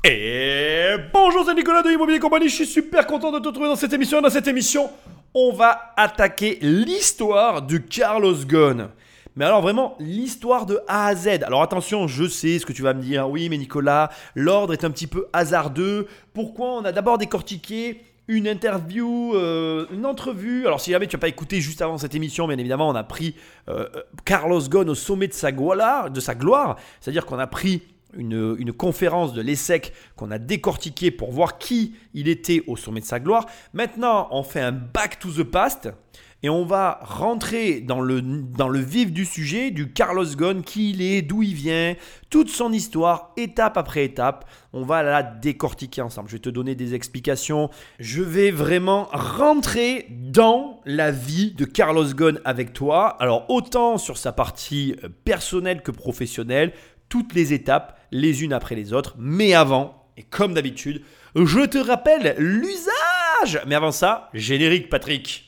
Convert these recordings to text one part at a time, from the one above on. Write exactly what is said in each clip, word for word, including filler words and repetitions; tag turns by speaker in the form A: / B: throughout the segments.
A: Et bonjour, c'est Nicolas de Immobilier Compagnie, je suis super content de te retrouver dans cette émission. Dans cette émission, on va attaquer l'histoire de Carlos Ghosn. Mais alors vraiment, l'histoire de A à Z. Alors attention, je sais ce que tu vas me dire. Oui, mais Nicolas, l'ordre est un petit peu hasardeux. Pourquoi on a d'abord décortiqué une interview, euh, une entrevue. Alors si jamais tu n'as pas écouté juste avant cette émission, bien évidemment, on a pris euh, Carlos Ghosn au sommet de sa gloire, de sa gloire. C'est-à-dire qu'on a pris une, une conférence de l'E S S E C qu'on a décortiquée pour voir qui il était au sommet de sa gloire. Maintenant, on fait un back to the past et on va rentrer dans le, dans le vif du sujet du Carlos Ghosn, qui il est, d'où il vient, toute son histoire, étape après étape. On va la décortiquer ensemble. Je vais te donner des explications. Je vais vraiment rentrer dans la vie de Carlos Ghosn avec toi. Alors, autant sur sa partie personnelle que professionnelle, toutes les étapes, les unes après les autres. Mais avant, et comme d'habitude, je te rappelle l'usage. Mais avant ça, générique, Patrick.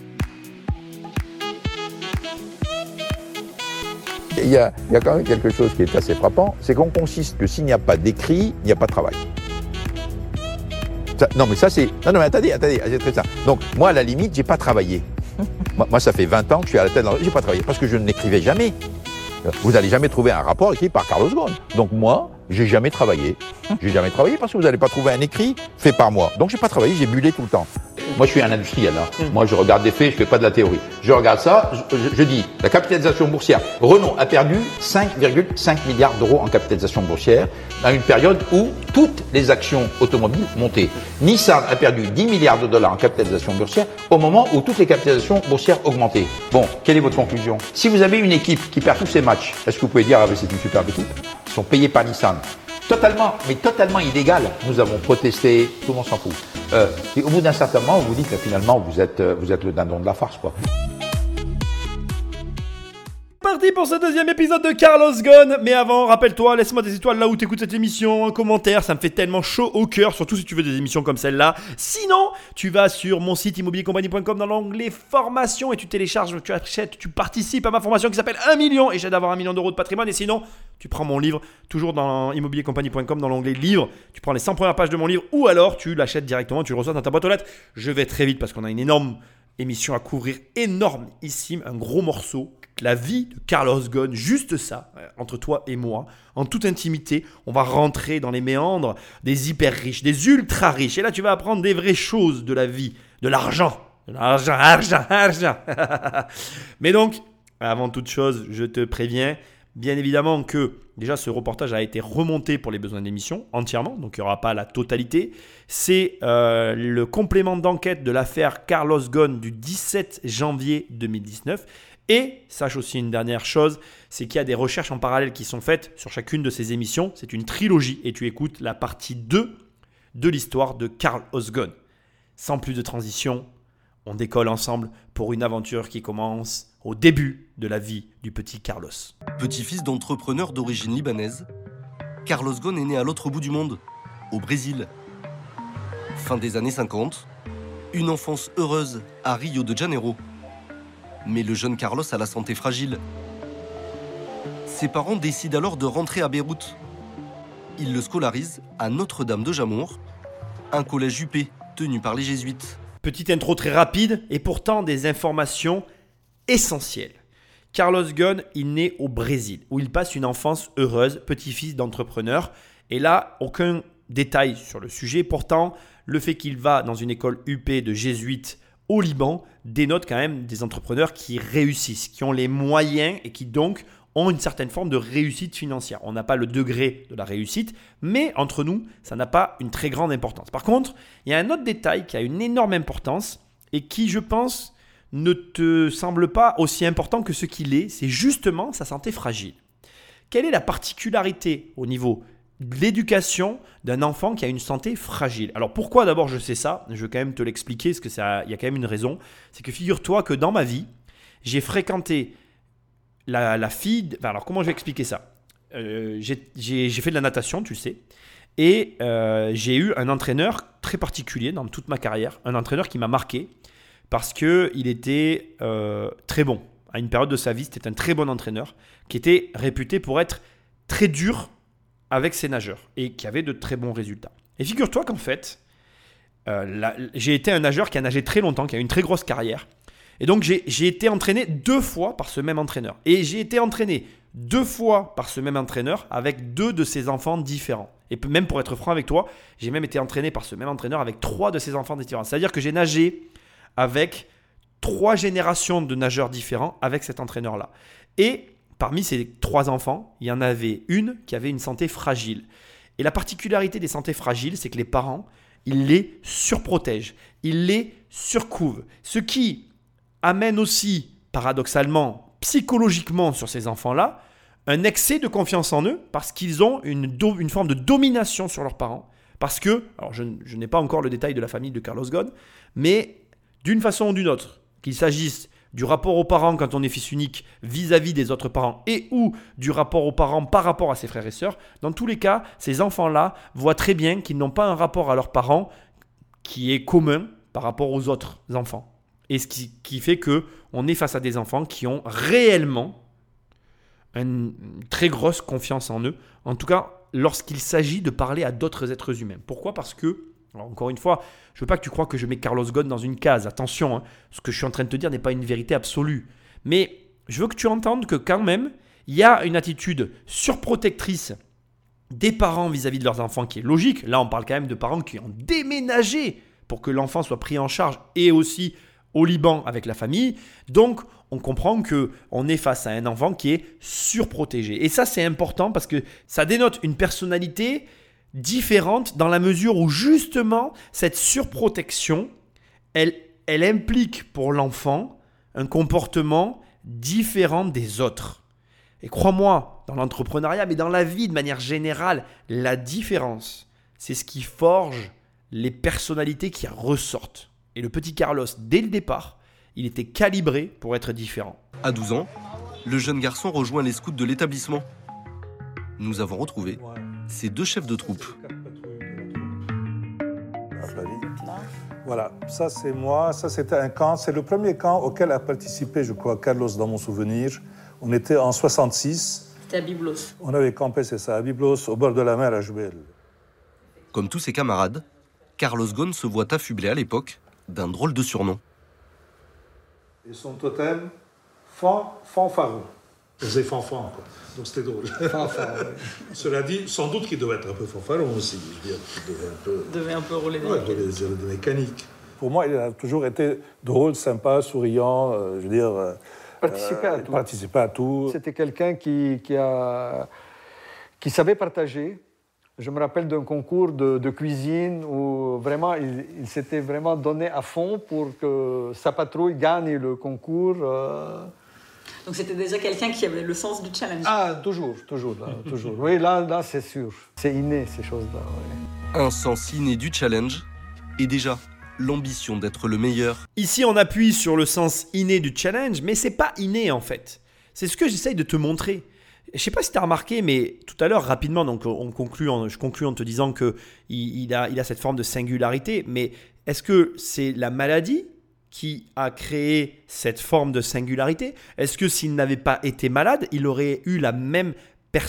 B: Il y, a, il y a quand même quelque chose qui est assez frappant, c'est qu'on consiste que s'il n'y a pas d'écrit, il n'y a pas de travail. Ça, non mais ça c'est... Non, non mais attendez, attendez, c'est très simple. Donc moi à la limite, j'ai pas travaillé. moi, moi ça fait vingt ans que je suis à la tête, j'ai pas travaillé parce que je n'écrivais jamais. Vous n'allez jamais trouver un rapport écrit par Carlos Ghosn. Donc moi, j'ai jamais travaillé. J'ai jamais travaillé parce que vous n'allez pas trouver un écrit fait par moi. Donc j'ai pas travaillé, j'ai bullé tout le temps. Moi, je suis un industriel. Hein. Mmh. Moi, je regarde des faits, je fais pas de la théorie. Je regarde ça, je, je, je dis, la capitalisation boursière. Renault a perdu cinq virgule cinq milliards d'euros en capitalisation boursière dans une période où toutes les actions automobiles montaient. Nissan a perdu dix milliards de dollars en capitalisation boursière au moment où toutes les capitalisations boursières augmentaient. Bon, quelle est votre conclusion? Si vous avez une équipe qui perd tous ses matchs, est-ce que vous pouvez dire, ah, c'est une superbe équipe? Ils sont payés par Nissan. Totalement, mais totalement illégal. Nous avons protesté, tout le monde s'en fout. Euh, et au bout d'un certain moment, vous dites que finalement, vous êtes, vous êtes le dindon de la farce, quoi.
A: Parti pour ce deuxième épisode de Carlos Ghosn. Mais avant, rappelle-toi, laisse-moi des étoiles là où tu écoutes cette émission, un commentaire, ça me fait tellement chaud au cœur, surtout si tu veux des émissions comme celle-là. Sinon, tu vas sur mon site immobilier compagnie point com dans l'onglet formation et tu télécharges, tu achètes, tu participes à ma formation qui s'appelle un million et j'aide à avoir un million d'euros de patrimoine. Et sinon, tu prends mon livre, toujours dans immobilier compagnie point com dans l'onglet livre, tu prends les cent premières pages de mon livre ou alors tu l'achètes directement, tu le reçois dans ta boîte aux lettres. Je vais très vite parce qu'on a une énorme émission à couvrir, énormissime, un gros morceau. La vie de Carlos Ghosn, juste ça, entre toi et moi, en toute intimité, on va rentrer dans les méandres des hyper riches, des ultra riches. Et là, tu vas apprendre des vraies choses de la vie, de l'argent, de l'argent, argent, argent. Mais donc, avant toute chose, je te préviens, bien évidemment que déjà ce reportage a été remonté pour les besoins de l'émission entièrement, donc il n'y aura pas la totalité. C'est euh, le complément d'enquête de l'affaire Carlos Ghosn du dix-sept janvier deux mille dix-neuf. Et sache aussi une dernière chose, c'est qu'il y a des recherches en parallèle qui sont faites sur chacune de ces émissions. C'est une trilogie et tu écoutes la partie deux de l'histoire de Carlos Ghosn. Sans plus de transition, on décolle ensemble pour une aventure qui commence au début de la vie du petit Carlos.
C: Petit-fils d'entrepreneur d'origine libanaise, Carlos Ghosn est né à l'autre bout du monde, au Brésil. Fin des années cinquante, une enfance heureuse à Rio de Janeiro. Mais le jeune Carlos a la santé fragile. Ses parents décident alors de rentrer à Beyrouth. Ils le scolarisent à Notre-Dame de Jamour, un collège huppé tenu par les jésuites.
A: Petite intro très rapide et pourtant des informations essentielles. Carlos Ghosn, il naît au Brésil où il passe une enfance heureuse, petit-fils d'entrepreneur. Et là, aucun détail sur le sujet. Pourtant, le fait qu'il va dans une école huppée de jésuites au Liban dénote quand même des entrepreneurs qui réussissent, qui ont les moyens et qui donc ont une certaine forme de réussite financière. On n'a pas le degré de la réussite, mais entre nous, ça n'a pas une très grande importance. Par contre, il y a un autre détail qui a une énorme importance et qui, je pense, ne te semble pas aussi important que ce qu'il est, c'est justement sa santé fragile. Quelle est la particularité au niveau de l'éducation d'un enfant qui a une santé fragile? Alors pourquoi d'abord je sais ça? Je vais quand même te l'expliquer parce qu'il y a quand même une raison. C'est que figure-toi que dans ma vie, j'ai fréquenté la, la fille… Enfin, alors comment je vais expliquer ça? euh, j'ai, j'ai, j'ai fait de la natation, tu le sais. Et euh, j'ai eu un entraîneur très particulier dans toute ma carrière. Un entraîneur qui m'a marqué parce qu'il était euh, très bon. À une période de sa vie, c'était un très bon entraîneur qui était réputé pour être très dur avec ces nageurs et qui avaient de très bons résultats. Et figure-toi qu'en fait, euh, la, j'ai été un nageur qui a nagé très longtemps, qui a une très grosse carrière. Et donc, j'ai, j'ai été entraîné deux fois par ce même entraîneur. Et j'ai été entraîné deux fois par ce même entraîneur avec deux de ses enfants différents. Et même pour être franc avec toi, j'ai même été entraîné par ce même entraîneur avec trois de ses enfants différents. C'est-à-dire que j'ai nagé avec trois générations de nageurs différents avec cet entraîneur-là. Et parmi ces trois enfants, il y en avait une qui avait une santé fragile. Et la particularité des santé fragiles, c'est que les parents, ils les surprotègent, ils les surcouvent. Ce qui amène aussi, paradoxalement, psychologiquement sur ces enfants-là, un excès de confiance en eux parce qu'ils ont une, do- une forme de domination sur leurs parents. Parce que, alors je, je n'ai pas encore le détail de la famille de Carlos Ghosn, mais d'une façon ou d'une autre, qu'il s'agisse du rapport aux parents quand on est fils unique vis-à-vis des autres parents et ou du rapport aux parents par rapport à ses frères et sœurs, dans tous les cas, ces enfants-là voient très bien qu'ils n'ont pas un rapport à leurs parents qui est commun par rapport aux autres enfants. Et ce qui, qui fait qu'on est face à des enfants qui ont réellement une très grosse confiance en eux, en tout cas lorsqu'il s'agit de parler à d'autres êtres humains. Pourquoi ? Parce que, alors encore une fois, je ne veux pas que tu crois que je mets Carlos Ghosn dans une case. Attention, hein, ce que je suis en train de te dire n'est pas une vérité absolue. Mais je veux que tu entendes que quand même, il y a une attitude surprotectrice des parents vis-à-vis de leurs enfants qui est logique. Là, on parle quand même de parents qui ont déménagé pour que l'enfant soit pris en charge et aussi au Liban avec la famille. Donc, on comprend qu'on est face à un enfant qui est surprotégé. Et ça, c'est important parce que ça dénote une personnalité différente dans la mesure où justement, cette surprotection, elle, elle implique pour l'enfant un comportement différent des autres. Et crois-moi, dans l'entrepreneuriat, mais dans la vie de manière générale, la différence, c'est ce qui forge les personnalités qui ressortent. Et le petit Carlos, dès le départ, il était calibré pour être différent.
C: À douze ans, le jeune garçon rejoint les scouts de l'établissement. Nous avons retrouvé ces deux chefs de troupe.
D: Voilà, ça c'est moi, ça c'était un camp. C'est le premier camp auquel a participé, je crois, Carlos dans mon souvenir. On était en soixante-six.
E: C'était à Byblos.
D: On avait campé, c'est ça, à Byblos, au bord de la mer à Jebel.
C: Comme tous ses camarades, Carlos Ghosn se voit affublé à l'époque d'un drôle de surnom.
D: Et son totem, fan, fanfaron. On faisait fanfan, quoi. Donc c'était drôle. Fanfan, ouais. Cela dit, sans doute qu'il devait être un peu fanfaron aussi. Je veux dire, qu'il devait un peu...
E: devait un peu rouler des
D: ouais,
E: mécaniques.
D: rouler des mécaniques. Pour moi, il a toujours été drôle, sympa, souriant, euh, je veux dire... Euh,
F: participer à tout.
D: Participer à tout.
F: C'était quelqu'un qui, qui, a, qui savait partager. Je me rappelle d'un concours de, de cuisine où vraiment il, il s'était vraiment donné à fond pour que sa patrouille gagne le concours. Euh...
E: Donc c'était déjà quelqu'un qui avait le sens du challenge.
F: Ah, toujours, toujours, là, toujours. Oui, là, là c'est sûr. C'est inné, ces choses-là. Oui.
C: Un sens inné du challenge et déjà l'ambition d'être le meilleur.
A: Ici, on appuie sur le sens inné du challenge, mais c'est pas inné en fait. C'est ce que j'essaye de te montrer. Je ne sais pas si tu as remarqué, mais tout à l'heure, rapidement, donc on conclut en, je conclue en te disant qu'il il a, il a cette forme de singularité. Mais est-ce que c'est la maladie qui a créé cette forme de singularité ? Est-ce que s'il n'avait pas été malade, il aurait eu la même personnalité ?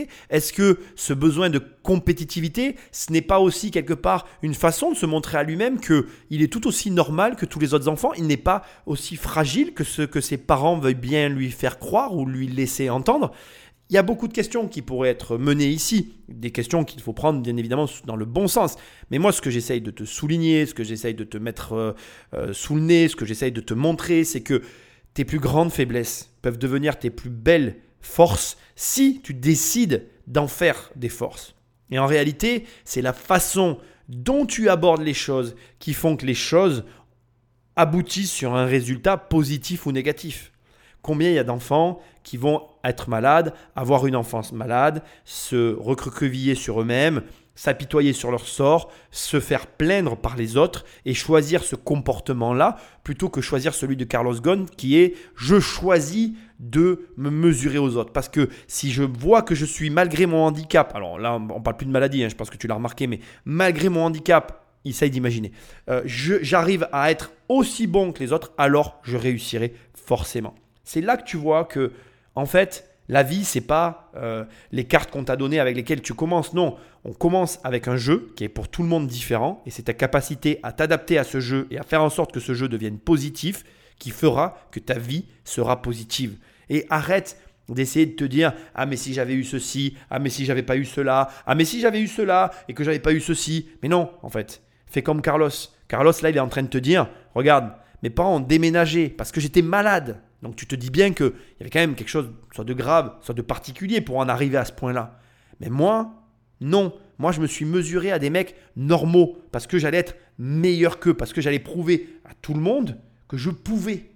A: Est-ce que ce besoin de compétitivité, ce n'est pas aussi quelque part une façon de se montrer à lui-même qu'il est tout aussi normal que tous les autres enfants ? Il n'est pas aussi fragile que ce que ses parents veuillent bien lui faire croire ou lui laisser entendre ? Il y a beaucoup de questions qui pourraient être menées ici, des questions qu'il faut prendre bien évidemment dans le bon sens. Mais moi, ce que j'essaye de te souligner, ce que j'essaye de te mettre euh, euh, sous le nez, ce que j'essaye de te montrer, c'est que tes plus grandes faiblesses peuvent devenir tes plus belles forces si tu décides d'en faire des forces. Et en réalité, c'est la façon dont tu abordes les choses qui font que les choses aboutissent sur un résultat positif ou négatif. Combien il y a d'enfants qui vont être malades, avoir une enfance malade, se recroqueviller sur eux-mêmes, s'apitoyer sur leur sort, se faire plaindre par les autres et choisir ce comportement-là plutôt que choisir celui de Carlos Ghosn qui est « je choisis de me mesurer aux autres ». Parce que si je vois que je suis malgré mon handicap, alors là on ne parle plus de maladie, hein, je pense que tu l'as remarqué, mais malgré mon handicap, essaye d'imaginer, euh, je, j'arrive à être aussi bon que les autres, alors je réussirai forcément. C'est là que tu vois que, en fait, La vie, c'est pas euh, les cartes qu'on t'a données avec lesquelles tu commences. Non, on commence avec un jeu qui est pour tout le monde différent et c'est ta capacité à t'adapter à ce jeu et à faire en sorte que ce jeu devienne positif qui fera que ta vie sera positive. Et arrête d'essayer de te dire « Ah mais si j'avais eu ceci, ah mais si j'avais pas eu cela, ah mais si j'avais eu cela et que j'avais pas eu ceci. » Mais non, en fait, fais comme Carlos. Carlos, là, il est en train de te dire « Regarde, mes parents ont déménagé parce que j'étais malade. » Donc tu te dis bien qu'il y avait quand même quelque chose, soit de grave, soit de particulier pour en arriver à ce point-là. Mais moi, non. Moi, je me suis mesuré à des mecs normaux parce que j'allais être meilleur qu'eux, parce que j'allais prouver à tout le monde que je pouvais.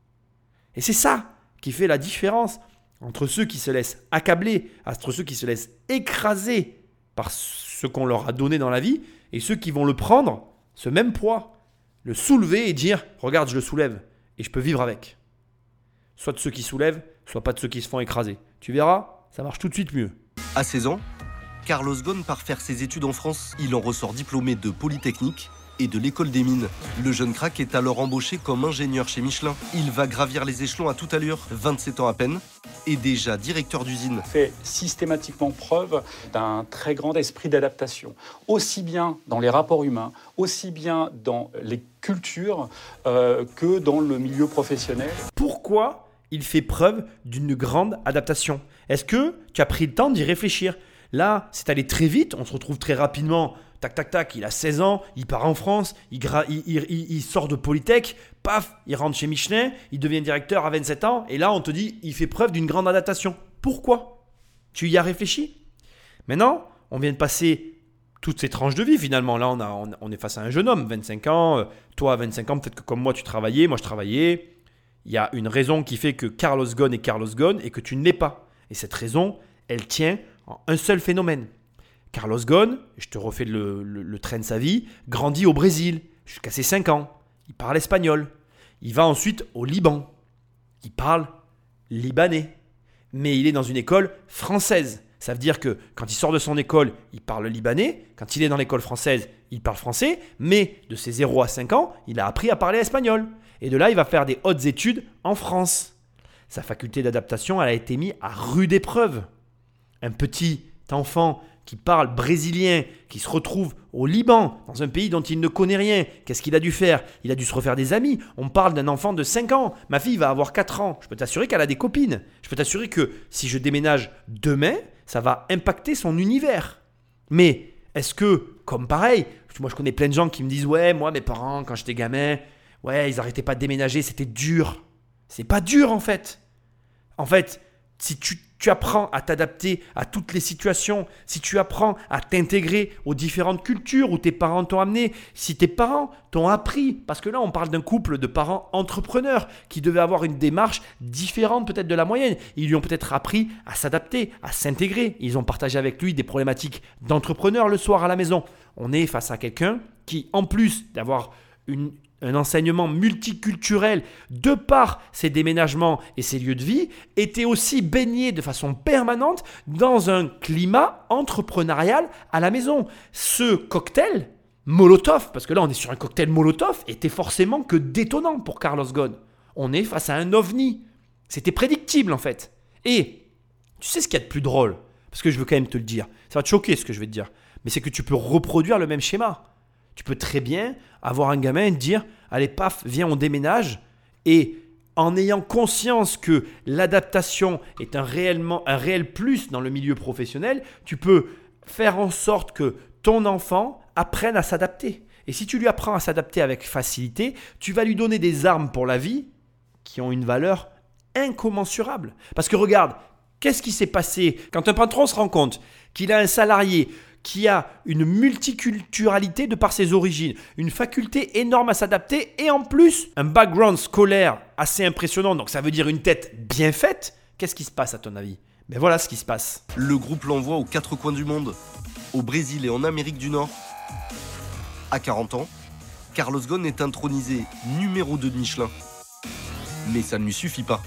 A: Et c'est ça qui fait la différence entre ceux qui se laissent accabler, entre ceux qui se laissent écraser par ce qu'on leur a donné dans la vie et ceux qui vont le prendre, ce même poids, le soulever et dire « Regarde, je le soulève et je peux vivre avec ». Soit de ceux qui soulèvent, soit pas de ceux qui se font écraser. Tu verras, ça marche tout de suite mieux.
C: À seize ans, Carlos Ghosn part faire ses études en France. Il en ressort diplômé de Polytechnique et de l'école des mines. Le jeune crack est alors embauché comme ingénieur chez Michelin. Il va gravir les échelons à toute allure, vingt-sept ans à peine, et déjà directeur d'usine.
G: Fait systématiquement preuve d'un très grand esprit d'adaptation, aussi bien dans les rapports humains, aussi bien dans les cultures euh, que dans le milieu professionnel.
A: Pourquoi il fait preuve d'une grande adaptation? Est-ce que tu as pris le temps d'y réfléchir? Là, c'est allé très vite, on se retrouve très rapidement. Tac, tac, tac, il a seize ans, il part en France, il, gra- il, il, il, il sort de Polytech, paf, il rentre chez Michelin, il devient directeur à vingt-sept ans, et là on te dit, il fait preuve d'une grande adaptation. Pourquoi? Tu y as réfléchi? Maintenant, on vient de passer toutes ces tranches de vie finalement. Là, on, a, on, on est face à un jeune homme, vingt-cinq ans, euh, toi à vingt-cinq ans, peut-être que comme moi tu travaillais, moi je travaillais. Il y a une raison qui fait que Carlos Ghosn est Carlos Ghosn et que tu ne l'es pas. Et cette raison, elle tient en un seul phénomène. Carlos Ghosn, je te refais le, le, le train de sa vie, grandit au Brésil jusqu'à ses cinq ans. Il parle espagnol. Il va ensuite au Liban. Il parle libanais. Mais il est dans une école française. Ça veut dire que quand il sort de son école, il parle libanais. Quand il est dans l'école française, il parle français. Mais de ses zéro à cinq ans, il a appris à parler espagnol. Et de là, il va faire des hautes études en France. Sa faculté d'adaptation, elle a été mise à rude épreuve. Un petit enfant qui parle brésilien, qui se retrouve au Liban, dans un pays dont il ne connaît rien. Qu'est-ce qu'il a dû faire? Il a dû se refaire des amis. On parle d'un enfant de cinq ans. Ma fille va avoir quatre ans. Je peux t'assurer qu'elle a des copines. Je peux t'assurer que si je déménage demain, ça va impacter son univers. Mais est-ce que, comme pareil, moi je connais plein de gens qui me disent « Ouais, moi mes parents, quand j'étais gamin, ouais, ils n'arrêtaient pas de déménager, c'était dur. » C'est pas dur en fait. En fait, si tu, tu apprends à t'adapter à toutes les situations, si tu apprends à t'intégrer aux différentes cultures où tes parents t'ont amené, si tes parents t'ont appris, parce que là on parle d'un couple de parents entrepreneurs qui devaient avoir une démarche différente peut-être de la moyenne. Ils lui ont peut-être appris à s'adapter, à s'intégrer. Ils ont partagé avec lui des problématiques d'entrepreneur le soir à la maison. On est face à quelqu'un qui, en plus d'avoir une un enseignement multiculturel de par ses déménagements et ses lieux de vie, était aussi baigné de façon permanente dans un climat entrepreneurial à la maison. Ce cocktail Molotov, parce que là on est sur un cocktail Molotov, était forcément que détonnant pour Carlos Ghosn. On est face à un ovni. C'était prédictible en fait. Et tu sais ce qu'il y a de plus drôle, parce que je veux quand même te le dire, ça va te choquer ce que je vais te dire, mais c'est que tu peux reproduire le même schéma. Tu peux très bien avoir un gamin et te dire « Allez, paf, viens, on déménage » et en ayant conscience que l'adaptation est un, réellement, un réel plus dans le milieu professionnel, tu peux faire en sorte que ton enfant apprenne à s'adapter. Et si tu lui apprends à s'adapter avec facilité, tu vas lui donner des armes pour la vie qui ont une valeur incommensurable. Parce que regarde, qu'est-ce qui s'est passé quand un patron se rend compte qu'il a un salarié qui a une multiculturalité de par ses origines, une faculté énorme à s'adapter et en plus un background scolaire assez impressionnant, donc ça veut dire une tête bien faite, qu'est-ce qui se passe à ton avis? Ben voilà ce qui se passe.
C: Le groupe l'envoie aux quatre coins du monde, au Brésil et en Amérique du Nord. À quarante ans, Carlos Ghosn est intronisé numéro deux de Michelin. Mais ça ne lui suffit pas.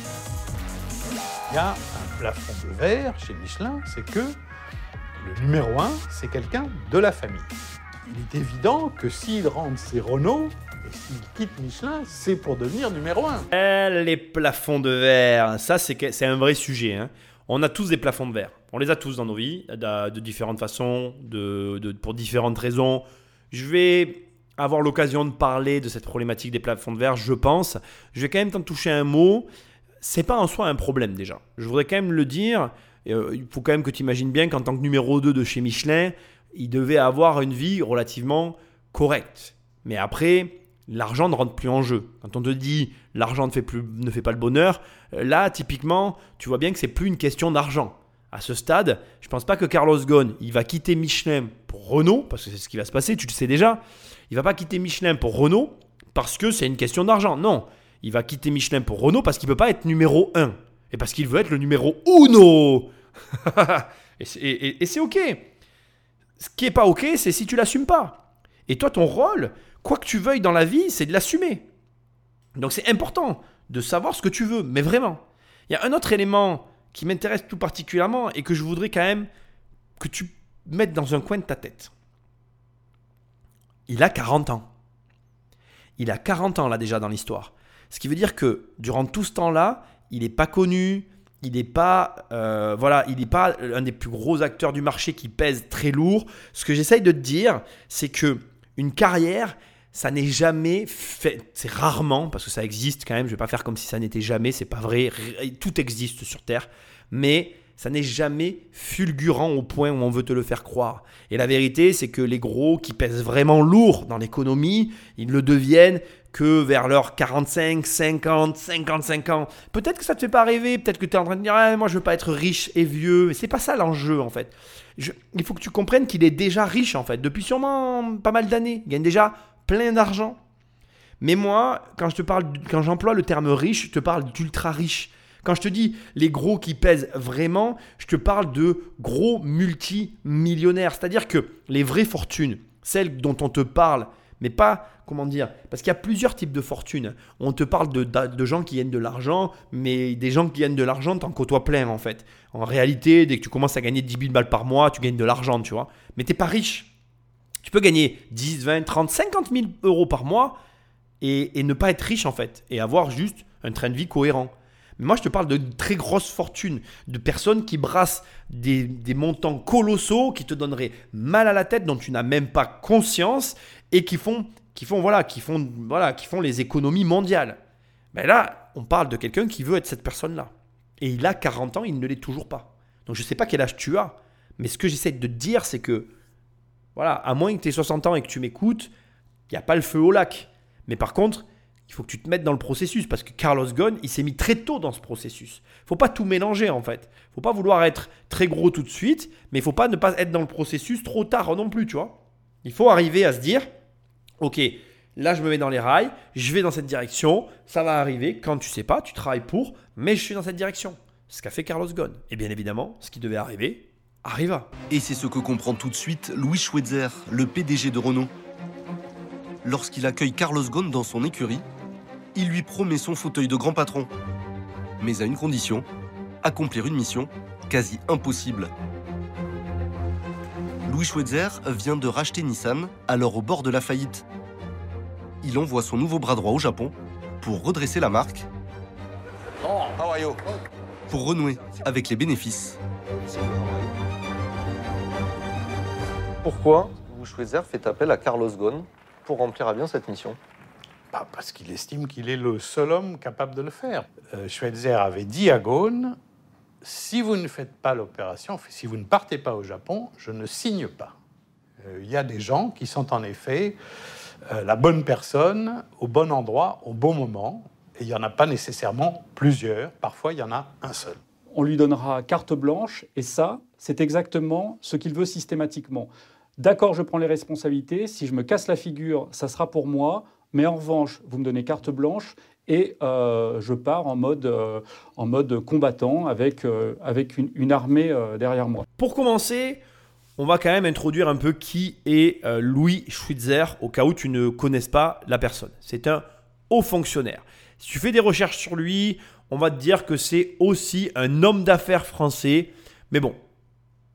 H: Il y a un plafond de verre chez Michelin, c'est que le numéro un, c'est quelqu'un de la famille. Il est évident que s'il rentre ses Renault Et s'il quitte Michelin, c'est pour devenir numéro un.
A: Eh, les plafonds de verre, ça c'est, que- c'est un vrai sujet. Hein. On a tous des plafonds de verre. On les a tous dans nos vies, de, de différentes façons, de, de- pour différentes raisons. Je vais avoir l'occasion de parler de cette problématique des plafonds de verre, je pense. Je vais quand même t'en toucher un mot. C'est pas en soi un problème déjà. Je voudrais quand même le dire. Euh, il faut quand même que tu imagines bien qu'en tant que numéro deux de chez Michelin, il devait avoir une vie relativement correcte. Mais après, l'argent ne rentre plus en jeu. Quand on te dit l'argent ne fait, plus, ne fait pas le bonheur, euh, là, typiquement, tu vois bien que c'est plus une question d'argent. À ce stade, je ne pense pas que Carlos Ghosn, il va quitter Michelin pour Renault, parce que c'est ce qui va se passer, tu le sais déjà. Il ne va pas quitter Michelin pour Renault parce que c'est une question d'argent. Non, il va quitter Michelin pour Renault parce qu'il ne peut pas être numéro un. Et parce qu'il veut être le numéro uno. et, c'est, et, et c'est OK. Ce qui n'est pas OK, c'est si tu ne l'assumes pas. Et toi, ton rôle, quoi que tu veuilles dans la vie, c'est de l'assumer. Donc c'est important de savoir ce que tu veux, mais vraiment. Il y a un autre élément qui m'intéresse tout particulièrement et que je voudrais quand même que tu mettes dans un coin de ta tête. Il a quarante ans. Il a quarante ans là déjà dans l'histoire. Ce qui veut dire que durant tout ce temps-là, il n'est pas connu, il n'est pas, euh, voilà, il n'est pas un des plus gros acteurs du marché qui pèse très lourd. Ce que j'essaye de te dire, c'est que une carrière, ça n'est jamais fait, c'est rarement, parce que ça existe quand même, je ne vais pas faire comme si ça n'était jamais, c'est pas vrai, tout existe sur Terre, mais ça n'est jamais fulgurant au point où on veut te le faire croire. Et la vérité, c'est que les gros qui pèsent vraiment lourd dans l'économie, ils le deviennent que vers leurs quarante-cinq, cinquante, cinquante-cinq ans. Peut-être que ça ne te fait pas rêver, peut-être que tu es en train de dire ah, « moi je veux pas être riche et vieux », mais c'est pas ça l'enjeu en fait. Je, il faut que tu comprennes qu'il est déjà riche en fait, depuis sûrement pas mal d'années. Il gagne déjà plein d'argent. Mais moi, quand je te parle, quand j'emploie le terme riche, je te parle d'ultra riche. Quand je te dis les gros qui pèsent vraiment, je te parle de gros multimillionnaires. C'est-à-dire que les vraies fortunes, celles dont on te parle, mais pas, comment dire, parce qu'il y a plusieurs types de fortunes. On te parle de, de, de gens qui gagnent de l'argent, mais des gens qui gagnent de l'argent t'en côtoies plein en fait. En réalité, dès que tu commences à gagner dix mille balles par mois, tu gagnes de l'argent, tu vois. Mais tu n'es pas riche. Tu peux gagner dix, vingt, trente, cinquante mille euros par mois et, et ne pas être riche en fait. Et avoir juste un train de vie cohérent. Mais moi, je te parle de très grosses fortunes, de personnes qui brassent des, des montants colossaux, qui te donneraient mal à la tête, dont tu n'as même pas conscience et qui font, qui font, voilà, qui font, voilà, qui font les économies mondiales. Ben là, on parle de quelqu'un qui veut être cette personne-là. Et il a quarante ans, il ne l'est toujours pas. Donc, je ne sais pas quel âge tu as, mais ce que j'essaie de te dire, c'est que, voilà, à moins que tu aies soixante ans et que tu m'écoutes, il n'y a pas le feu au lac. Mais par contre, il faut que tu te mettes dans le processus parce que Carlos Ghosn, il s'est mis très tôt dans ce processus. Il ne faut pas tout mélanger en fait. Il ne faut pas vouloir être très gros tout de suite, mais il ne faut pas ne pas être dans le processus trop tard non plus, tu vois. Il faut arriver à se dire, ok, là je me mets dans les rails, je vais dans cette direction, ça va arriver. Quand tu ne sais pas, tu travailles pour, mais je suis dans cette direction. C'est ce qu'a fait Carlos Ghosn. Et bien évidemment, ce qui devait arriver, arriva.
C: Et c'est ce que comprend tout de suite Louis Schweitzer, le P D G de Renault. Lorsqu'il accueille Carlos Ghosn dans son écurie, il lui promet son fauteuil de grand patron. Mais à une condition, accomplir une mission quasi impossible. Louis Schweitzer vient de racheter Nissan, alors au bord de la faillite. Il envoie son nouveau bras droit au Japon pour redresser la marque, pour renouer avec les bénéfices.
I: Pourquoi Louis Schweitzer fait appel à Carlos Ghosn pour remplir à bien cette mission?
H: Bah, parce qu'il estime qu'il est le seul homme capable de le faire. Euh, Schweitzer avait dit à Ghosn, si vous ne faites pas l'opération, si vous ne partez pas au Japon, je ne signe pas. Il euh, y a des gens qui sont en effet euh, la bonne personne, au bon endroit, au bon moment, et il n'y en a pas nécessairement plusieurs, parfois il y en a un seul.
G: On lui donnera carte blanche, et ça, c'est exactement ce qu'il veut systématiquement. D'accord, je prends les responsabilités, si je me casse la figure, ça sera pour moi, mais en revanche, vous me donnez carte blanche et euh, je pars en mode, euh, en mode combattant avec, euh, avec une, une armée euh, derrière moi.
A: Pour commencer, on va quand même introduire un peu qui est euh, Louis Schweitzer, au cas où tu ne connaisses pas la personne. C'est un haut fonctionnaire. Si tu fais des recherches sur lui, on va te dire que c'est aussi un homme d'affaires français. Mais bon,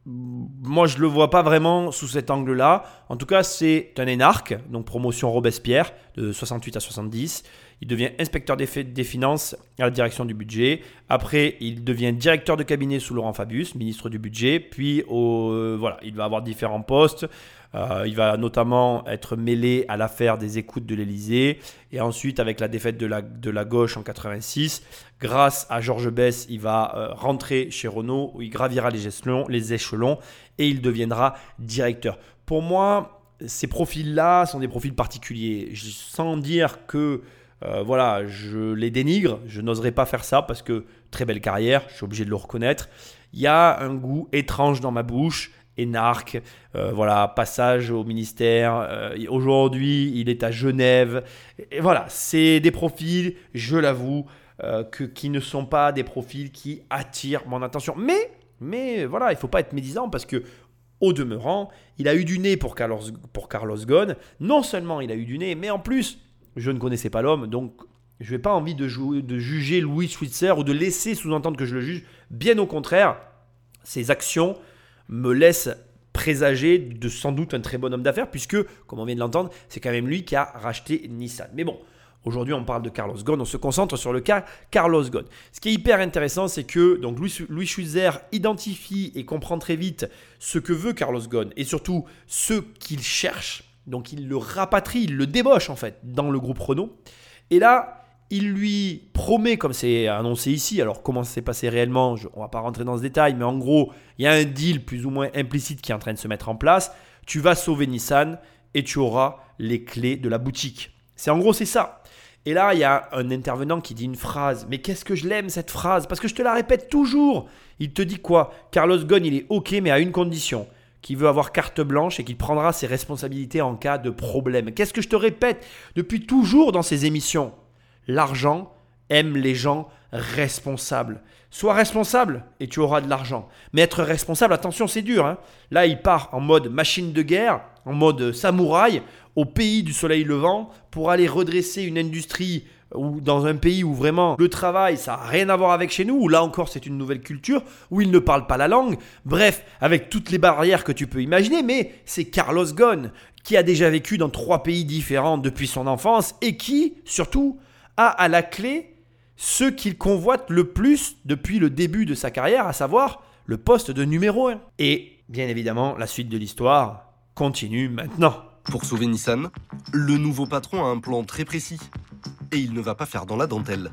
A: moi, je ne le vois pas vraiment sous cet angle-là. En tout cas, c'est un énarque, donc promotion Robespierre, de soixante-huit à soixante-dix. Il devient inspecteur des, des finances à la direction du budget. Après, il devient directeur de cabinet sous Laurent Fabius, ministre du budget. Puis, au, euh, voilà, il va avoir différents postes. Euh, il va notamment être mêlé à l'affaire des écoutes de l'Élysée. Et ensuite, avec la défaite de la, de la gauche en quatre-vingt-six, grâce à Georges Besse, il va euh, rentrer chez Renault, où il gravira les échelons, les échelons et il deviendra directeur. Pour moi, ces profils-là sont des profils particuliers. Sans dire que euh, voilà, je les dénigre, je n'oserais pas faire ça parce que très belle carrière, je suis obligé de le reconnaître. Il y a un goût étrange dans ma bouche. Énarque, euh, voilà, passage au ministère. Euh, aujourd'hui, il est à Genève. Et voilà, c'est des profils, je l'avoue, euh, que, qui ne sont pas des profils qui attirent mon attention. Mais, mais voilà, il ne faut pas être médisant parce que, au demeurant, il a eu du nez pour Carlos, pour Carlos Ghosn. Non seulement il a eu du nez, mais en plus, je ne connaissais pas l'homme, donc je n'ai pas envie de, jouer, de juger Louis Schweitzer ou de laisser sous-entendre que je le juge. Bien au contraire, ses actions me laisse présager de sans doute un très bon homme d'affaires puisque, comme on vient de l'entendre, c'est quand même lui qui a racheté Nissan. Mais bon, aujourd'hui on parle de Carlos Ghosn, on se concentre sur le cas Carlos Ghosn. Ce qui est hyper intéressant, c'est que donc Louis, Louis Schweitzer identifie et comprend très vite ce que veut Carlos Ghosn et surtout ce qu'il cherche. Donc il le rapatrie, il le débauche en fait dans le groupe Renault. Et là, il lui promet, comme c'est annoncé ici, alors comment ça s'est passé réellement, je, on ne va pas rentrer dans ce détail, mais en gros, il y a un deal plus ou moins implicite qui est en train de se mettre en place. Tu vas sauver Nissan et tu auras les clés de la boutique. C'est en gros, c'est ça. Et là, il y a un intervenant qui dit une phrase. Mais qu'est-ce que je l'aime cette phrase? Parce que je te la répète toujours. Il te dit quoi? Carlos Ghosn, il est OK, mais à une condition. Qu'il veut avoir carte blanche et qu'il prendra ses responsabilités en cas de problème. Qu'est-ce que je te répète depuis toujours dans ces émissions? L'argent aime les gens responsables. Sois responsable et tu auras de l'argent. Mais être responsable, attention, c'est dur. Hein. Là, il part en mode machine de guerre, en mode samouraï, au pays du soleil levant, pour aller redresser une industrie ou dans un pays où vraiment le travail, ça n'a rien à voir avec chez nous, où là encore, c'est une nouvelle culture, où il ne parle pas la langue. Bref, avec toutes les barrières que tu peux imaginer, mais c'est Carlos Ghosn qui a déjà vécu dans trois pays différents depuis son enfance et qui, surtout, a à la clé ce qu'il convoite le plus depuis le début de sa carrière, à savoir le poste de numéro un. Et bien évidemment, la suite de l'histoire continue maintenant.
C: Pour sauver Nissan, le nouveau patron a un plan très précis. Et il ne va pas faire dans la dentelle.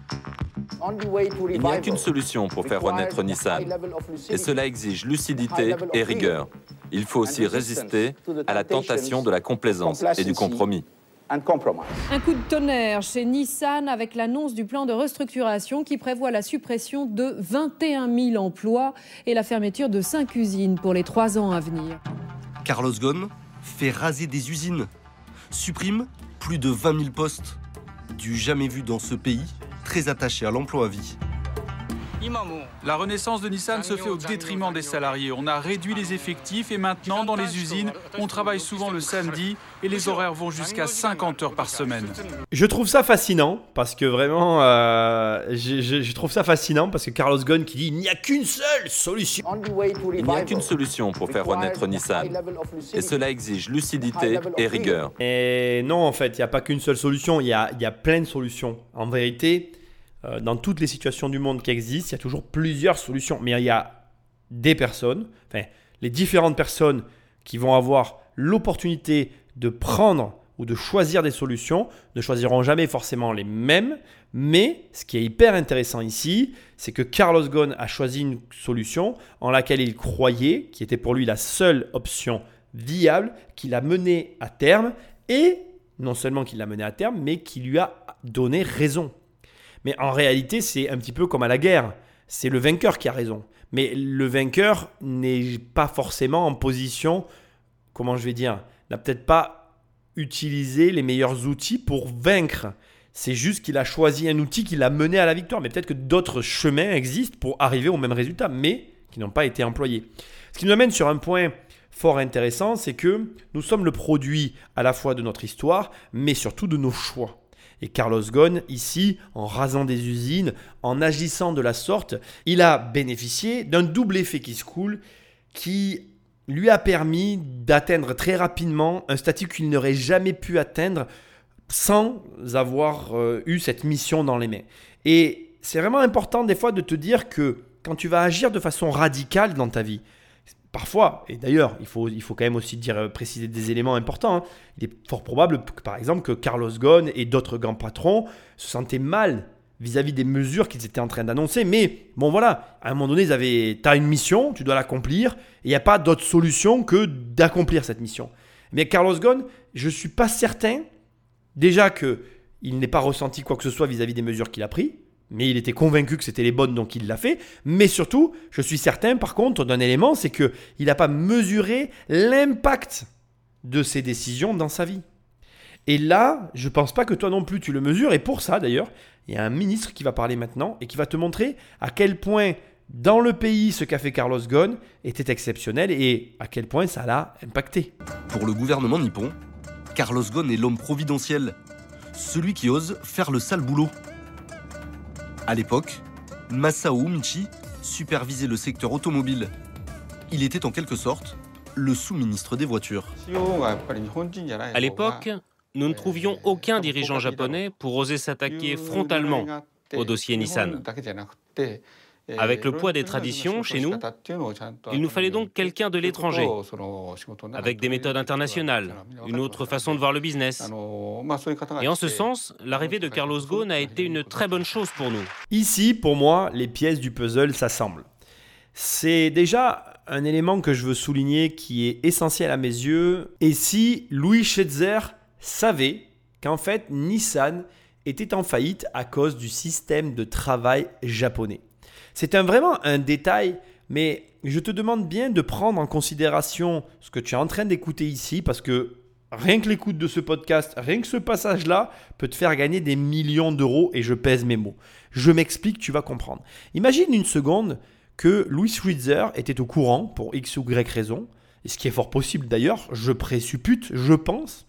J: Il n'y a qu'une solution pour faire renaître Nissan. Et cela exige lucidité et rigueur. Il faut aussi résister à la tentation de la complaisance et du compromis.
K: Un coup de tonnerre chez Nissan avec l'annonce du plan de restructuration qui prévoit la suppression de vingt et un mille emplois et la fermeture de cinq usines pour les trois ans à venir.
C: Carlos Ghosn fait raser des usines, supprime plus de vingt mille postes, du jamais vu dans ce pays, très attaché à l'emploi à vie.
L: La renaissance de Nissan se fait au détriment des salariés. On a réduit les effectifs et maintenant, dans les usines, on travaille souvent le samedi et les horaires vont jusqu'à cinquante heures par semaine.
A: Je trouve ça fascinant parce que vraiment, euh, je, je, je trouve ça fascinant parce que Carlos Ghosn qui dit il n'y a qu'une seule solution.
J: Il n'y a qu'une solution pour faire renaître Nissan. Et cela exige lucidité et rigueur.
A: Et non, en fait, il n'y a pas qu'une seule solution. Il y a, il y a plein de solutions. En vérité, euh, dans toutes les situations du monde qui existent, il y a toujours plusieurs solutions. Mais il y a des personnes, enfin, les différentes personnes qui vont avoir l'opportunité de prendre ou de choisir des solutions ne choisiront jamais forcément les mêmes. Mais ce qui est hyper intéressant ici, c'est que Carlos Ghosn a choisi une solution en laquelle il croyait, qui était pour lui la seule option viable, qu'il a menée à terme et non seulement qu'il l'a menée à terme, mais qui lui a donné raison. Mais en réalité, c'est un petit peu comme à la guerre. C'est le vainqueur qui a raison. Mais le vainqueur n'est pas forcément en position, comment je vais dire, n'a peut-être pas utilisé les meilleurs outils pour vaincre. C'est juste qu'il a choisi un outil qui l'a mené à la victoire. Mais peut-être que d'autres chemins existent pour arriver au même résultat, mais qui n'ont pas été employés. Ce qui nous amène sur un point fort intéressant, c'est que nous sommes le produit à la fois de notre histoire, mais surtout de nos choix. Et Carlos Ghosn, ici, en rasant des usines, en agissant de la sorte, il a bénéficié d'un double effet qui se coule. qui lui a permis d'atteindre très rapidement un statut qu'il n'aurait jamais pu atteindre sans avoir euh, eu cette mission dans les mains. Et c'est vraiment important des fois de te dire que quand tu vas agir de façon radicale dans ta vie, parfois, et d'ailleurs, il faut, il faut quand même aussi dire, préciser des éléments importants, hein, il est fort probable, que, par exemple, que Carlos Ghosn et d'autres grands patrons se sentaient mal vis-à-vis des mesures qu'ils étaient en train d'annoncer. Mais bon voilà, à un moment donné, tu as une mission, tu dois l'accomplir, et il n'y a pas d'autre solution que d'accomplir cette mission. Mais Carlos Ghosn, je ne suis pas certain, déjà qu'il n'ait pas ressenti quoi que ce soit vis-à-vis des mesures qu'il a prises, mais il était convaincu que c'était les bonnes, donc il l'a fait. Mais surtout, je suis certain par contre d'un élément, c'est qu'il n'a pas mesuré l'impact de ses décisions dans sa vie. Et là, je ne pense pas que toi non plus tu le mesures. Et pour ça d'ailleurs, il y a un ministre qui va parler maintenant et qui va te montrer à quel point dans le pays ce qu'a fait Carlos Ghosn était exceptionnel et à quel point ça l'a impacté.
C: Pour le gouvernement nippon, Carlos Ghosn est l'homme providentiel, celui qui ose faire le sale boulot. À l'époque, Masao Michi supervisait le secteur automobile. Il était en quelque sorte le sous-ministre des voitures.
M: À l'époque, nous ne trouvions aucun dirigeant japonais pour oser s'attaquer frontalement au dossier Nissan. Avec le poids des traditions chez nous, il nous fallait donc quelqu'un de l'étranger, avec des méthodes internationales, une autre façon de voir le business. Et en ce sens, l'arrivée de Carlos Ghosn a été une très bonne chose pour nous.
A: Ici, pour moi, les pièces du puzzle s'assemblent. C'est déjà un élément que je veux souligner qui est essentiel à mes yeux. Et si Louis Schweitzer savait qu'en fait Nissan était en faillite à cause du système de travail japonais. C'est un, vraiment un détail, mais je te demande bien de prendre en considération ce que tu es en train d'écouter ici, parce que rien que l'écoute de ce podcast, rien que ce passage-là peut te faire gagner des millions d'euros, et je pèse mes mots. Je m'explique, tu vas comprendre. Imagine une seconde que Louis Schweitzer était au courant pour X ou Y raison, et ce qui est fort possible d'ailleurs, je présuppute, je pense,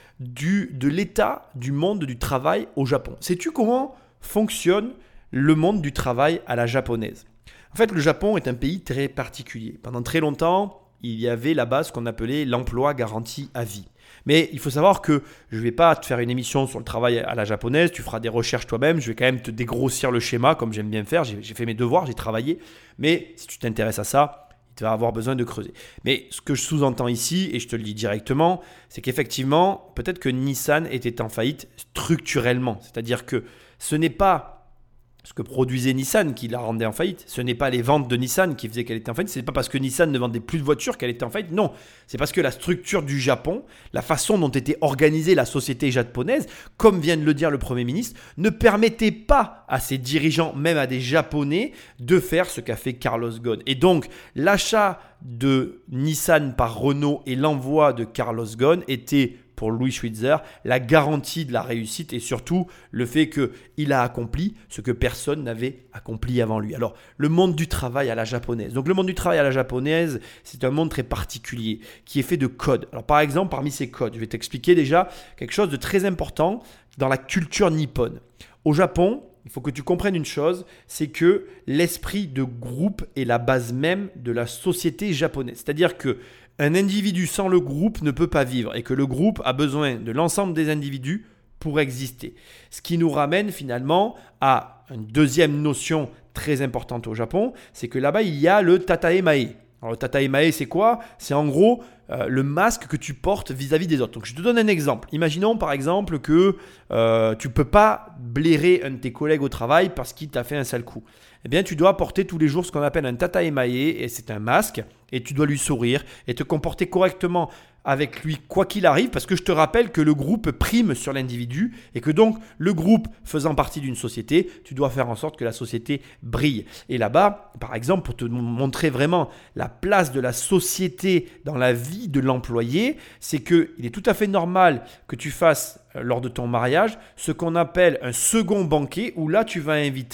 A: du, de l'état du monde du travail au Japon. Sais-tu comment fonctionne le monde du travail à la japonaise? En fait, le Japon est un pays très particulier. Pendant très longtemps, il y avait là-bas ce qu'on appelait l'emploi garanti à vie. Mais il faut savoir que je ne vais pas te faire une émission sur le travail à la japonaise, tu feras des recherches toi-même, je vais quand même te dégrossir le schéma comme j'aime bien faire, j'ai, j'ai fait mes devoirs, j'ai travaillé. Mais si tu t'intéresses à ça, tu vas avoir besoin de creuser. Mais ce que je sous-entends ici, et je te le dis directement, c'est qu'effectivement, peut-être que Nissan était en faillite structurellement. C'est-à-dire que ce n'est pas ce que produisait Nissan qui la rendait en faillite. Ce n'est pas les ventes de Nissan qui faisaient qu'elle était en faillite. Ce n'est pas parce que Nissan ne vendait plus de voitures qu'elle était en faillite. Non, c'est parce que la structure du Japon, la façon dont était organisée la société japonaise, comme vient de le dire le Premier ministre, ne permettait pas à ses dirigeants, même à des Japonais, de faire ce qu'a fait Carlos Ghosn. Et donc, l'achat de Nissan par Renault et l'envoi de Carlos Ghosn était, pour Louis Schweitzer, la garantie de la réussite et surtout le fait qu'il a accompli ce que personne n'avait accompli avant lui. Alors, le monde du travail à la japonaise. Donc, le monde du travail à la japonaise, c'est un monde très particulier qui est fait de codes. Alors, par exemple, parmi ces codes, je vais t'expliquer déjà quelque chose de très important dans la culture nippone. Au Japon, il faut que tu comprennes une chose, c'est que l'esprit de groupe est la base même de la société japonaise. C'est-à-dire que un individu sans le groupe ne peut pas vivre et que le groupe a besoin de l'ensemble des individus pour exister. Ce qui nous ramène finalement à une deuxième notion très importante au Japon, c'est que là-bas, il y a le tataemae. Alors, le tataemae, c'est quoi? C'est en gros euh, le masque que tu portes vis-à-vis des autres. Donc, je te donne un exemple. Imaginons par exemple que euh, tu ne peux pas blairer un de tes collègues au travail parce qu'il t'a fait un sale coup. Eh bien, tu dois porter tous les jours ce qu'on appelle un tataemae, et c'est un masque, et tu dois lui sourire et te comporter correctement avec lui quoi qu'il arrive, parce que je te rappelle que le groupe prime sur l'individu et que donc le groupe faisant partie d'une société, tu dois faire en sorte que la société brille. Et là-bas, par exemple, pour te montrer vraiment la place de la société dans la vie de l'employé, c'est qu'il est tout à fait normal que tu fasses lors de ton mariage ce qu'on appelle un second banquet où là tu vas inviter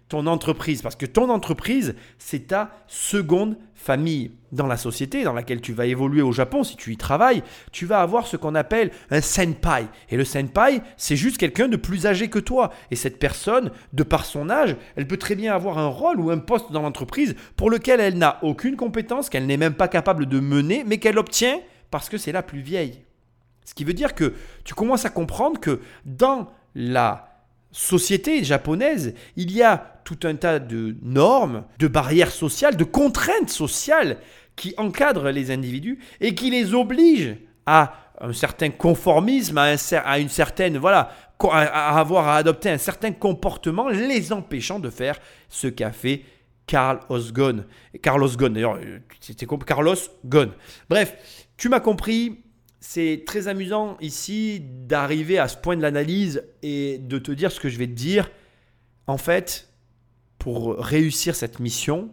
A: ton entreprise, parce que ton entreprise, c'est ta seconde famille. Dans la société dans laquelle tu vas évoluer au Japon, si tu y travailles, tu vas avoir ce qu'on appelle un senpai. Et le senpai, c'est juste quelqu'un de plus âgé que toi. Et cette personne, de par son âge, elle peut très bien avoir un rôle ou un poste dans l'entreprise pour lequel elle n'a aucune compétence, qu'elle n'est même pas capable de mener, mais qu'elle obtient parce que c'est la plus vieille. Ce qui veut dire que tu commences à comprendre que dans la société japonaise, il y a tout un tas de normes, de barrières sociales, de contraintes sociales qui encadrent les individus et qui les obligent à un certain conformisme, à, un, à une certaine, voilà, à avoir à adopter un certain comportement, les empêchant de faire ce qu'a fait Carlos Ghosn. Carlos Ghosn, d'ailleurs, c'était Carlos Ghosn. Bref, tu m'as compris. C'est très amusant ici d'arriver à ce point de l'analyse et de te dire ce que je vais te dire. En fait, pour réussir cette mission,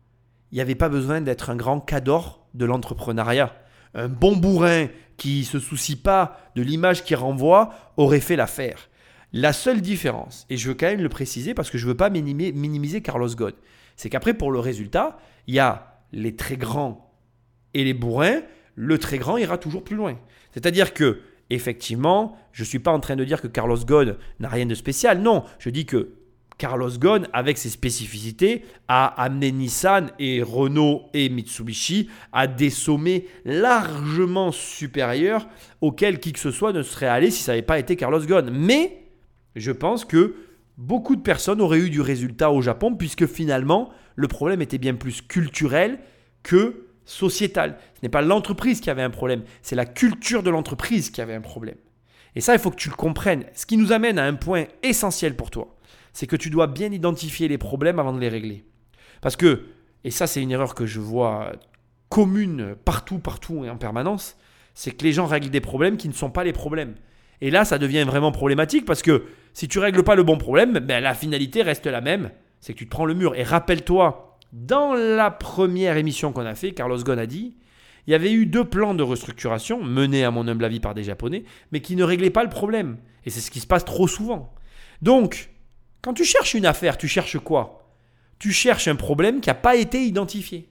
A: il n'y avait pas besoin d'être un grand cador de l'entrepreneuriat. Un bon bourrin qui ne se soucie pas de l'image qu'il renvoie aurait fait l'affaire. La seule différence, et je veux quand même le préciser parce que je ne veux pas minimiser, minimiser Carlos Ghosn, c'est qu'après pour le résultat, il y a les très grands et les bourrins. Le très grand ira toujours plus loin. C'est-à-dire que, effectivement, je ne suis pas en train de dire que Carlos Ghosn n'a rien de spécial. Non, je dis que Carlos Ghosn, avec ses spécificités, a amené Nissan et Renault et Mitsubishi à des sommets largement supérieurs auxquels qui que ce soit ne serait allé si ça n'avait pas été Carlos Ghosn. Mais je pense que beaucoup de personnes auraient eu du résultat au Japon puisque finalement, le problème était bien plus culturel que sociétal. Ce n'est pas l'entreprise qui avait un problème, c'est la culture de l'entreprise qui avait un problème. Et ça, il faut que tu le comprennes. Ce qui nous amène à un point essentiel pour toi, c'est que tu dois bien identifier les problèmes avant de les régler. Parce que, et ça c'est une erreur que je vois commune partout, partout et en permanence, c'est que les gens règlent des problèmes qui ne sont pas les problèmes. Et là, ça devient vraiment problématique parce que si tu ne règles pas le bon problème, ben, la finalité reste la même, c'est que tu te prends le mur. Et rappelle-toi, dans la première émission qu'on a fait, Carlos Ghosn a dit, il y avait eu deux plans de restructuration menés à mon humble avis par des Japonais, mais qui ne réglaient pas le problème. Et c'est ce qui se passe trop souvent. Donc, quand tu cherches une affaire, tu cherches quoi ? Tu cherches un problème qui n'a pas été identifié.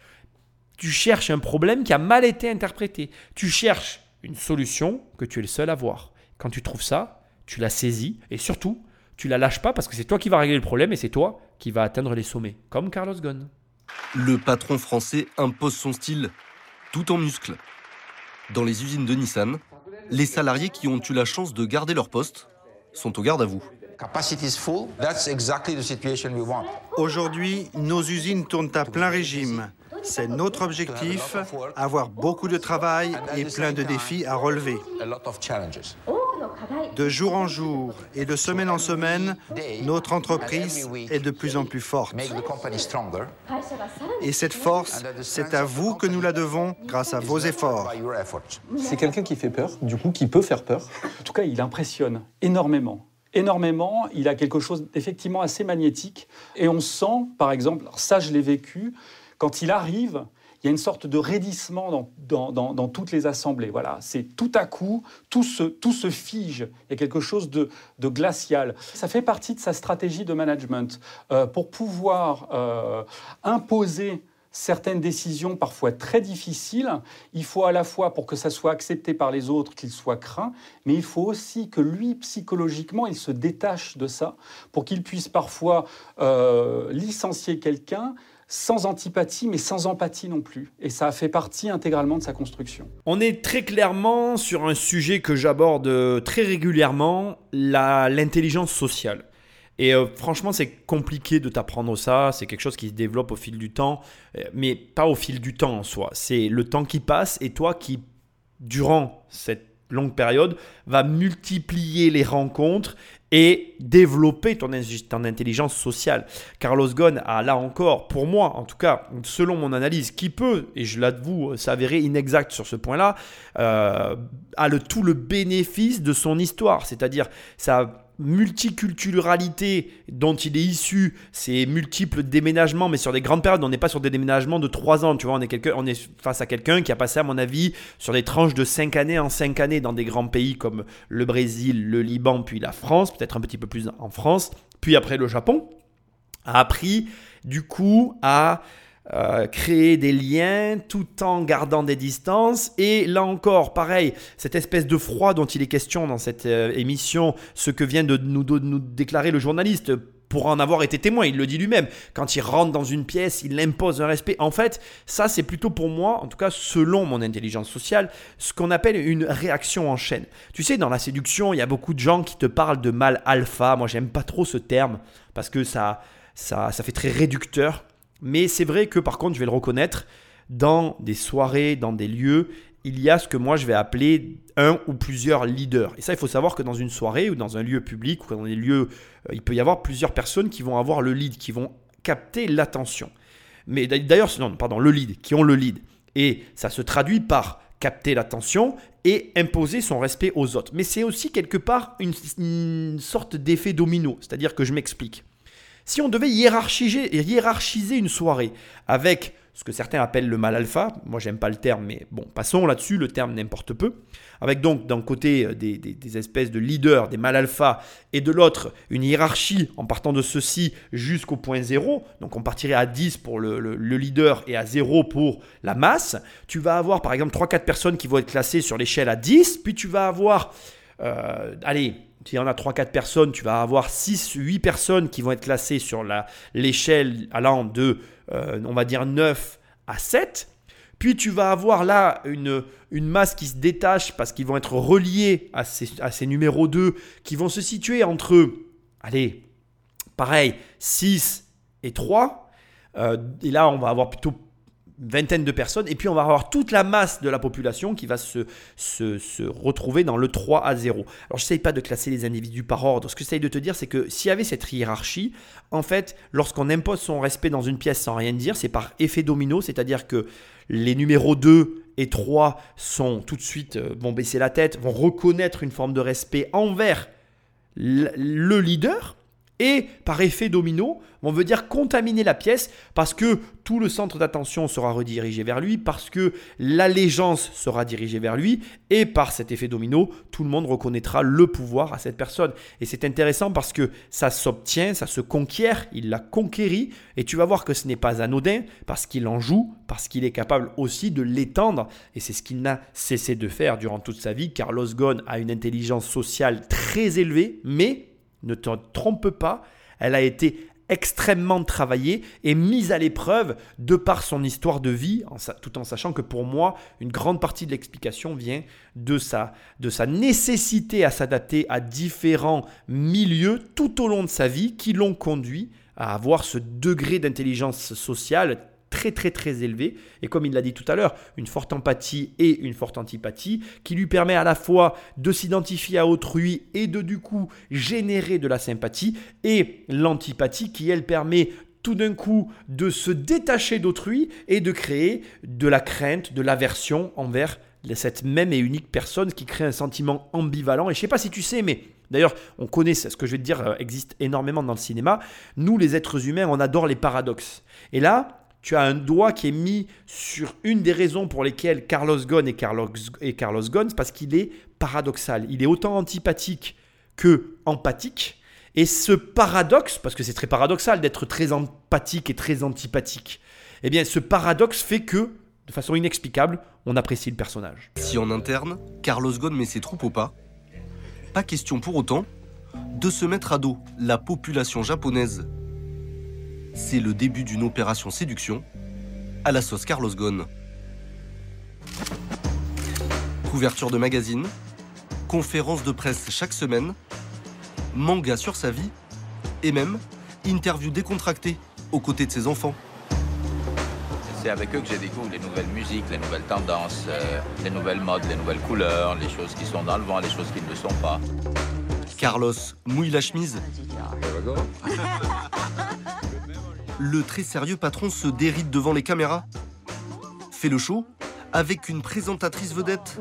A: Tu cherches un problème qui a mal été interprété. Tu cherches une solution que tu es le seul à voir. Quand tu trouves ça, tu la saisis et surtout, tu la lâches pas parce que c'est toi qui vas régler le problème et c'est toi qui vas atteindre les sommets, comme Carlos Ghosn.
C: Le patron français impose son style, tout en muscles. Dans les usines de Nissan, les salariés qui ont eu la chance de garder leur poste sont au garde à vous.
N: Aujourd'hui, nos usines tournent à plein régime. C'est notre objectif, avoir beaucoup de travail et plein de défis à relever. De jour en jour et de semaine en semaine, notre entreprise est de plus en plus forte. Et cette force, c'est à vous que nous la devons grâce à vos efforts.
G: C'est quelqu'un qui fait peur, du coup, qui peut faire peur. En tout cas, il impressionne énormément. Énormément, il a quelque chose d'effectivement assez magnétique. Et on sent, par exemple, alors ça je l'ai vécu, quand il arrive, il y a une sorte de raidissement dans, dans, dans, dans toutes les assemblées. Voilà, c'est tout à coup, tout se, tout se fige. Il y a quelque chose de, de glacial. Ça fait partie de sa stratégie de management. Euh, pour pouvoir euh, imposer certaines décisions parfois très difficiles, il faut à la fois, pour que ça soit accepté par les autres, qu'il soit craint, mais il faut aussi que lui, psychologiquement, il se détache de ça, pour qu'il puisse parfois euh, licencier quelqu'un, sans antipathie, mais sans empathie non plus. Et ça a fait partie intégralement de sa construction.
A: On est très clairement sur un sujet que j'aborde très régulièrement, la, l'intelligence sociale. Et euh, franchement, c'est compliqué de t'apprendre ça. C'est quelque chose qui se développe au fil du temps, mais pas au fil du temps en soi. C'est le temps qui passe et toi qui, durant cette longue période, va multiplier les rencontres et développer ton, ton intelligence sociale. Carlos Ghosn a là encore, pour moi en tout cas, selon mon analyse, qui peut, et je l'avoue, s'avérer inexact sur ce point-là, euh, a le, tout le bénéfice de son histoire, c'est-à-dire sa multiculturalité dont il est issu, ses multiples déménagements, mais sur des grandes périodes. On n'est pas sur des déménagements de trois ans, tu vois, on est, quelqu'un, on est face à quelqu'un qui a passé, à mon avis, sur des tranches de cinq années en cinq années dans des grands pays comme le Brésil, le Liban, puis la France, peut-être un petit peu plus en France, puis après le Japon. a appris du coup à euh, créer des liens tout en gardant des distances. Et là encore, pareil, cette espèce de froid dont il est question dans cette euh, émission, ce que vient de nous, de nous déclarer le journaliste, pour en avoir été témoin, il le dit lui-même, quand il rentre dans une pièce, il impose un respect. En fait, ça c'est plutôt pour moi, en tout cas selon mon intelligence sociale, ce qu'on appelle une réaction en chaîne. Tu sais, dans la séduction, il y a beaucoup de gens qui te parlent de mâle alpha. Moi, j'aime pas trop ce terme parce que ça, ça, ça fait très réducteur. Mais c'est vrai que par contre, je vais le reconnaître, dans des soirées, dans des lieux, il y a ce que moi je vais appeler un ou plusieurs leaders. Et ça, il faut savoir que dans une soirée ou dans un lieu public ou dans des lieux, euh, il peut y avoir plusieurs personnes qui vont avoir le lead, qui vont capter l'attention. Mais d'ailleurs, non, pardon, le lead, qui ont le lead. Et ça se traduit par capter l'attention et imposer son respect aux autres. Mais c'est aussi quelque part une, une sorte d'effet domino. C'est-à-dire que je m'explique. Si on devait hiérarchiser, hiérarchiser une soirée avec ce que certains appellent le mâle alpha, moi j'aime pas le terme, mais bon, passons là-dessus, le terme n'importe peu, avec donc d'un côté des, des, des espèces de leaders, des mâles alpha, et de l'autre une hiérarchie en partant de ceci jusqu'au point zéro, donc on partirait à dix pour le, le, le leader et à zéro pour la masse. Tu vas avoir par exemple trois quatre personnes qui vont être classées sur l'échelle à dix, puis tu vas avoir, euh, allez, s'il y en a trois quatre personnes, tu vas avoir six huit personnes qui vont être classées sur la, l'échelle allant de, euh, on va dire, neuf à sept. Puis tu vas avoir là une, une masse qui se détache parce qu'ils vont être reliés à ces, à ces numéros deux qui vont se situer entre, allez, pareil, six et trois. Euh, et là, on va avoir plutôt une vingtaine de personnes, et puis on va avoir toute la masse de la population qui va se, se, se retrouver dans le trois à zéro. Alors je n'essaye pas de classer les individus par ordre, ce que j'essaye de te dire c'est que s'il y avait cette hiérarchie, en fait, lorsqu'on impose son respect dans une pièce sans rien dire, c'est par effet domino, c'est-à-dire que les numéros deux et trois sont tout de suite, euh, vont baisser la tête, vont reconnaître une forme de respect envers le leader, et par effet domino, on veut dire contaminer la pièce parce que tout le centre d'attention sera redirigé vers lui, parce que l'allégeance sera dirigée vers lui, et par cet effet domino, tout le monde reconnaîtra le pouvoir à cette personne. Et c'est intéressant parce que ça s'obtient, ça se conquiert, il l'a conquéri, et tu vas voir que ce n'est pas anodin parce qu'il en joue, parce qu'il est capable aussi de l'étendre, et c'est ce qu'il n'a cessé de faire durant toute sa vie. Carlos Ghosn a une intelligence sociale très élevée, mais ne te trompe pas, elle a été extrêmement travaillée et mise à l'épreuve de par son histoire de vie, en sa, tout en sachant que pour moi, une grande partie de l'explication vient de sa, de sa nécessité à s'adapter à différents milieux tout au long de sa vie qui l'ont conduit à avoir ce degré d'intelligence sociale très très très élevé, et comme il l'a dit tout à l'heure, une forte empathie et une forte antipathie qui lui permet à la fois de s'identifier à autrui et de du coup générer de la sympathie, et l'antipathie qui elle permet tout d'un coup de se détacher d'autrui et de créer de la crainte, de l'aversion envers cette même et unique personne, qui crée un sentiment ambivalent. Et je ne sais pas si tu sais, mais d'ailleurs, on connaît ce que je vais te dire, existe énormément dans le cinéma. Nous, les êtres humains, on adore les paradoxes. Et là, tu as un doigt qui est mis sur une des raisons pour lesquelles Carlos Ghosn est Carlos, est Carlos Ghosn, parce qu'il est paradoxal. Il est autant antipathique que empathique. Et ce paradoxe, parce que c'est très paradoxal d'être très empathique et très antipathique, eh bien ce paradoxe fait que, de façon inexplicable, on apprécie le personnage.
C: Si en interne, Carlos Ghosn met ses troupes au pas, pas question pour autant de se mettre à dos la population japonaise. C'est le début d'une opération séduction à la sauce Carlos Ghosn. Couverture de magazine, conférences de presse chaque semaine, manga sur sa vie et même interview décontractée aux côtés de ses enfants.
O: C'est avec eux que j'ai découvert les nouvelles musiques, les nouvelles tendances, euh, les nouvelles modes, les nouvelles couleurs, les choses qui sont dans le vent, les choses qui ne le sont pas.
C: Carlos mouille la chemise. Le très sérieux patron se déride devant les caméras, fait le show avec une présentatrice vedette.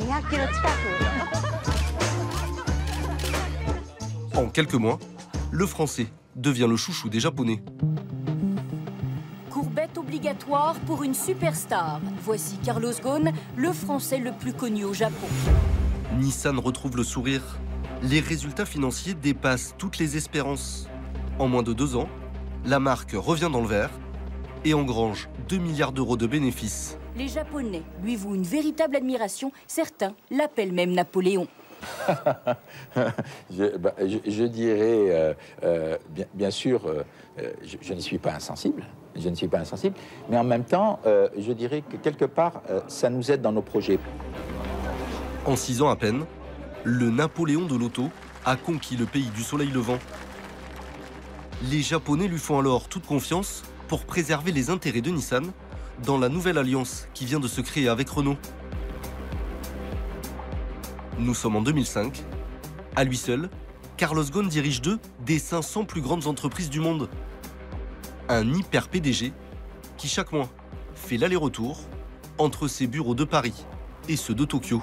C: En quelques mois, le français devient le chouchou des Japonais.
P: Courbette obligatoire pour une superstar. Voici Carlos Ghosn, le français le plus connu au Japon.
C: Nissan retrouve le sourire. Les résultats financiers dépassent toutes les espérances. En moins de deux ans, la marque revient dans le vert et engrange deux milliards d'euros de bénéfices.
P: Les Japonais lui vouent une véritable admiration. Certains l'appellent même Napoléon.
B: je, bah, je, je dirais, euh, euh, bien, bien sûr, euh, je, je ne suis pas insensible. Je ne suis pas insensible. Mais en même temps, euh, je dirais que quelque part, euh, ça nous aide dans nos projets.
C: En six ans à peine, le Napoléon de l'auto a conquis le pays du soleil levant. Les Japonais lui font alors toute confiance pour préserver les intérêts de Nissan dans la nouvelle alliance qui vient de se créer avec Renault. Nous sommes en deux mille cinq. À lui seul, Carlos Ghosn dirige deux des cinq cents plus grandes entreprises du monde. Un hyper P D G qui chaque mois fait l'aller-retour entre ses bureaux de Paris et ceux de Tokyo.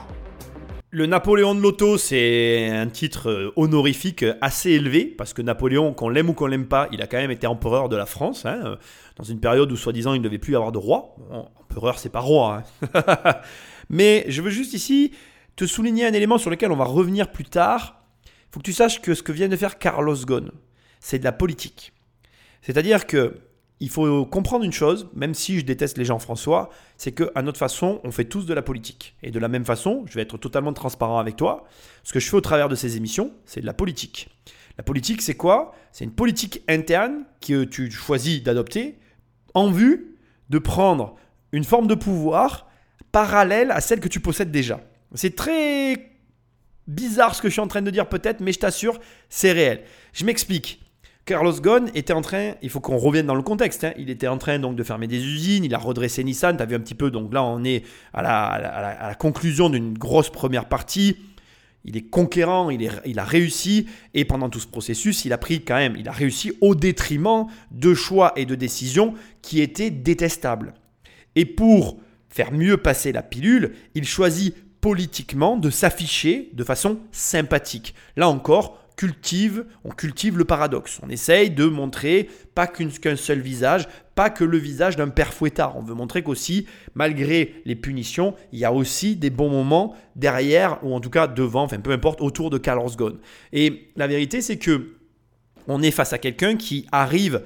A: Le Napoléon de l'auto, c'est un titre honorifique assez élevé, parce que Napoléon, qu'on l'aime ou qu'on l'aime pas, il a quand même été empereur de la France, hein, dans une période où soi-disant il ne devait plus y avoir de roi. Bon, empereur, c'est pas roi. Hein. Mais je veux juste ici te souligner un élément sur lequel on va revenir plus tard. Il faut que tu saches que ce que vient de faire Carlos Ghosn, c'est de la politique. C'est-à-dire que il faut comprendre une chose, même si je déteste les Jean-François, c'est qu'à notre façon, on fait tous de la politique. Et de la même façon, je vais être totalement transparent avec toi, ce que je fais au travers de ces émissions, c'est de la politique. La politique, c'est quoi ? C'est une politique interne que tu choisis d'adopter en vue de prendre une forme de pouvoir parallèle à celle que tu possèdes déjà. C'est très bizarre ce que je suis en train de dire peut-être, mais je t'assure, c'est réel. Je m'explique. Carlos Ghosn était en train, il faut qu'on revienne dans le contexte, hein, il était en train donc de fermer des usines, il a redressé Nissan, tu as vu un petit peu, donc là on est à la, à la, à la conclusion d'une grosse première partie, il est conquérant, il, est, il a réussi, et pendant tout ce processus, il a pris quand même, il a réussi au détriment de choix et de décisions qui étaient détestables. Et pour faire mieux passer la pilule, il choisit politiquement de s'afficher de façon sympathique. Là encore, cultive, on cultive le paradoxe. On essaye de montrer pas qu'une, qu'un seul visage, pas que le visage d'un père fouettard. On veut montrer qu'aussi, malgré les punitions, il y a aussi des bons moments derrière, ou en tout cas devant, enfin peu importe, autour de Carlos Ghosn. Et la vérité, c'est que on est face à quelqu'un qui arrive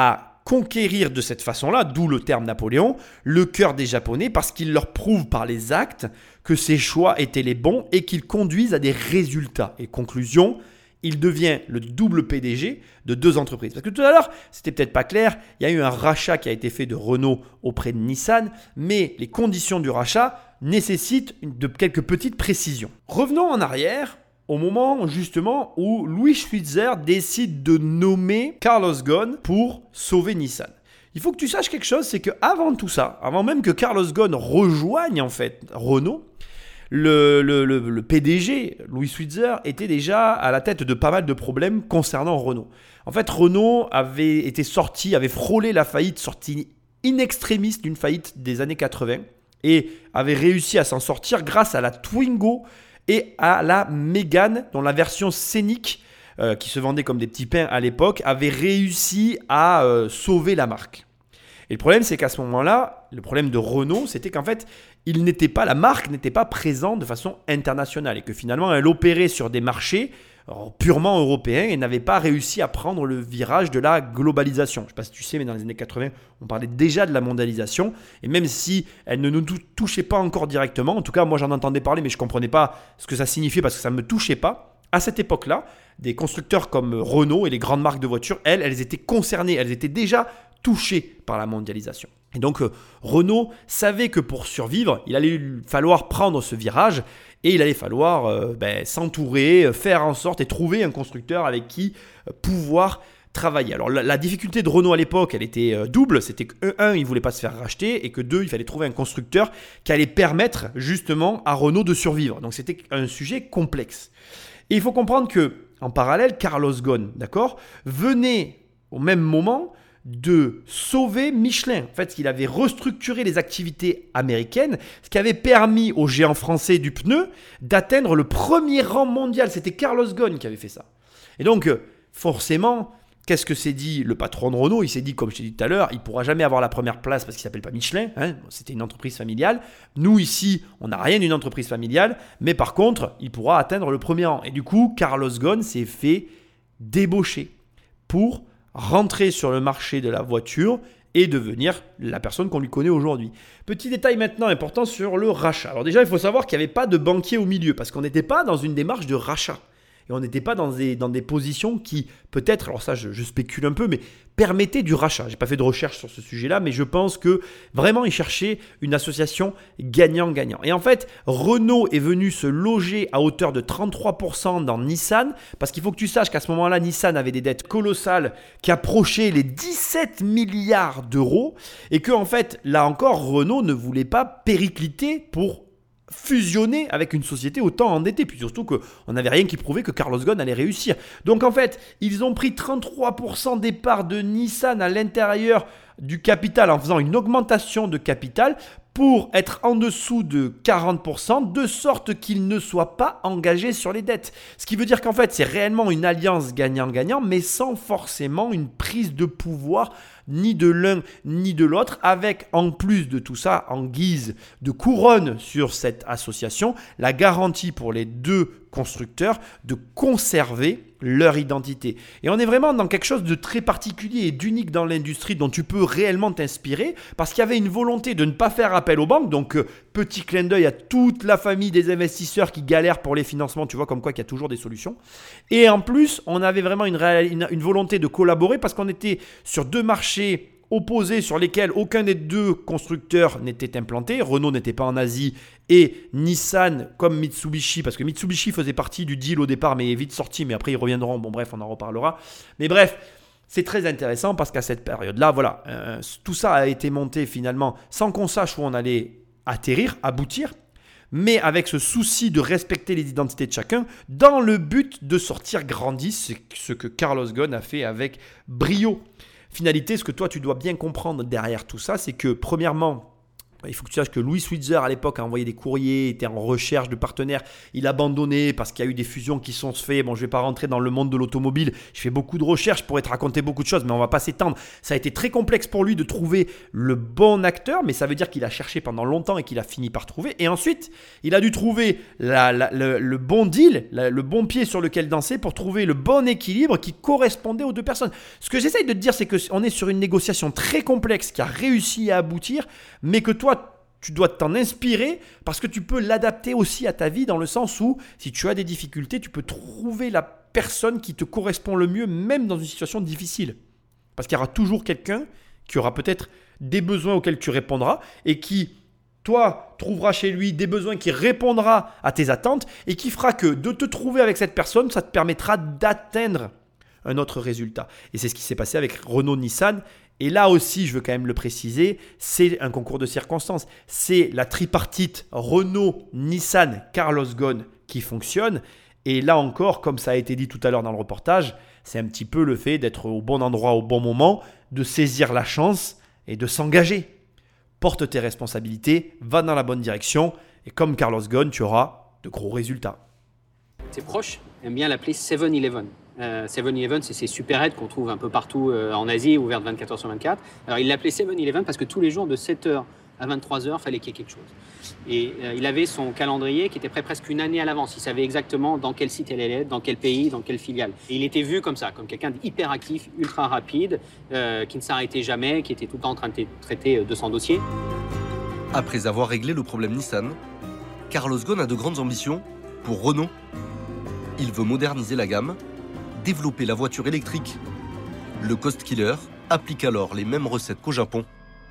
A: à conquérir de cette façon-là, d'où le terme Napoléon, le cœur des Japonais, parce qu'il leur prouve par les actes que ses choix étaient les bons et qu'ils conduisent à des résultats. Et conclusion, il devient le double P D G de deux entreprises. Parce que tout à l'heure, c'était peut-être pas clair, il y a eu un rachat qui a été fait de Renault auprès de Nissan, mais les conditions du rachat nécessitent de quelques petites précisions. Revenons en arrière, au moment justement où Louis Schweitzer décide de nommer Carlos Ghosn pour sauver Nissan. Il faut que tu saches quelque chose, c'est qu'avant tout ça, avant même que Carlos Ghosn rejoigne en fait Renault, Le, le, le, le P D G, Louis Schweitzer, était déjà à la tête de pas mal de problèmes concernant Renault. En fait, Renault avait été sorti, avait frôlé la faillite, sorti in extremis d'une faillite des années quatre-vingts et avait réussi à s'en sortir grâce à la Twingo et à la Mégane, dont la version scénique, euh, qui se vendait comme des petits pains à l'époque, avait réussi à euh, sauver la marque. Et le problème, c'est qu'à ce moment-là, le problème de Renault, c'était qu'en fait, il n'était pas, la marque n'était pas présente de façon internationale et que finalement, elle opérait sur des marchés purement européens et n'avait pas réussi à prendre le virage de la globalisation. Je ne sais pas si tu sais, mais dans les années quatre-vingts, on parlait déjà de la mondialisation et même si elle ne nous touchait pas encore directement, en tout cas, moi j'en entendais parler, mais je ne comprenais pas ce que ça signifiait parce que ça ne me touchait pas. À cette époque-là, des constructeurs comme Renault et les grandes marques de voitures, elles, elles étaient concernées, elles étaient déjà touché par la mondialisation. Et donc euh, Renault savait que pour survivre, il allait falloir prendre ce virage et il allait falloir euh, ben, s'entourer, faire en sorte et trouver un constructeur avec qui euh, pouvoir travailler. Alors la, la difficulté de Renault à l'époque, elle était euh, double, c'était que un, il ne voulait pas se faire racheter et que deux, il fallait trouver un constructeur qui allait permettre justement à Renault de survivre. Donc c'était un sujet complexe. Et il faut comprendre que en parallèle, Carlos Ghosn, d'accord, venait au même moment de sauver Michelin. En fait, il avait restructuré les activités américaines, ce qui avait permis aux géants français du pneu d'atteindre le premier rang mondial. C'était Carlos Ghosn qui avait fait ça. Et donc, forcément, qu'est-ce que s'est dit le patron de Renault ? Il s'est dit, comme je t'ai dit tout à l'heure, il ne pourra jamais avoir la première place parce qu'il ne s'appelle pas Michelin. Hein, c'était une entreprise familiale. Nous, ici, on n'a rien d'une entreprise familiale. Mais par contre, il pourra atteindre le premier rang. Et du coup, Carlos Ghosn s'est fait débaucher pour rentrer sur le marché de la voiture et devenir la personne qu'on lui connaît aujourd'hui. Petit détail maintenant important sur le rachat. Alors déjà, il faut savoir qu'il n'y avait pas de banquier au milieu parce qu'on n'était pas dans une démarche de rachat. Et on n'était pas dans des, dans des positions qui, peut-être, alors ça je, je spécule un peu, mais permettaient du rachat. Je n'ai pas fait de recherche sur ce sujet-là, mais je pense que vraiment ils cherchaient une association gagnant-gagnant. Et en fait, Renault est venu se loger à hauteur de trente-trois pour cent dans Nissan, parce qu'il faut que tu saches qu'à ce moment-là, Nissan avait des dettes colossales qui approchaient les dix-sept milliards d'euros, et que en fait, là encore, Renault ne voulait pas péricliter pour fusionner avec une société autant endettée, puis surtout qu'on n'avait rien qui prouvait que Carlos Ghosn allait réussir. Donc en fait, ils ont pris trente-trois pour cent des parts de Nissan à l'intérieur du capital en faisant une augmentation de capital pour être en dessous de quarante pour cent, de sorte qu'ils ne soient pas engagés sur les dettes. Ce qui veut dire qu'en fait, c'est réellement une alliance gagnant-gagnant, mais sans forcément une prise de pouvoir ni de l'un ni de l'autre, avec en plus de tout ça, en guise de couronne sur cette association, la garantie pour les deux constructeurs de conserver leur identité. Et on est vraiment dans quelque chose de très particulier et d'unique dans l'industrie dont tu peux réellement t'inspirer, parce qu'il y avait une volonté de ne pas faire appel aux banques. Donc euh, petit clin d'œil à toute la famille des investisseurs qui galèrent pour les financements, tu vois comme quoi qu'il y a toujours des solutions. Et en plus, on avait vraiment une, réa- une, une volonté de collaborer parce qu'on était sur deux marchés opposés sur lesquels aucun des deux constructeurs n'était implanté. Renault n'était pas en Asie et Nissan comme Mitsubishi, parce que Mitsubishi faisait partie du deal au départ mais est vite sorti, mais après ils reviendront, bon bref on en reparlera. Mais bref, c'est très intéressant parce qu'à cette période-là, voilà, euh, tout ça a été monté finalement sans qu'on sache où on allait atterrir, aboutir, mais avec ce souci de respecter les identités de chacun dans le but de sortir grandi, c'est ce que Carlos Ghosn a fait avec brio. Finalité, ce que toi tu dois bien comprendre derrière tout ça, c'est que premièrement, il faut que tu saches que Louis Switzer à l'époque a envoyé des courriers, était en recherche de partenaires, il a abandonné parce qu'il y a eu des fusions qui sont faites. Bon, je ne vais pas rentrer dans le monde de l'automobile, je fais beaucoup de recherches pour te raconter beaucoup de choses, mais on ne va pas s'étendre. Ça a été très complexe pour lui de trouver le bon acteur, mais ça veut dire qu'il a cherché pendant longtemps et qu'il a fini par trouver. Et ensuite, il a dû trouver la, la, le, le bon deal, la, le bon pied sur lequel danser pour trouver le bon équilibre qui correspondait aux deux personnes. Ce que j'essaye de te dire, c'est qu'on est sur une négociation très complexe qui a réussi à aboutir, mais que toi, tu dois t'en inspirer parce que tu peux l'adapter aussi à ta vie dans le sens où si tu as des difficultés, tu peux trouver la personne qui te correspond le mieux même dans une situation difficile. Parce qu'il y aura toujours quelqu'un qui aura peut-être des besoins auxquels tu répondras et qui, toi, trouvera chez lui des besoins qui répondra à tes attentes et qui fera que de te trouver avec cette personne, ça te permettra d'atteindre un autre résultat. Et c'est ce qui s'est passé avec Renault-Nissan. Et là aussi, je veux quand même le préciser, c'est un concours de circonstances. C'est la tripartite Renault-Nissan-Carlos Ghosn qui fonctionne. Et là encore, comme ça a été dit tout à l'heure dans le reportage, c'est un petit peu le fait d'être au bon endroit au bon moment, de saisir la chance et de s'engager. Porte tes responsabilités, va dans la bonne direction et comme Carlos Ghosn, tu auras de gros résultats.
Q: Ses proches aiment bien l'appeler seven eleven. Euh, seven eleven, c'est ces supérettes qu'on trouve un peu partout euh, en Asie, ouvertes vingt-quatre heures sur vingt-quatre. Alors il l'appelait seven eleven parce que tous les jours de sept heures à vingt-trois heures, il fallait qu'il y ait quelque chose. Et euh, il avait son calendrier qui était prêt presque une année à l'avance. Il savait exactement dans quel site elle allait être, dans quel pays, dans quelle filiale. Et il était vu comme ça, comme quelqu'un d'hyper actif, ultra rapide, euh, qui ne s'arrêtait jamais, qui était tout le temps en train de traiter deux cents dossiers.
C: Après avoir réglé le problème Nissan, Carlos Ghosn a de grandes ambitions pour Renault. Il veut moderniser la gamme, développer la voiture électrique. Le Cost Killer applique alors les mêmes recettes qu'au Japon.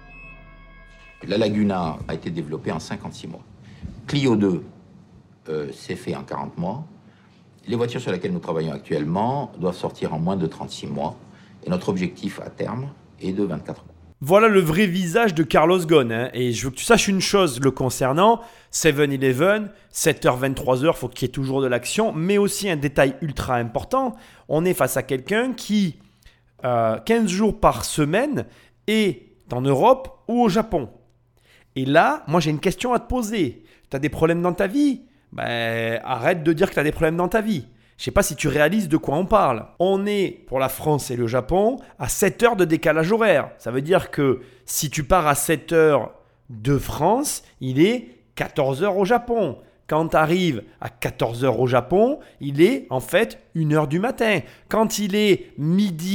O: La Laguna a été développée en cinquante-six mois. Clio deux euh, s'est fait en quarante mois. Les voitures sur lesquelles nous travaillons actuellement doivent sortir en moins de trente-six mois. Et notre objectif à terme est de vingt-quatre mois.
A: Voilà le vrai visage de Carlos Ghosn. Hein. Et je veux que tu saches une chose le concernant. seven eleven, sept heures vingt-trois heures, il faut qu'il y ait toujours de l'action. Mais aussi un détail ultra important. On est face à quelqu'un qui, euh, quinze jours par semaine, est en Europe ou au Japon. Et là, moi j'ai une question à te poser. Tu as des problèmes dans ta vie ? Ben, arrête de dire que tu as des problèmes dans ta vie. Je ne sais pas si tu réalises de quoi on parle. On est, pour la France et le Japon, à sept heures de décalage horaire. Ça veut dire que si tu pars à sept heures de France, il est quatorze heures au Japon. Quand tu arrives à quatorze heures au Japon, il est en fait une heure du matin. Quand il est midi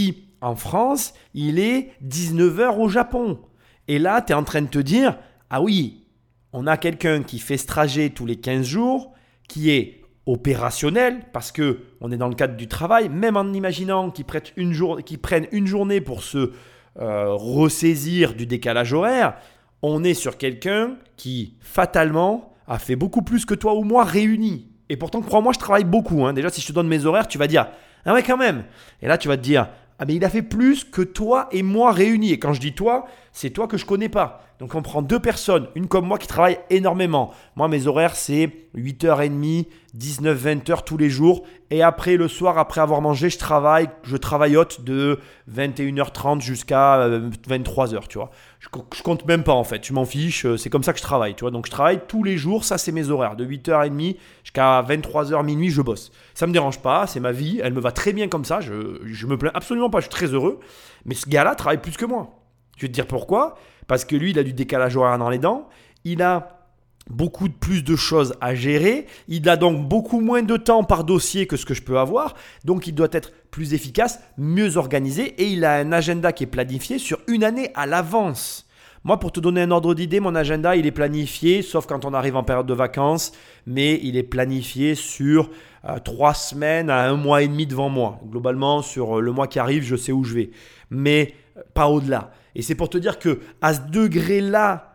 A: en France, il est dix-neuf heures au Japon. Et là, tu es en train de te dire, ah oui, on a quelqu'un qui fait ce trajet tous les quinze jours, qui est opérationnel, parce qu'on est dans le cadre du travail, même en imaginant qu'ils prennent une, jour, qu'ils prennent une journée pour se euh, ressaisir du décalage horaire, on est sur quelqu'un qui, fatalement, a fait beaucoup plus que toi ou moi réunis. Et pourtant, crois-moi, je travaille beaucoup. Hein. Déjà, si je te donne mes horaires, tu vas dire « Ah ouais, quand même !» Et là, tu vas te dire « Ah mais il a fait plus que toi et moi réunis. » Et quand je dis toi, c'est toi que je ne connais pas. Donc, on prend deux personnes, une comme moi qui travaille énormément. Moi, mes horaires, c'est huit heures trente, dix-neuf vingt heures tous les jours. Et après, le soir, après avoir mangé, je travaille. Je travaillote de vingt et une heures trente jusqu'à vingt-trois heures, tu vois. Je, je compte même pas, en fait. Je m'en fiche. C'est comme ça que je travaille, tu vois. Donc, je travaille tous les jours. Ça, c'est mes horaires. De huit heures trente jusqu'à vingt-trois heures, minuit, je bosse. Ça me dérange pas. C'est ma vie. Elle me va très bien comme ça. Je, je me plains absolument pas. Je suis très heureux. Mais ce gars-là travaille plus que moi. Je vais te dire pourquoi. Parce que lui, il a du décalage horaire dans les dents. Il a beaucoup plus de choses à gérer. Il a donc beaucoup moins de temps par dossier que ce que je peux avoir. Donc, il doit être plus efficace, mieux organisé. Et il a un agenda qui est planifié sur une année à l'avance. Moi, pour te donner un ordre d'idée, mon agenda, il est planifié, sauf quand on arrive en période de vacances. Mais il est planifié sur euh, trois semaines à un mois et demi devant moi. Globalement, sur le mois qui arrive, je sais où je vais. Mais pas au-delà. Et c'est pour te dire qu'à ce degré-là,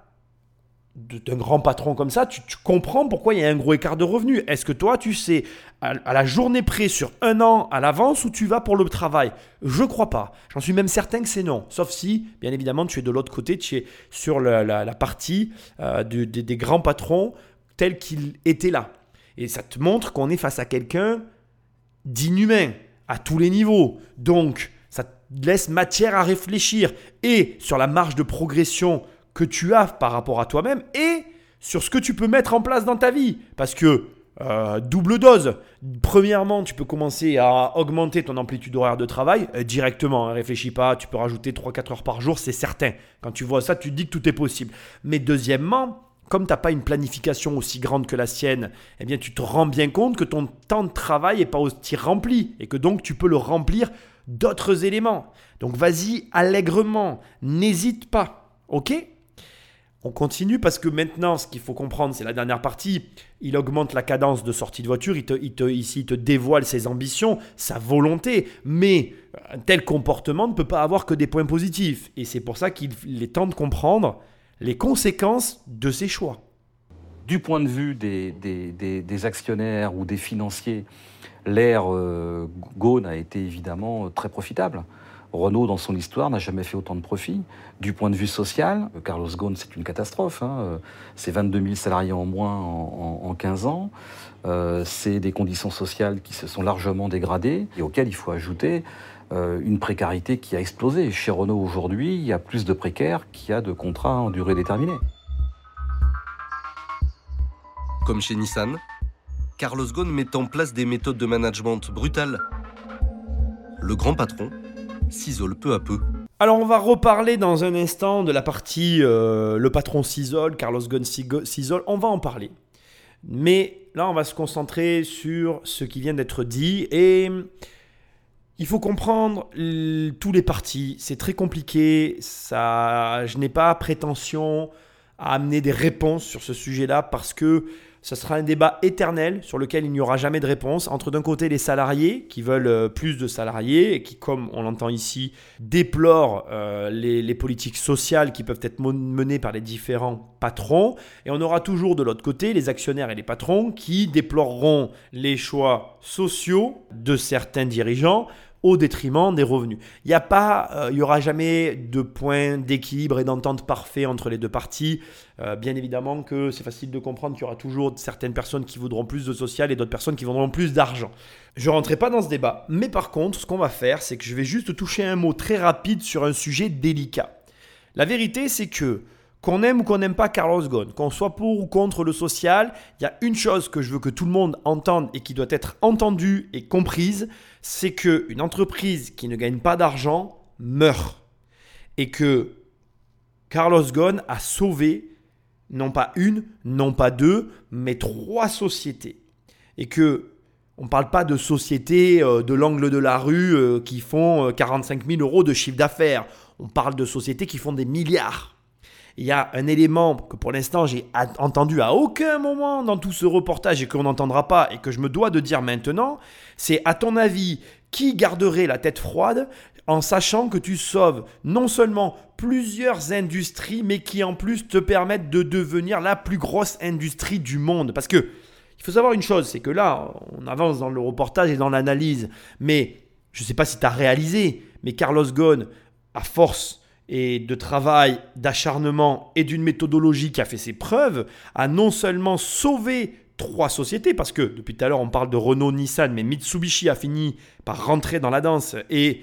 A: d'un grand patron comme ça, tu, tu comprends pourquoi il y a un gros écart de revenus. Est-ce que toi, tu sais à, à la journée près sur un an à l'avance où tu vas pour le travail? Je ne crois pas. J'en suis même certain que c'est non. Sauf si, bien évidemment, tu es de l'autre côté, tu es sur la, la, la partie euh, de, de, des grands patrons tels qu'ils étaient là. Et ça te montre qu'on est face à quelqu'un d'inhumain à tous les niveaux. Donc, ça te laisse matière à réfléchir et sur la marge de progression que tu as par rapport à toi-même et sur ce que tu peux mettre en place dans ta vie. Parce que euh, double dose. Premièrement, tu peux commencer à augmenter ton amplitude horaire de travail euh, directement. Hein, réfléchis pas, tu peux rajouter trois à quatre heures par jour, c'est certain. Quand tu vois ça, tu te dis que tout est possible. Mais deuxièmement, comme tu n'as pas une planification aussi grande que la sienne, eh bien, tu te rends bien compte que ton temps de travail n'est pas aussi rempli et que donc tu peux le remplir d'autres éléments. Donc vas-y allègrement, n'hésite pas, ok ? On continue parce que maintenant, ce qu'il faut comprendre, c'est la dernière partie. Il augmente la cadence de sortie de voiture, il te, il te, ici, il te dévoile ses ambitions, sa volonté. Mais un tel comportement ne peut pas avoir que des points positifs. Et c'est pour ça qu'il est temps de comprendre les conséquences de ses choix.
R: Du point de vue des, des, des, des actionnaires ou des financiers, l'ère euh, Ghosn a été évidemment très profitable. Renault, dans son histoire, n'a jamais fait autant de profit. Du point de vue social, Carlos Ghosn, c'est une catastrophe. Hein. C'est vingt-deux mille salariés en moins en, en, en quinze ans. Euh, c'est des conditions sociales qui se sont largement dégradées et auxquelles il faut ajouter euh, une précarité qui a explosé. Chez Renault, aujourd'hui, il y a plus de précaires qu'il y a de contrats en durée déterminée.
C: Comme chez Nissan, Carlos Ghosn met en place des méthodes de management brutales. Le grand patron s'isole peu à peu.
A: Alors on va reparler dans un instant de la partie euh, le patron s'isole, Carlos Ghosn s'isole, on va en parler. Mais là on va se concentrer sur ce qui vient d'être dit et il faut comprendre l- tous les partis, c'est très compliqué, ça, je n'ai pas prétention à amener des réponses sur ce sujet-là parce que ce sera un débat éternel sur lequel il n'y aura jamais de réponse entre d'un côté les salariés qui veulent plus de salariés et qui, comme on l'entend ici, déplorent euh, les, les politiques sociales qui peuvent être menées par les différents patrons. Et on aura toujours de l'autre côté les actionnaires et les patrons qui déploreront les choix sociaux de certains dirigeants au détriment des revenus. Il n'y a pas, euh, il y aura jamais de point d'équilibre et d'entente parfait entre les deux parties. Euh, bien évidemment que c'est facile de comprendre qu'il y aura toujours certaines personnes qui voudront plus de social et d'autres personnes qui voudront plus d'argent. Je ne rentrerai pas dans ce débat, mais par contre, ce qu'on va faire, c'est que je vais juste toucher un mot très rapide sur un sujet délicat. La vérité, c'est que qu'on aime ou qu'on n'aime pas Carlos Ghosn, qu'on soit pour ou contre le social, il y a une chose que je veux que tout le monde entende et qui doit être entendue et comprise, c'est qu'une entreprise qui ne gagne pas d'argent meurt. Et que Carlos Ghosn a sauvé non pas une, non pas deux, mais trois sociétés. Et que On ne parle pas de sociétés euh, de l'angle de la rue euh, qui font euh, quarante-cinq mille euros de chiffre d'affaires. On parle de sociétés qui font des milliards. Il y a un élément que pour l'instant j'ai entendu à aucun moment dans tout ce reportage et qu'on n'entendra pas et que je me dois de dire maintenant, c'est à ton avis, qui garderait la tête froide en sachant que tu sauves non seulement plusieurs industries, mais qui en plus te permettent de devenir la plus grosse industrie du monde. Parce que il faut savoir une chose, c'est que là, on avance dans le reportage et dans l'analyse, mais je ne sais pas si tu as réalisé, mais Carlos Ghosn, à force et de travail, d'acharnement et d'une méthodologie qui a fait ses preuves, a non seulement sauvé trois sociétés, parce que depuis tout à l'heure on parle de Renault, Nissan, mais Mitsubishi a fini par rentrer dans la danse et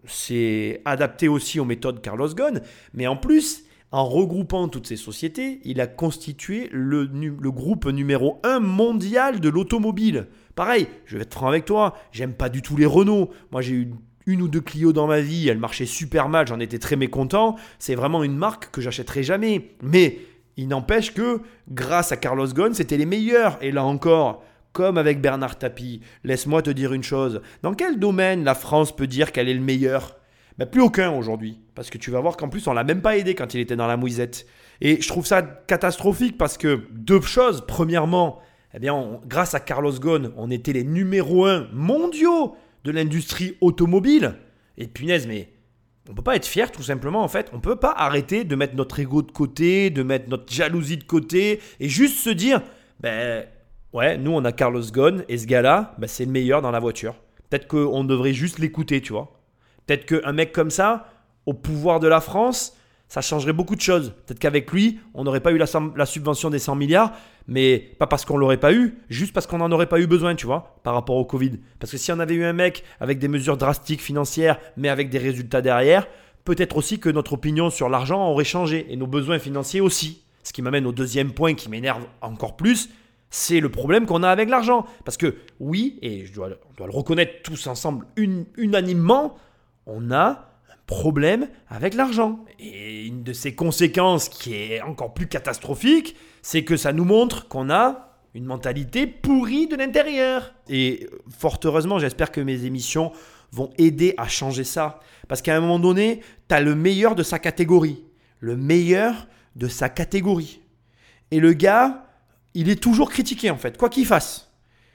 A: s'est adapté aussi aux méthodes Carlos Ghosn, mais en plus, en regroupant toutes ces sociétés, il a constitué le, le groupe numéro un mondial de l'automobile. Pareil, je vais être franc avec toi, j'aime pas du tout les Renault. Moi j'ai eu une ou deux Clio dans ma vie, elle marchait super mal, j'en étais très mécontent. C'est vraiment une marque que j'achèterai jamais. Mais il n'empêche que grâce à Carlos Ghosn, c'était les meilleurs. Et là encore, comme avec Bernard Tapie, laisse-moi te dire une chose. Dans quel domaine la France peut dire qu'elle est le meilleur ? Ben, plus aucun aujourd'hui. Parce que tu vas voir qu'en plus, on ne l'a même pas aidé quand il était dans la mouisette. Et je trouve ça catastrophique parce que deux choses. Premièrement, eh bien, on, grâce à Carlos Ghosn, on était les numéros un mondiaux de l'industrie automobile. Et punaise, mais on ne peut pas être fier tout simplement en fait. On ne peut pas arrêter de mettre notre ego de côté, de mettre notre jalousie de côté et juste se dire, ben ouais, nous on a Carlos Ghosn et ce gars-là, ben, c'est le meilleur dans la voiture. Peut-être qu'on devrait juste l'écouter, tu vois. Peut-être qu'un mec comme ça, au pouvoir de la France, ça changerait beaucoup de choses. Peut-être qu'avec lui, on n'aurait pas eu la, la subvention des cent milliards, mais pas parce qu'on ne l'aurait pas eu, juste parce qu'on n'en aurait pas eu besoin, tu vois, par rapport au Covid. Parce que si on avait eu un mec avec des mesures drastiques financières, mais avec des résultats derrière, peut-être aussi que notre opinion sur l'argent aurait changé et nos besoins financiers aussi. Ce qui m'amène au deuxième point qui m'énerve encore plus, c'est le problème qu'on a avec l'argent. Parce que oui, et je dois, on doit le reconnaître tous ensemble un, unanimement, on a problème avec l'argent. Et une de ses conséquences qui est encore plus catastrophique, c'est que ça nous montre qu'on a une mentalité pourrie de l'intérieur. Et fort heureusement, j'espère que mes émissions vont aider à changer ça. Parce qu'à un moment donné, tu as le meilleur de sa catégorie. Le meilleur de sa catégorie. Et le gars, il est toujours critiqué en fait, quoi qu'il fasse.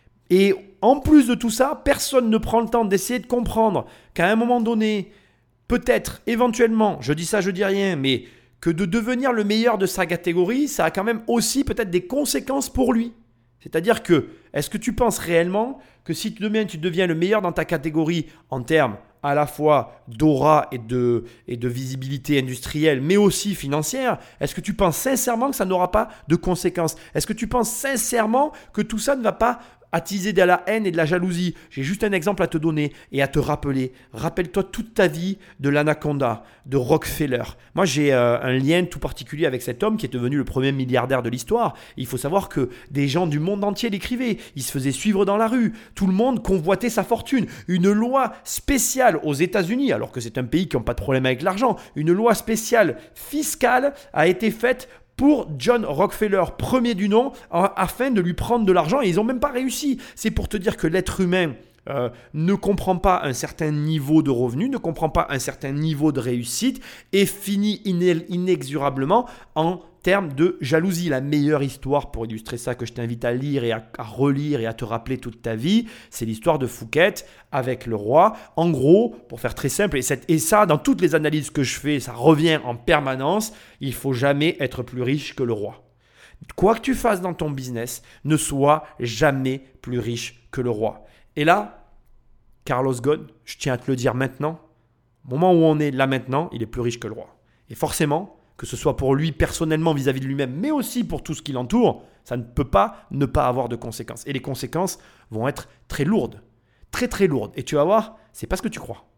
A: Et en plus de tout ça, personne ne prend le temps d'essayer de comprendre qu'à un moment donné, peut-être, éventuellement, je dis ça, je dis rien, mais que de devenir le meilleur de sa catégorie, ça a quand même aussi peut-être des conséquences pour lui. C'est-à-dire que, est-ce que tu penses réellement que si demain tu deviens le meilleur dans ta catégorie en termes à la fois d'aura et de, et de visibilité industrielle, mais aussi financière, est-ce que tu penses sincèrement que ça n'aura pas de conséquences ? Est-ce que tu penses sincèrement que tout ça ne va pas attiser de la haine et de la jalousie ? J'ai juste un exemple à te donner et à te rappeler. Rappelle-toi toute ta vie de l'Anaconda, de Rockefeller. Moi, j'ai euh, un lien tout particulier avec cet homme qui est devenu le premier milliardaire de l'histoire. Il faut savoir que des gens du monde entier l'écrivaient. Il se faisait suivre dans la rue. Tout le monde convoitait sa fortune. Une loi spéciale aux États-Unis, alors que c'est un pays qui n'a pas de problème avec l'argent, une loi spéciale fiscale a été faite pour John Rockefeller, premier du nom, afin de lui prendre de l'argent. Et ils n'ont même pas réussi. C'est pour te dire que l'être humain euh, ne comprend pas un certain niveau de revenu, ne comprend pas un certain niveau de réussite et finit inexorablement en termes de jalousie. La meilleure histoire pour illustrer ça que je t'invite à lire et à, à relire et à te rappeler toute ta vie, c'est l'histoire de Fouquet avec le roi. En gros, pour faire très simple, et, cette, et ça, dans toutes les analyses que je fais, ça revient en permanence, il ne faut jamais être plus riche que le roi. Quoi que tu fasses dans ton business, ne sois jamais plus riche que le roi. Et là, Carlos Ghosn, je tiens à te le dire maintenant, au moment où on est là maintenant, il est plus riche que le roi. Et forcément, que ce soit pour lui personnellement vis-à-vis de lui-même, mais aussi pour tout ce qui l'entoure, ça ne peut pas ne pas avoir de conséquences. Et les conséquences vont être très lourdes, très très lourdes. Et tu vas voir, c'est pas ce que tu crois.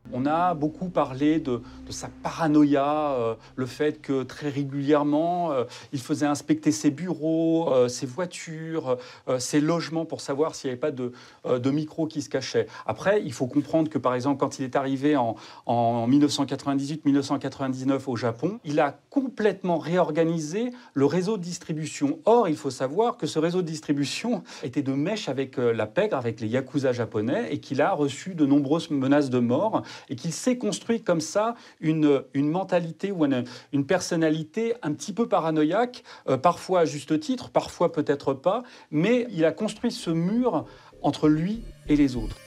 G: On a beaucoup parlé de, de sa paranoïa, euh, le fait que très régulièrement, euh, il faisait inspecter ses bureaux, euh, ses voitures, euh, ses logements pour savoir s'il n'y avait pas de, euh, de micro qui se cachait. Après, il faut comprendre que, par exemple, quand il est arrivé en, en dix-neuf cent quatre-vingt-dix-huit dix-neuf cent quatre-vingt-dix-neuf au Japon, il a complètement réorganisé le réseau de distribution. Or, il faut savoir que ce réseau de distribution était de mèche avec euh, la pègre, avec les yakuza japonais, et qu'il a reçu de nombreuses menaces de mort, et qu'il s'est construit comme ça une, une mentalité ou une, une personnalité un petit peu paranoïaque, euh, parfois à juste titre, parfois peut-être pas, mais il a construit ce mur entre lui et les autres.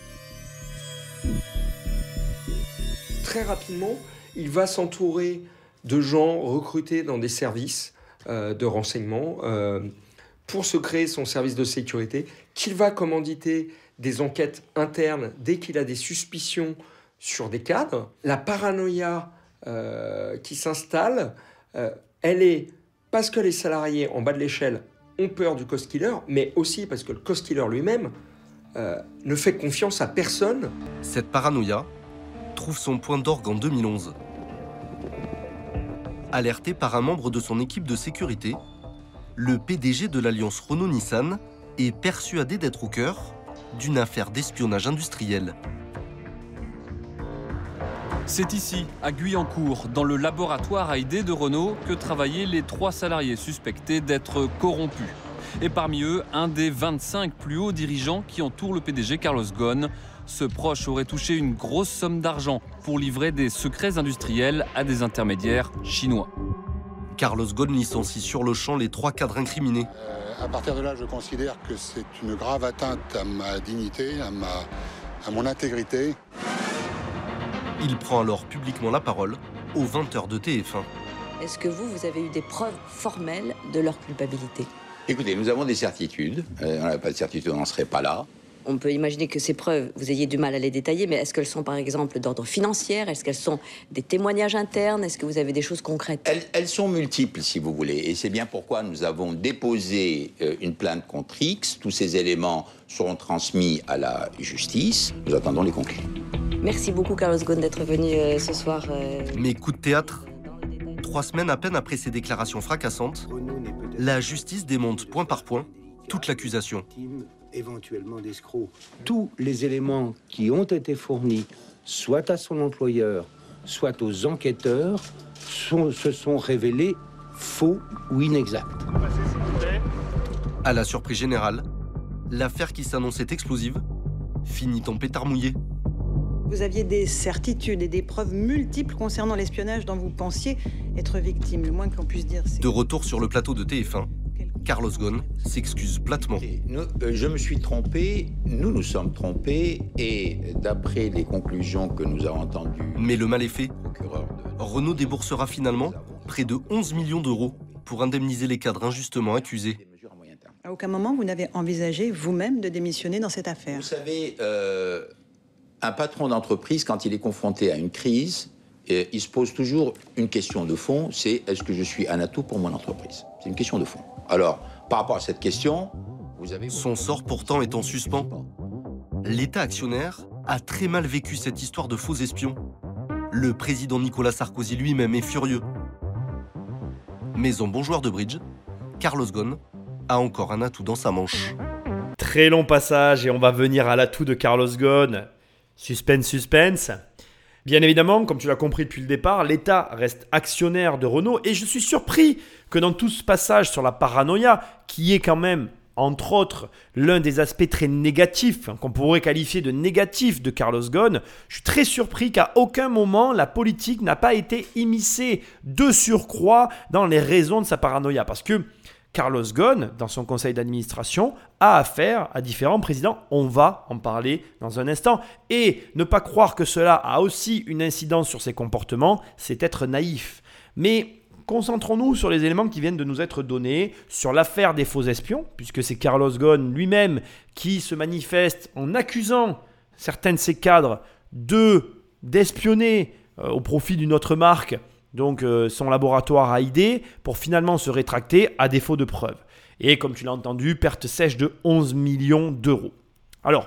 S: Très rapidement, il va s'entourer de gens recrutés dans des services euh, de renseignement euh, pour se créer son service de sécurité, qu'il va commanditer des enquêtes internes dès qu'il a des suspicions sur des cadres. La paranoïa euh, qui s'installe, euh, elle est parce que les salariés en bas de l'échelle ont peur du cost killer, mais aussi parce que le cost killer lui-même euh, ne fait confiance à personne.
C: Cette paranoïa trouve son point d'orgue en deux mille onze. Alerté par un membre de son équipe de sécurité, le P D G de l'alliance Renault-Nissan est persuadé d'être au cœur d'une affaire d'espionnage industriel.
L: C'est ici, à Guyancourt, dans le laboratoire A I D de Renault, que travaillaient les trois salariés suspectés d'être corrompus. Et parmi eux, un des vingt-cinq plus hauts dirigeants qui entourent le P D G Carlos Ghosn. Ce proche aurait touché une grosse somme d'argent pour livrer des secrets industriels à des intermédiaires chinois.
C: Carlos Ghosn licencie sur le champ les trois cadres incriminés.
T: Euh, à partir de là, je considère que c'est une grave atteinte à ma dignité, à, ma, à mon intégrité.
C: Il prend alors publiquement la parole aux vingt heures de T F un.
U: Est-ce que vous, vous avez eu des preuves formelles de leur culpabilité ?
O: Écoutez, nous avons des certitudes. Euh, on n'avait pas de certitude, on n'en serait pas là.
U: On peut imaginer que ces preuves, vous ayez du mal à les détailler, mais est-ce qu'elles sont par exemple d'ordre financier ? Est-ce qu'elles sont des témoignages internes ? Est-ce que vous avez des choses concrètes ?
O: elles, elles sont multiples, si vous voulez. Et c'est bien pourquoi nous avons déposé euh, une plainte contre X. Tous ces éléments seront transmis à la justice. Nous attendons les conclusions.
U: Merci beaucoup, Carlos Ghosn, d'être venu euh, ce soir. Euh...
C: Mais coup de théâtre. Trois semaines à peine après ces déclarations fracassantes, la justice démonte point par point toute l'accusation.
V: Éventuellement d'escrocs. Tous les éléments qui ont été fournis, soit à son employeur, soit aux enquêteurs, sont, se sont révélés faux ou inexacts.
C: À la surprise générale, l'affaire qui s'annonçait explosive finit en pétard mouillé.
W: Vous aviez des certitudes et des preuves multiples concernant l'espionnage dont vous pensiez être victime. Le moins que l'on puisse dire, c'est...
C: De retour sur le plateau de T F un, Carlos Ghosn s'excuse platement.
O: Nous, euh, je me suis trompé, nous nous sommes trompés, et d'après les conclusions que nous avons entendues...
C: Mais le mal est fait. Renault déboursera finalement près de onze millions d'euros pour indemniser les cadres injustement accusés.
W: À aucun moment, vous n'avez envisagé vous-même de démissionner dans cette affaire.
O: Vous savez, euh, un patron d'entreprise, quand il est confronté à une crise, euh, il se pose toujours une question de fond, c'est est-ce que je suis un atout pour mon entreprise ? C'est une question de fond. Alors, par rapport à cette question, vous avez...
C: Son sort pourtant est en suspens. L'État actionnaire a très mal vécu cette histoire de faux espions. Le président Nicolas Sarkozy lui-même est furieux. Mais en bon joueur de bridge, Carlos Ghosn a encore un atout dans sa manche.
A: Très long passage et on va venir à l'atout de Carlos Ghosn. Suspense, suspense. Bien évidemment, comme tu l'as compris depuis le départ, l'État reste actionnaire de Renault et je suis surpris que dans tout ce passage sur la paranoïa, qui est quand même, entre autres, l'un des aspects très négatifs, hein, qu'on pourrait qualifier de négatif de Carlos Ghosn, je suis très surpris qu'à aucun moment la politique n'a pas été immiscée de surcroît dans les raisons de sa paranoïa. Parce que Carlos Ghosn, dans son conseil d'administration, a affaire à différents présidents. On va en parler dans un instant. Et ne pas croire que cela a aussi une incidence sur ses comportements, c'est être naïf. Mais concentrons-nous sur les éléments qui viennent de nous être donnés, sur l'affaire des faux espions, puisque c'est Carlos Ghosn lui-même qui se manifeste en accusant certains de ses cadres de, d'espionner euh, au profit d'une autre marque, donc euh, son laboratoire A I D, pour finalement se rétracter à défaut de preuves. Et comme tu l'as entendu, perte sèche de onze millions d'euros. Alors,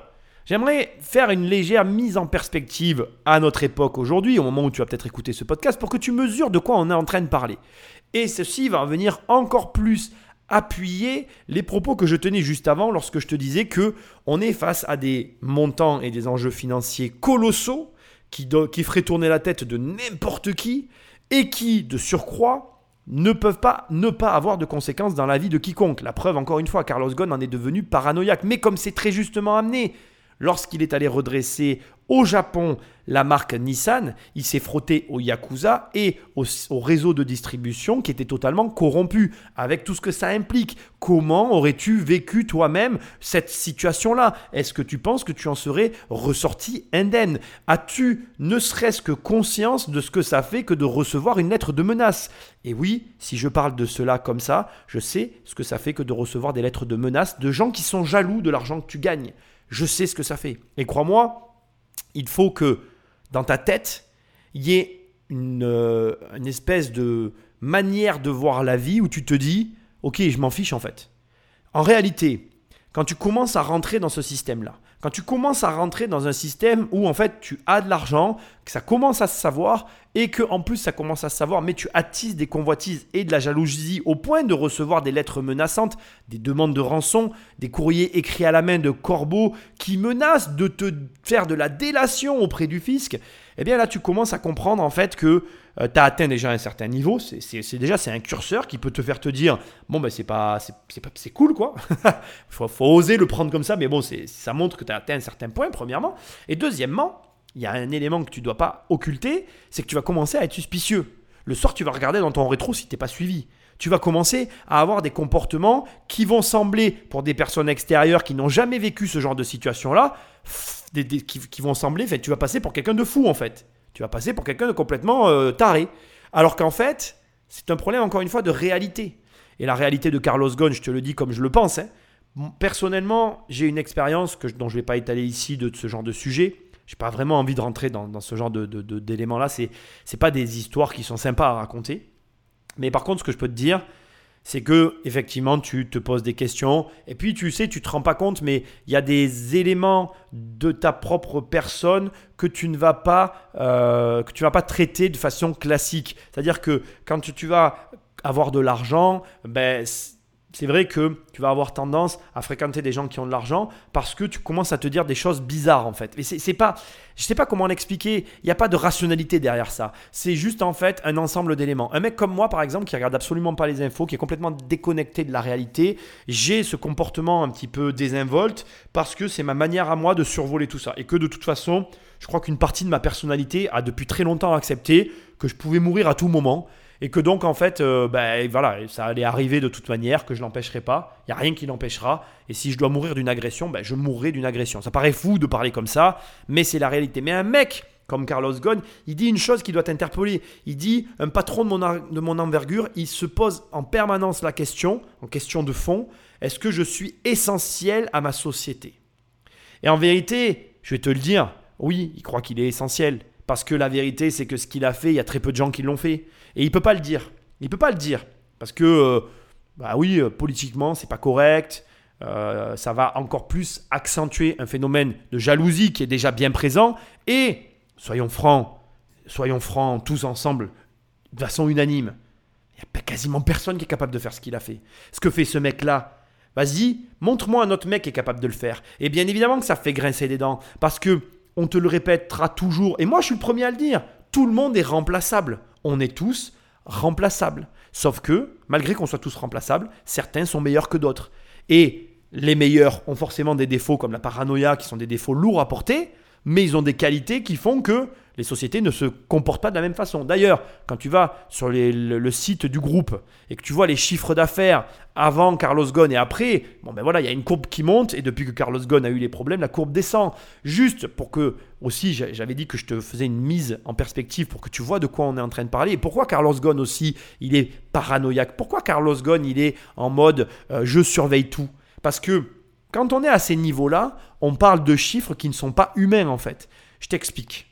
A: J'aimerais faire une légère mise en perspective à notre époque aujourd'hui, au moment où tu vas peut-être écouter ce podcast, pour que tu mesures de quoi on est en train de parler. Et ceci va venir encore plus appuyer les propos que je tenais juste avant lorsque je te disais qu'on est face à des montants et des enjeux financiers colossaux qui, do- qui feraient tourner la tête de n'importe qui et qui, de surcroît, ne peuvent pas ne pas avoir de conséquences dans la vie de quiconque. La preuve, encore une fois, Carlos Ghosn en est devenu paranoïaque. Mais comme c'est très justement amené, lorsqu'il est allé redresser au Japon la marque Nissan, il s'est frotté au Yakuza et au, au réseau de distribution qui était totalement corrompu, avec tout ce que ça implique. Comment aurais-tu vécu toi-même cette situation-là ? Est-ce que tu penses que tu en serais ressorti indemne ? As-tu ne serait-ce que conscience de ce que ça fait que de recevoir une lettre de menace ? Et oui, si je parle de cela comme ça, je sais ce que ça fait que de recevoir des lettres de menace de gens qui sont jaloux de l'argent que tu gagnes. Je sais ce que ça fait. Et crois-moi, il faut que dans ta tête, il y ait une, euh, une espèce de manière de voir la vie où tu te dis « Ok, je m'en fiche en fait ». En réalité, quand tu commences à rentrer dans ce système-là, quand tu commences à rentrer dans un système où en fait tu as de l'argent, que ça commence à se savoir et que en plus ça commence à se savoir, mais tu attises des convoitises et de la jalousie au point de recevoir des lettres menaçantes, des demandes de rançon, des courriers écrits à la main de corbeaux qui menacent de te faire de la délation auprès du fisc, eh bien là tu commences à comprendre en fait que euh, tu as atteint déjà un certain niveau. C'est, c'est, c'est déjà c'est un curseur qui peut te faire te dire bon ben c'est pas c'est, c'est pas c'est cool quoi. faut, faut oser le prendre comme ça, mais bon c'est, ça montre que tu as atteint un certain point premièrement. Et deuxièmement, il y a un élément que tu ne dois pas occulter, c'est que tu vas commencer à être suspicieux. Le soir, tu vas regarder dans ton rétro si tu n'es pas suivi. Tu vas commencer à avoir des comportements qui vont sembler, pour des personnes extérieures qui n'ont jamais vécu ce genre de situation-là, des, des, qui, qui vont sembler, fait, tu vas passer pour quelqu'un de fou en fait. Tu vas passer pour quelqu'un de complètement euh, taré. Alors qu'en fait, c'est un problème encore une fois de réalité. Et la réalité de Carlos Ghosn, je te le dis comme je le pense. Hein. Personnellement, j'ai une expérience que, dont je ne vais pas étaler ici de, de ce genre de sujet. Je n'ai pas vraiment envie de rentrer dans, dans ce genre de, de, de, d'éléments-là. Ce n'est pas des histoires qui sont sympas à raconter. Mais par contre, ce que je peux te dire, c'est que effectivement, tu te poses des questions. Et puis, tu sais, tu ne te rends pas compte, mais il y a des éléments de ta propre personne que tu ne vas pas, euh, que tu vas pas traiter de façon classique. C'est-à-dire que quand tu, tu vas avoir de l'argent, ben, c'est vrai que tu vas avoir tendance à fréquenter des gens qui ont de l'argent parce que tu commences à te dire des choses bizarres en fait. Mais c'est, c'est pas, je ne sais pas comment l'expliquer, il n'y a pas de rationalité derrière ça. C'est juste en fait un ensemble d'éléments. Un mec comme moi par exemple qui ne regarde absolument pas les infos, qui est complètement déconnecté de la réalité, j'ai ce comportement un petit peu désinvolte parce que c'est ma manière à moi de survoler tout ça. Et que de toute façon, je crois qu'une partie de ma personnalité a depuis très longtemps accepté que je pouvais mourir à tout moment. Et que donc, en fait, euh, ben, voilà, ça allait arriver de toute manière, que je ne l'empêcherai pas. Il n'y a rien qui l'empêchera. Et si je dois mourir d'une agression, ben, je mourrai d'une agression. Ça paraît fou de parler comme ça, mais c'est la réalité. Mais un mec comme Carlos Ghosn, il dit une chose qui doit t'interpeller. Il dit, un patron de mon, de mon envergure, il se pose en permanence la question, en question de fond, est-ce que je suis essentiel à ma société ? Et en vérité, je vais te le dire, oui, il croit qu'il est essentiel. Parce que la vérité, c'est que ce qu'il a fait, il y a très peu de gens qui l'ont fait. Et il ne peut pas le dire. Il ne peut pas le dire. Parce que, euh, bah oui, euh, politiquement, ce n'est pas correct. Euh, ça va encore plus accentuer un phénomène de jalousie qui est déjà bien présent. Et, soyons francs, soyons francs tous ensemble, de façon unanime, il n'y a quasiment personne qui est capable de faire ce qu'il a fait. Ce que fait ce mec-là, vas-y, montre-moi un autre mec qui est capable de le faire. Et bien évidemment que ça fait grincer des dents. Parce que on te le répétera toujours. Et moi, je suis le premier à le dire. Tout le monde est remplaçable. On est tous remplaçables. Sauf que, malgré qu'on soit tous remplaçables, certains sont meilleurs que d'autres. Et les meilleurs ont forcément des défauts comme la paranoïa, qui sont des défauts lourds à porter, mais ils ont des qualités qui font que les sociétés ne se comportent pas de la même façon. D'ailleurs, quand tu vas sur les, le, le site du groupe et que tu vois les chiffres d'affaires avant Carlos Ghosn et après, bon ben voilà, il y a une courbe qui monte et depuis que Carlos Ghosn a eu les problèmes, la courbe descend. Juste pour que, aussi, j'avais dit que je te faisais une mise en perspective pour que tu vois de quoi on est en train de parler. Et pourquoi Carlos Ghosn aussi, il est paranoïaque ? Pourquoi Carlos Ghosn, il est en mode euh, je surveille tout ? Parce que quand on est à ces niveaux-là, on parle de chiffres qui ne sont pas humains en fait. Je t'explique.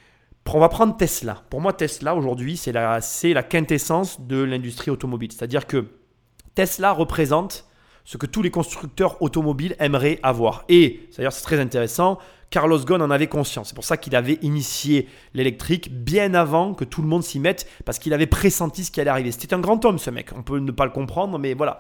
A: On va prendre Tesla. Pour moi, Tesla aujourd'hui, c'est la, c'est la quintessence de l'industrie automobile. C'est-à-dire que Tesla représente ce que tous les constructeurs automobiles aimeraient avoir. Et, d'ailleurs c'est très intéressant, Carlos Ghosn en avait conscience. C'est pour ça qu'il avait initié l'électrique bien avant que tout le monde s'y mette, parce qu'il avait pressenti ce qui allait arriver. C'était un grand homme ce mec, on peut ne pas le comprendre, mais voilà.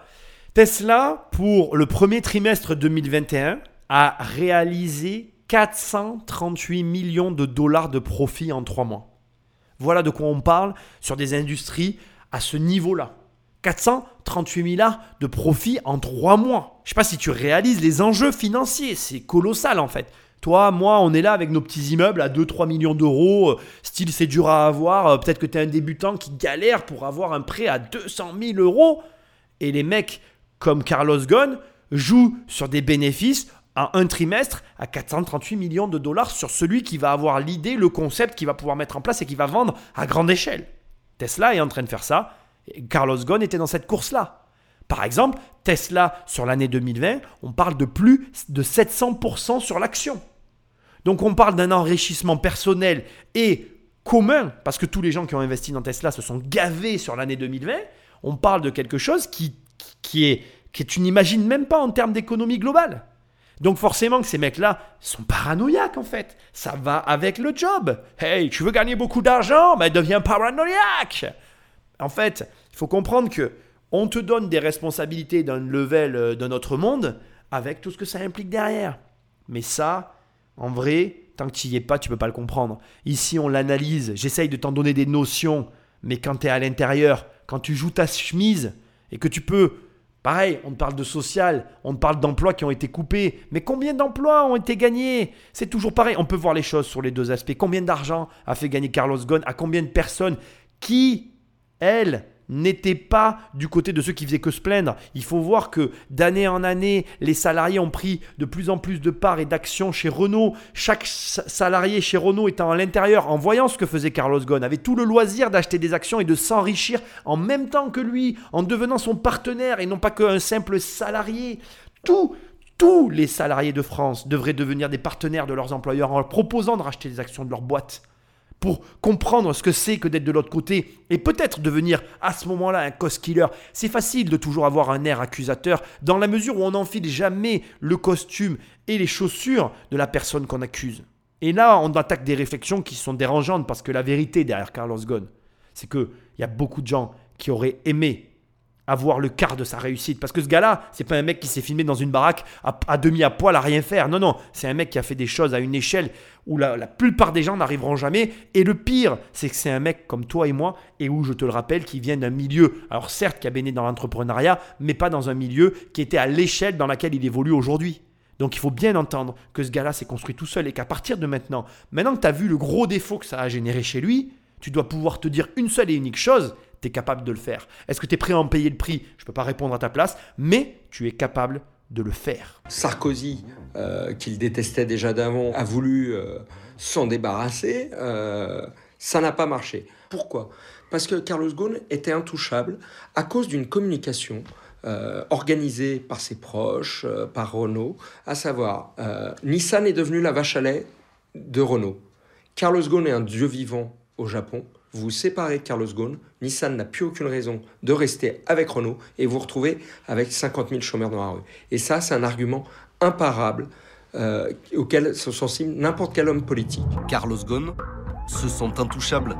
A: Tesla, pour le premier trimestre deux mille vingt et un, a réalisé quatre cent trente-huit millions de dollars de profit en trois mois. Voilà de quoi on parle sur des industries à ce niveau-là. quatre cent trente-huit milliards de profit en trois mois. Je ne sais pas si tu réalises les enjeux financiers, c'est colossal en fait. Toi, moi, on est là avec nos petits immeubles à deux à trois millions d'euros, euh, style c'est dur à avoir, euh, peut-être que tu es un débutant qui galère pour avoir un prêt à deux cent mille euros. Et les mecs comme Carlos Ghosn jouent sur des bénéfices à un trimestre à quatre cent trente-huit millions de dollars sur celui qui va avoir l'idée, le concept qu'il va pouvoir mettre en place et qui va vendre à grande échelle. Tesla est en train de faire ça. Et Carlos Ghosn était dans cette course-là. Par exemple, Tesla, sur l'année deux mille vingt, on parle de plus de sept cents pour cent sur l'action. Donc on parle d'un enrichissement personnel et commun, parce que tous les gens qui ont investi dans Tesla se sont gavés sur l'année deux mille vingt. On parle de quelque chose qui, qui, est, que tu n'imagines même pas en termes d'économie globale. Donc forcément que ces mecs-là sont paranoïaques en fait. Ça va avec le job. Hey, tu veux gagner beaucoup d'argent? Ben deviens paranoïaque. En fait, il faut comprendre que on te donne des responsabilités d'un level de notre monde avec tout ce que ça implique derrière. Mais ça, en vrai, tant que tu n'y es pas, tu ne peux pas le comprendre. Ici, on l'analyse. J'essaye de t'en donner des notions. Mais quand tu es à l'intérieur, quand tu joues ta chemise et que tu peux... Pareil, on te parle de social, on te parle d'emplois qui ont été coupés. Mais combien d'emplois ont été gagnés? C'est toujours pareil. On peut voir les choses sur les deux aspects. Combien d'argent a fait gagner Carlos Ghosn à combien de personnes qui, elles, n'étaient pas du côté de ceux qui faisaient que se plaindre. Il faut voir que d'année en année, les salariés ont pris de plus en plus de parts et d'actions chez Renault. Chaque salarié chez Renault étant à l'intérieur, en voyant ce que faisait Carlos Ghosn, avait tout le loisir d'acheter des actions et de s'enrichir en même temps que lui, en devenant son partenaire et non pas qu'un simple salarié. Tout, tous les salariés de France devraient devenir des partenaires de leurs employeurs en leur proposant de racheter des actions de leur boîte, pour comprendre ce que c'est que d'être de l'autre côté et peut-être devenir à ce moment-là un cost killer. C'est facile de toujours avoir un air accusateur dans la mesure où on n'enfile jamais le costume et les chaussures de la personne qu'on accuse. Et là, on attaque des réflexions qui sont dérangeantes parce que la vérité derrière Carlos Ghosn, c'est qu'il y a beaucoup de gens qui auraient aimé avoir le quart de sa réussite. Parce que ce gars-là, c'est pas un mec qui s'est filmé dans une baraque à, à demi à poil à rien faire. Non, non, c'est un mec qui a fait des choses à une échelle où la, la plupart des gens n'arriveront jamais. Et le pire, c'est que c'est un mec comme toi et moi, et où, je te le rappelle, qui vient d'un milieu, alors certes, qui a baigné dans l'entrepreneuriat, mais pas dans un milieu qui était à l'échelle dans laquelle il évolue aujourd'hui. Donc il faut bien entendre que ce gars-là s'est construit tout seul et qu'à partir de maintenant, maintenant que tu as vu le gros défaut que ça a généré chez lui, tu dois pouvoir te dire une seule et unique chose: tu es capable de le faire. Est-ce que tu es prêt à en payer le prix? Je ne peux pas répondre à ta place, mais tu es capable de le faire.
S: Sarkozy, euh, qu'il détestait déjà d'avant, a voulu euh, s'en débarrasser. Euh, ça n'a pas marché. Pourquoi? Parce que Carlos Ghosn était intouchable à cause d'une communication euh, organisée par ses proches, euh, par Renault, à savoir euh, Nissan est devenu la vache à lait de Renault. Carlos Ghosn est un dieu vivant au Japon. Vous vous séparez de Carlos Ghosn, Nissan n'a plus aucune raison de rester avec Renault et vous vous retrouvez avec cinquante mille chômeurs dans la rue. Et ça, c'est un argument imparable euh, auquel se sensible n'importe quel homme politique.
C: Carlos Ghosn se sent intouchable.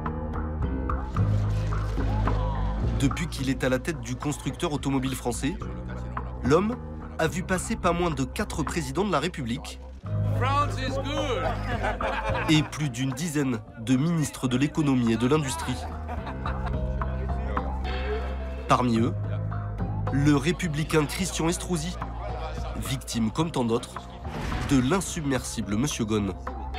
C: Depuis qu'il est à la tête du constructeur automobile français, l'homme a vu passer pas moins de quatre présidents de la République et plus d'une dizaine de ministres de l'économie et de l'industrie. Parmi eux, le républicain Christian Estrosi, victime comme tant d'autres de l'insubmersible Monsieur Ghosn.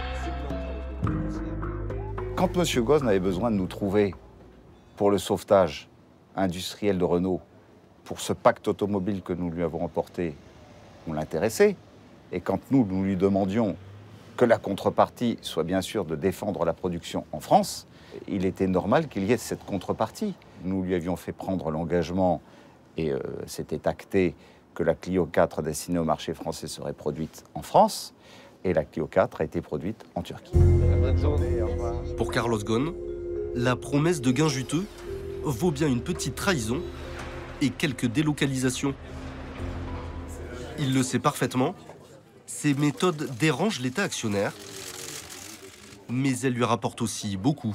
D: Quand Monsieur Ghosn avait besoin de nous trouver pour le sauvetage industriel de Renault, pour ce pacte automobile que nous lui avons emporté, on l'intéressait. Et quand nous, nous lui demandions que la contrepartie soit bien sûr de défendre la production en France, il était normal qu'il y ait cette contrepartie. Nous lui avions fait prendre l'engagement, et euh, c'était acté, que la Clio quatre destinée au marché français serait produite en France, et la Clio quatre a été produite en Turquie.
C: Pour Carlos Ghosn, la promesse de gains juteux vaut bien une petite trahison et quelques délocalisations. Il le sait parfaitement, ces méthodes dérangent l'État actionnaire, mais elles lui rapportent aussi beaucoup.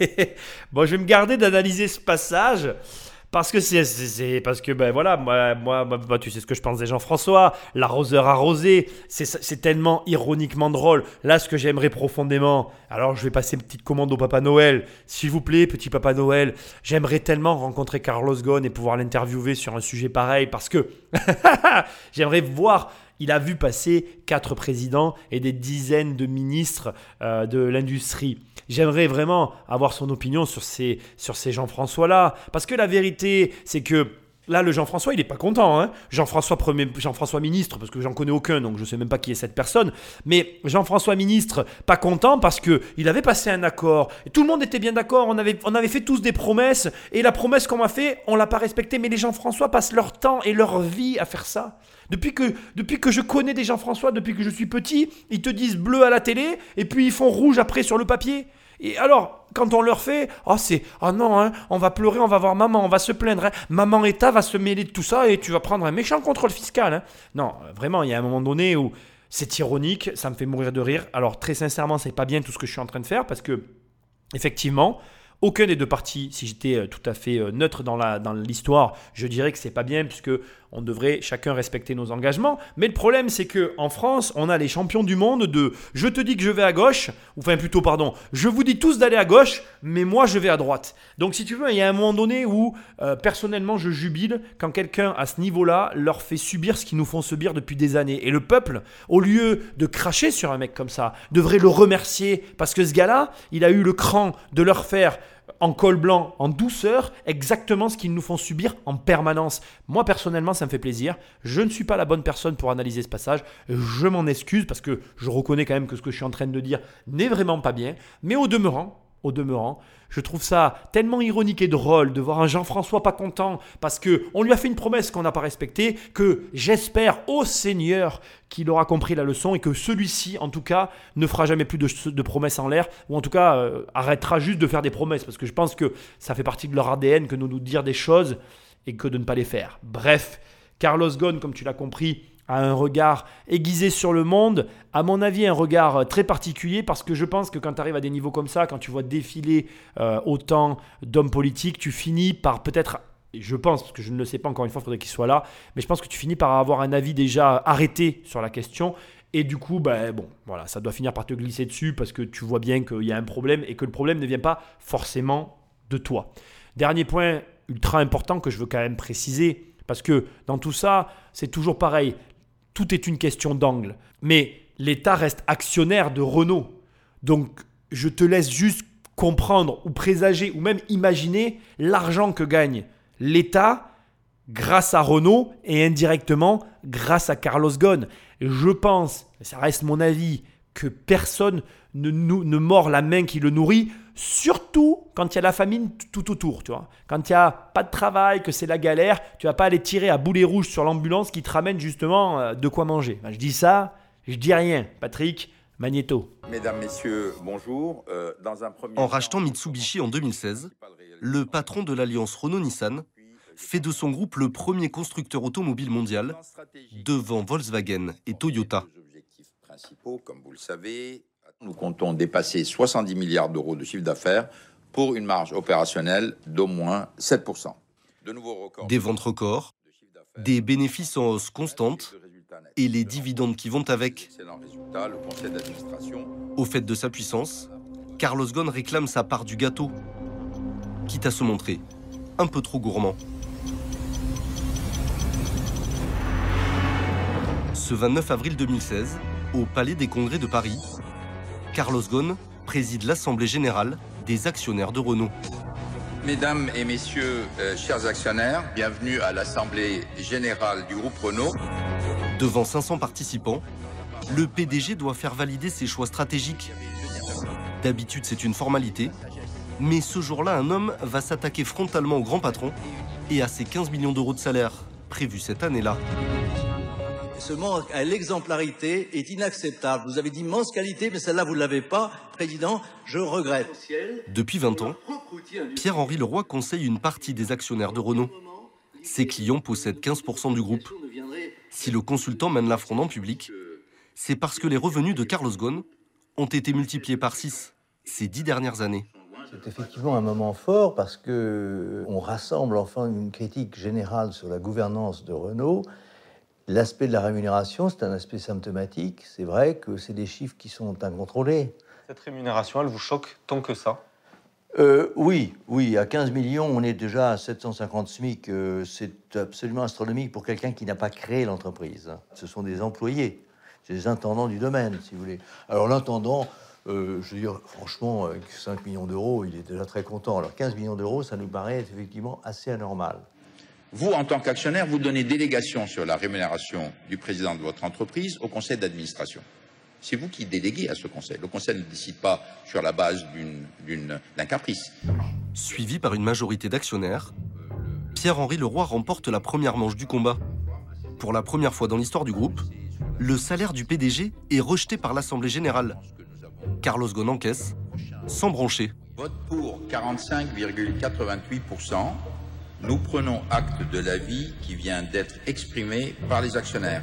A: Bon, je vais me garder d'analyser ce passage. Parce que c'est, c'est, c'est parce que ben voilà, moi, moi, moi, tu sais ce que je pense des Jean-François, l'arroseur arrosé, c'est, c'est tellement ironiquement drôle. Là, ce que j'aimerais profondément, alors je vais passer une petite commande au Papa Noël, s'il vous plaît, petit Papa Noël, j'aimerais tellement rencontrer Carlos Ghosn et pouvoir l'interviewer sur un sujet pareil, parce que j'aimerais voir. Il a vu passer quatre présidents et des dizaines de ministres euh, de l'industrie. J'aimerais vraiment avoir son opinion sur ces, sur ces Jean-François-là. Parce que la vérité, c'est que là, le Jean-François, il n'est pas content. Hein. Jean-François, premier, Jean-François ministre, parce que j'en connais aucun, donc je ne sais même pas qui est cette personne. Mais Jean-François ministre, pas content parce qu'il avait passé un accord. Et tout le monde était bien d'accord. On avait, on avait fait tous des promesses. Et la promesse qu'on m'a fait, on ne l'a pas respectée. Mais les Jean-François passent leur temps et leur vie à faire ça. Depuis que, depuis que je connais des Jean-François, depuis que je suis petit, ils te disent bleu à la télé et puis ils font rouge après sur le papier. Et alors, quand on leur fait, oh c'est, oh non, hein, on va pleurer, on va voir maman, on va se plaindre, hein. Maman État va se mêler de tout ça et tu vas prendre un méchant contrôle fiscal. Hein. Non, vraiment, il y a un moment donné où c'est ironique, ça me fait mourir de rire. Alors très sincèrement, c'est pas bien tout ce que je suis en train de faire parce que, effectivement, aucun des deux partis, si j'étais tout à fait neutre dans, la, dans l'histoire, je dirais que c'est pas bien puisque on devrait chacun respecter nos engagements. Mais le problème, c'est qu'en France, on a les champions du monde de « je te dis que je vais à gauche », enfin plutôt, pardon, « je vous dis tous d'aller à gauche, mais moi je vais à droite ». Donc si tu veux, il y a un moment donné où euh, personnellement je jubile quand quelqu'un à ce niveau-là leur fait subir ce qu'ils nous font subir depuis des années. Et le peuple, au lieu de cracher sur un mec comme ça, devrait le remercier parce que ce gars-là, il a eu le cran de leur faire en col blanc, en douceur, exactement ce qu'ils nous font subir en permanence. Moi, personnellement, ça me fait plaisir. Je ne suis pas la bonne personne pour analyser ce passage. Je m'en excuse parce que je reconnais quand même que ce que je suis en train de dire n'est vraiment pas bien. Mais au demeurant, au demeurant, je trouve ça tellement ironique et drôle de voir un Jean-François pas content parce qu'on lui a fait une promesse qu'on n'a pas respectée, que j'espère au Seigneur qu'il aura compris la leçon et que celui-ci, en tout cas, ne fera jamais plus de, de promesses en l'air ou en tout cas euh, arrêtera juste de faire des promesses parce que je pense que ça fait partie de leur A D N que de nous dire des choses et que de ne pas les faire. Bref, Carlos Ghosn, comme tu l'as compris, a un regard aiguisé sur le monde, à mon avis un regard très particulier parce que je pense que quand tu arrives à des niveaux comme ça, quand tu vois défiler euh, autant d'hommes politiques, tu finis par peut-être, je pense, parce que je ne le sais pas encore une fois, il faudrait qu'il soit là, mais je pense que tu finis par avoir un avis déjà arrêté sur la question et du coup, ben, bon, voilà, ça doit finir par te glisser dessus parce que tu vois bien qu'il y a un problème et que le problème ne vient pas forcément de toi. Dernier point ultra important que je veux quand même préciser, parce que dans tout ça, c'est toujours pareil. Tout est une question d'angle. Mais l'État reste actionnaire de Renault. Donc, je te laisse juste comprendre ou présager ou même imaginer l'argent que gagne l'État grâce à Renault et indirectement grâce à Carlos Ghosn. Je pense, ça reste mon avis, que personne ne, nous, ne mord la main qui le nourrit, surtout quand il y a la famine tout autour. Tu vois. Quand il n'y a pas de travail, que c'est la galère, tu ne vas pas aller tirer à boulet rouge sur l'ambulance qui te ramène justement de quoi manger. Ben, je dis ça, je dis rien. Patrick, Magnéto.
B: Mesdames, Messieurs, bonjour. Euh, dans un premier
C: en rachetant Mitsubishi en deux mille seize, le patron de l'alliance Renault-Nissan fait de son groupe le premier constructeur automobile mondial devant Volkswagen et Toyota.
B: Principaux, comme vous le savez, nous comptons dépasser soixante-dix milliards d'euros de chiffre d'affaires pour une marge opérationnelle d'au moins sept pour cent. De nouveaux records.
C: Des ventes records, des bénéfices en hausse constante et les dividendes qui vont avec.
B: Résultat, le conseil d'administration.
C: Au fait de sa puissance, Carlos Ghosn réclame sa part du gâteau, quitte à se montrer un peu trop gourmand. Ce vingt-neuf avril deux mille seize, au Palais des Congrès de Paris, Carlos Ghosn préside l'Assemblée générale des actionnaires de Renault.
B: Mesdames et messieurs, euh, chers actionnaires, bienvenue à l'Assemblée générale du groupe Renault.
C: Devant cinq cents participants, le P D G doit faire valider ses choix stratégiques. D'habitude, c'est une formalité, mais ce jour-là, un homme va s'attaquer frontalement au grand patron et à ses quinze millions d'euros de salaire prévus cette année-là.
E: Ce manque à l'exemplarité est inacceptable. Vous avez d'immenses qualités, mais celle-là, vous ne l'avez pas. Président, je regrette.
C: Depuis vingt ans, Pierre-Henri Leroy conseille une partie des actionnaires de Renault. Ses clients possèdent quinze pour cent du groupe. Si le consultant mène l'affront en public, c'est parce que les revenus de Carlos Ghosn ont été multipliés par six ces dix dernières années.
F: C'est effectivement un moment fort parce qu'on rassemble enfin une critique générale sur la gouvernance de Renault. L'aspect de la rémunération, c'est un aspect symptomatique. C'est vrai que c'est des chiffres qui sont incontrôlés.
H: Cette rémunération, elle vous choque tant que ça ?
F: euh, Oui, oui. À quinze millions, on est déjà à sept cent cinquante SMIC. Euh, c'est absolument astronomique pour quelqu'un qui n'a pas créé l'entreprise. Ce sont des employés, c'est des intendants du domaine, si vous voulez. Alors l'intendant... Euh, je veux dire, franchement, avec cinq millions d'euros, il est déjà très content. Alors quinze millions d'euros, ça nous paraît effectivement assez anormal.
O: Vous, en tant qu'actionnaire, vous donnez délégation sur la rémunération du président de votre entreprise au conseil d'administration. C'est vous qui déléguez à ce conseil. Le conseil ne décide pas sur la base d'une, d'une, d'un caprice.
C: Suivi par une majorité d'actionnaires, Pierre-Henri Leroy remporte la première manche du combat. Pour la première fois dans l'histoire du groupe, le salaire du P D G est rejeté par l'Assemblée générale. Carlos Ghosn encaisse, sans broncher.
O: Vote pour quarante-cinq virgule quatre-vingt-huit pour cent. Nous prenons acte de l'avis qui vient d'être exprimé par les actionnaires.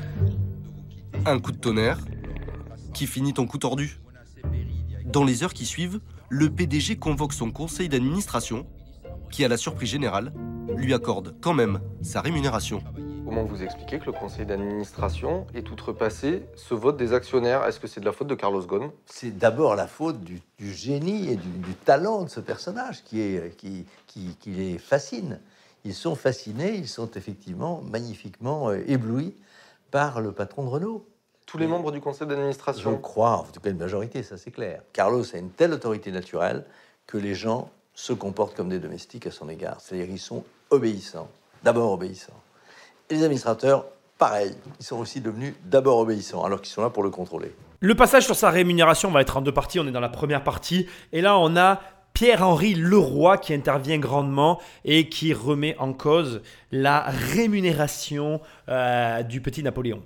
C: Un coup de tonnerre qui finit en coup tordu. Dans les heures qui suivent, le P D G convoque son conseil d'administration qui, à la surprise générale, lui accorde quand même sa rémunération.
H: Comment vous expliquez que le conseil d'administration ait outrepassé ce vote des actionnaires? Est-ce que c'est de la faute de Carlos Ghosn?
F: C'est d'abord la faute du, du génie et du, du talent de ce personnage qui, est, qui, qui, qui les fascine. Ils sont fascinés, ils sont effectivement magnifiquement euh, éblouis par le patron de Renault.
H: Tous les membres du conseil d'administration?
F: Je crois, en tout cas une majorité, ça c'est clair. Carlos a une telle autorité naturelle que les gens se comportent comme des domestiques à son égard. C'est-à-dire qu'ils sont obéissants, d'abord obéissants. Et les administrateurs, pareil, ils sont aussi devenus d'abord obéissants, alors qu'ils sont là pour le contrôler.
A: Le passage sur sa rémunération va être en deux parties. On est dans la première partie. Et là, on a Pierre-Henri Leroy qui intervient grandement et qui remet en cause la rémunération euh, du petit Napoléon.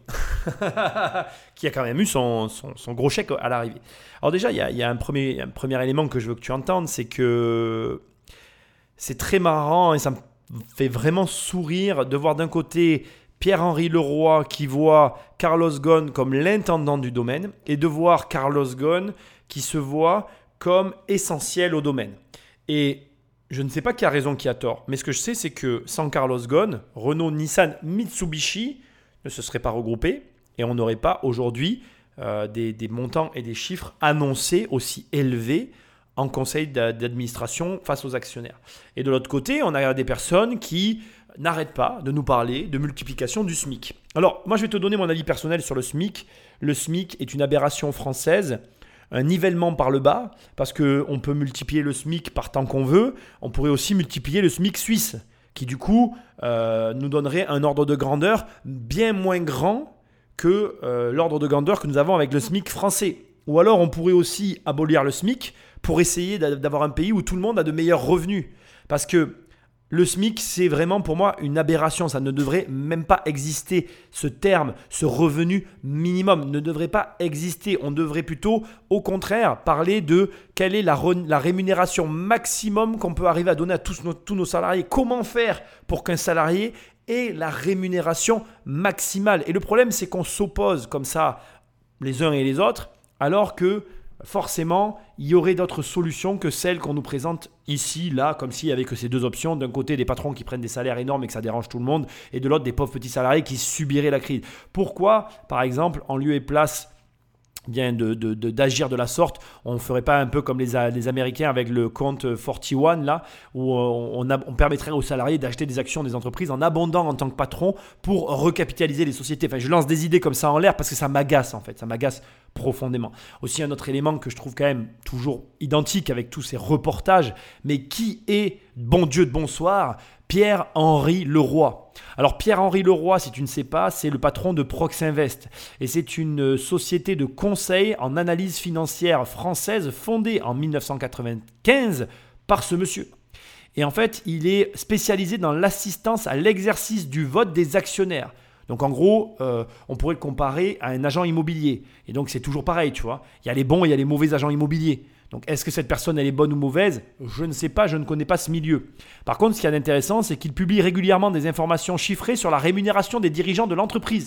A: Qui a quand même eu son, son, son gros chèque à l'arrivée. Alors déjà, il y a, y a un, premier, un premier élément que je veux que tu entendes, c'est que c'est très marrant et ça me fait vraiment sourire de voir d'un côté Pierre-Henri Leroy qui voit Carlos Ghosn comme l'intendant du domaine et de voir Carlos Ghosn qui se voit comme essentiel au domaine. Et je ne sais pas qui a raison, qui a tort, mais ce que je sais, c'est que sans Carlos Ghosn, Renault, Nissan, Mitsubishi ne se seraient pas regroupés et on n'aurait pas aujourd'hui euh, des, des montants et des chiffres annoncés aussi élevés en conseil d'administration face aux actionnaires. Et de l'autre côté, on a des personnes qui n'arrêtent pas de nous parler de multiplication du SMIC. Alors, moi, je vais te donner mon avis personnel sur le SMIC. Le SMIC est une aberration française, un nivellement par le bas, parce qu'on peut multiplier le SMIC par tant qu'on veut. On pourrait aussi multiplier le SMIC suisse, qui du coup euh, nous donnerait un ordre de grandeur bien moins grand que euh, l'ordre de grandeur que nous avons avec le SMIC français. Ou alors, on pourrait aussi abolir le SMIC pour essayer d'avoir un pays où tout le monde a de meilleurs revenus. Parce que le SMIC, c'est vraiment pour moi une aberration. Ça ne devrait même pas exister. Ce terme, ce revenu minimum ne devrait pas exister. On devrait plutôt, au contraire, parler de quelle est la, re, la rémunération maximum qu'on peut arriver à donner à tous nos, tous nos salariés. Comment faire pour qu'un salarié ait la rémunération maximale? Et le problème, c'est qu'on s'oppose comme ça les uns et les autres, alors que forcément, il y aurait d'autres solutions que celles qu'on nous présente ici, là, comme s'il n'y avait que ces deux options. D'un côté, des patrons qui prennent des salaires énormes et que ça dérange tout le monde, et de l'autre, des pauvres petits salariés qui subiraient la crise. Pourquoi, par exemple, en lieu et place bien de, de, de, d'agir de la sorte, on ne ferait pas un peu comme les, les Américains avec le compte quarante et un, là, où on, on, a, on permettrait aux salariés d'acheter des actions des entreprises en abondant en tant que patron pour recapitaliser les sociétés. Enfin, je lance des idées comme ça en l'air parce que ça m'agace, en fait, ça m'agace profondément. Aussi, un autre élément que je trouve quand même toujours identique avec tous ces reportages, mais qui est, bon Dieu de bonsoir, Pierre-Henri Leroy. Alors Pierre-Henri Leroy, si tu ne sais pas, c'est le patron de Proxinvest et c'est une société de conseil en analyse financière française fondée en mille neuf cent quatre-vingt-quinze par ce monsieur. Et en fait, il est spécialisé dans l'assistance à l'exercice du vote des actionnaires. Donc en gros, euh, on pourrait le comparer à un agent immobilier. Et donc c'est toujours pareil, tu vois. Il y a les bons et il y a les mauvais agents immobiliers. Donc, est-ce que cette personne, elle est bonne ou mauvaise? Je ne sais pas, je ne connais pas ce milieu. Par contre, ce qui est intéressant, c'est qu'il publie régulièrement des informations chiffrées sur la rémunération des dirigeants de l'entreprise.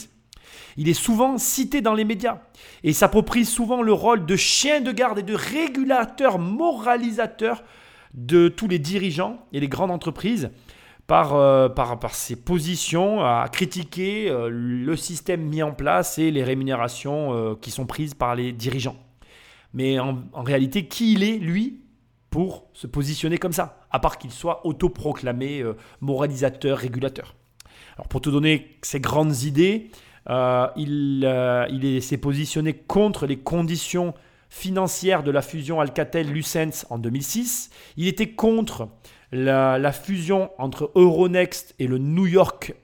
A: Il est souvent cité dans les médias et s'approprie souvent le rôle de chien de garde et de régulateur, moralisateur de tous les dirigeants et les grandes entreprises par, euh, par, par ses positions à critiquer euh, le système mis en place et les rémunérations euh, qui sont prises par les dirigeants. Mais en, en réalité, qui il est, lui, pour se positionner comme ça, à part qu'il soit autoproclamé euh, moralisateur, régulateur. Alors pour te donner ses grandes idées, euh, il, euh, il est, s'est positionné contre les conditions financières de la fusion Alcatel-Lucent en deux mille six. Il était contre la, la fusion entre Euronext et le New York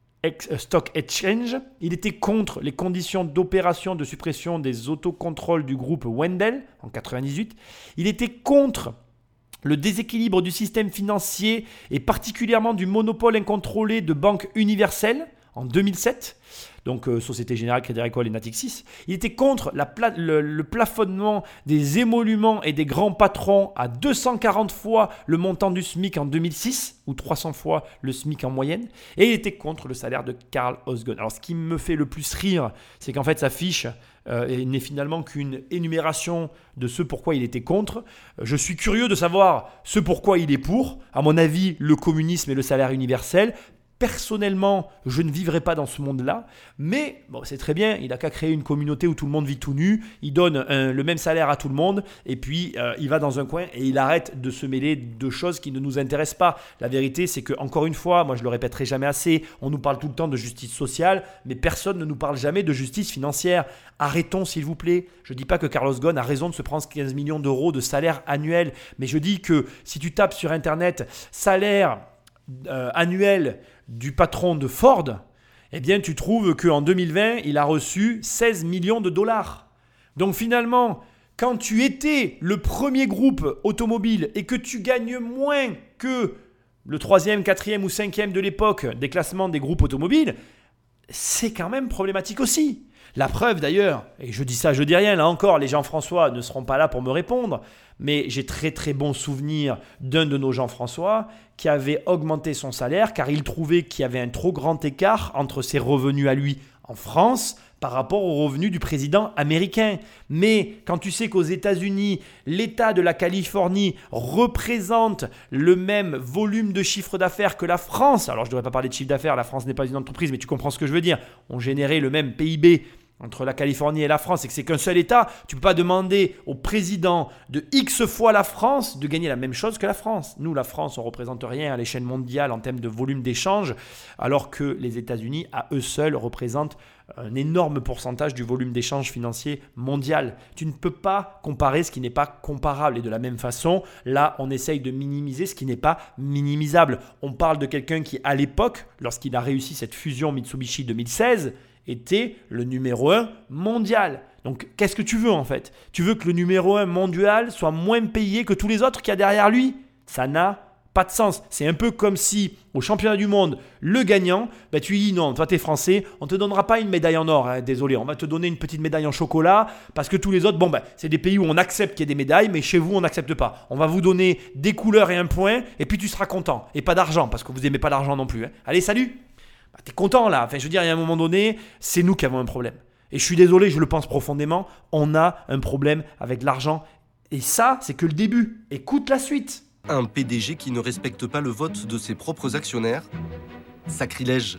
A: Stock Exchange. Il était contre les conditions d'opération de suppression des autocontrôles du groupe Wendel en quatre-vingt-dix-huit. Il était contre le déséquilibre du système financier et particulièrement du monopole incontrôlé de Banque Universelle en deux mille sept. Donc euh, Société Générale, Crédit Agricole et Natixis. Il était contre la pla- le, le plafonnement des émoluments et des grands patrons à deux cent quarante fois le montant du SMIC en deux mille six, ou trois cents fois le SMIC en moyenne. Et il était contre le salaire de Carl Osgood. Alors ce qui me fait le plus rire, c'est qu'en fait sa fiche euh, n'est finalement qu'une énumération de ce pourquoi il était contre. Je suis curieux de savoir ce pourquoi il est pour. À mon avis, le communisme et le salaire universel. Personnellement, je ne vivrai pas dans ce monde-là, mais bon, c'est très bien, il n'a qu'à créer une communauté où tout le monde vit tout nu, il donne un, le même salaire à tout le monde, et puis euh, il va dans un coin et il arrête de se mêler de choses qui ne nous intéressent pas. La vérité, c'est que, encore une fois, moi je le répéterai jamais assez, on nous parle tout le temps de justice sociale, mais personne ne nous parle jamais de justice financière. Arrêtons s'il vous plaît. Je ne dis pas que Carlos Ghosn a raison de se prendre quinze millions d'euros de salaire annuel, mais je dis que si tu tapes sur Internet salaire euh, annuel du patron de Ford, eh bien tu trouves qu'en deux mille vingt, il a reçu seize millions de dollars. Donc finalement, quand tu étais le premier groupe automobile et que tu gagnes moins que le troisième, quatrième ou cinquième de l'époque des classements des groupes automobiles, c'est quand même problématique aussi. La preuve d'ailleurs, et je dis ça, je dis rien, là encore, les Jean-François ne seront pas là pour me répondre, mais j'ai très très bon souvenir d'un de nos Jean-François qui avait augmenté son salaire car il trouvait qu'il y avait un trop grand écart entre ses revenus à lui en France par rapport aux revenus du président américain. Mais quand tu sais qu'aux États-Unis, l'État de la Californie représente le même volume de chiffre d'affaires que la France, alors je ne devrais pas parler de chiffre d'affaires, la France n'est pas une entreprise, mais tu comprends ce que je veux dire, on générait le même P I B entre la Californie et la France et que c'est qu'un seul État, tu ne peux pas demander au président de X fois la France de gagner la même chose que la France. Nous, la France, on ne représente rien à l'échelle mondiale en termes de volume d'échange, alors que les États-Unis, à eux seuls, représentent un énorme pourcentage du volume d'échange financier mondial. Tu ne peux pas comparer ce qui n'est pas comparable. Et de la même façon, là, on essaye de minimiser ce qui n'est pas minimisable. On parle de quelqu'un qui, à l'époque, lorsqu'il a réussi cette fusion Mitsubishi deux mille seize, était le numéro un mondial. Donc, qu'est-ce que tu veux en fait ? Tu veux que le numéro un mondial soit moins payé que tous les autres qu'il y a derrière lui ? Ça n'a pas de sens. C'est un peu comme si, au championnat du monde, le gagnant, bah, tu lui dis non, toi t'es français, on ne te donnera pas une médaille en or, hein, désolé, on va te donner une petite médaille en chocolat, parce que tous les autres, bon, bah, c'est des pays où on accepte qu'il y ait des médailles, mais chez vous, on n'accepte pas. On va vous donner des couleurs et un point, et puis tu seras content. Et pas d'argent, parce que vous n'aimez pas l'argent non plus. Hein. Allez, salut ! Bah, t'es content là. Enfin, je veux dire, il y a un moment donné, c'est nous qui avons un problème. Et je suis désolé, je le pense profondément, on a un problème avec l'argent. Et ça, c'est que le début. Écoute la suite.
C: Un P D G qui ne respecte pas le vote de ses propres actionnaires. Sacrilège.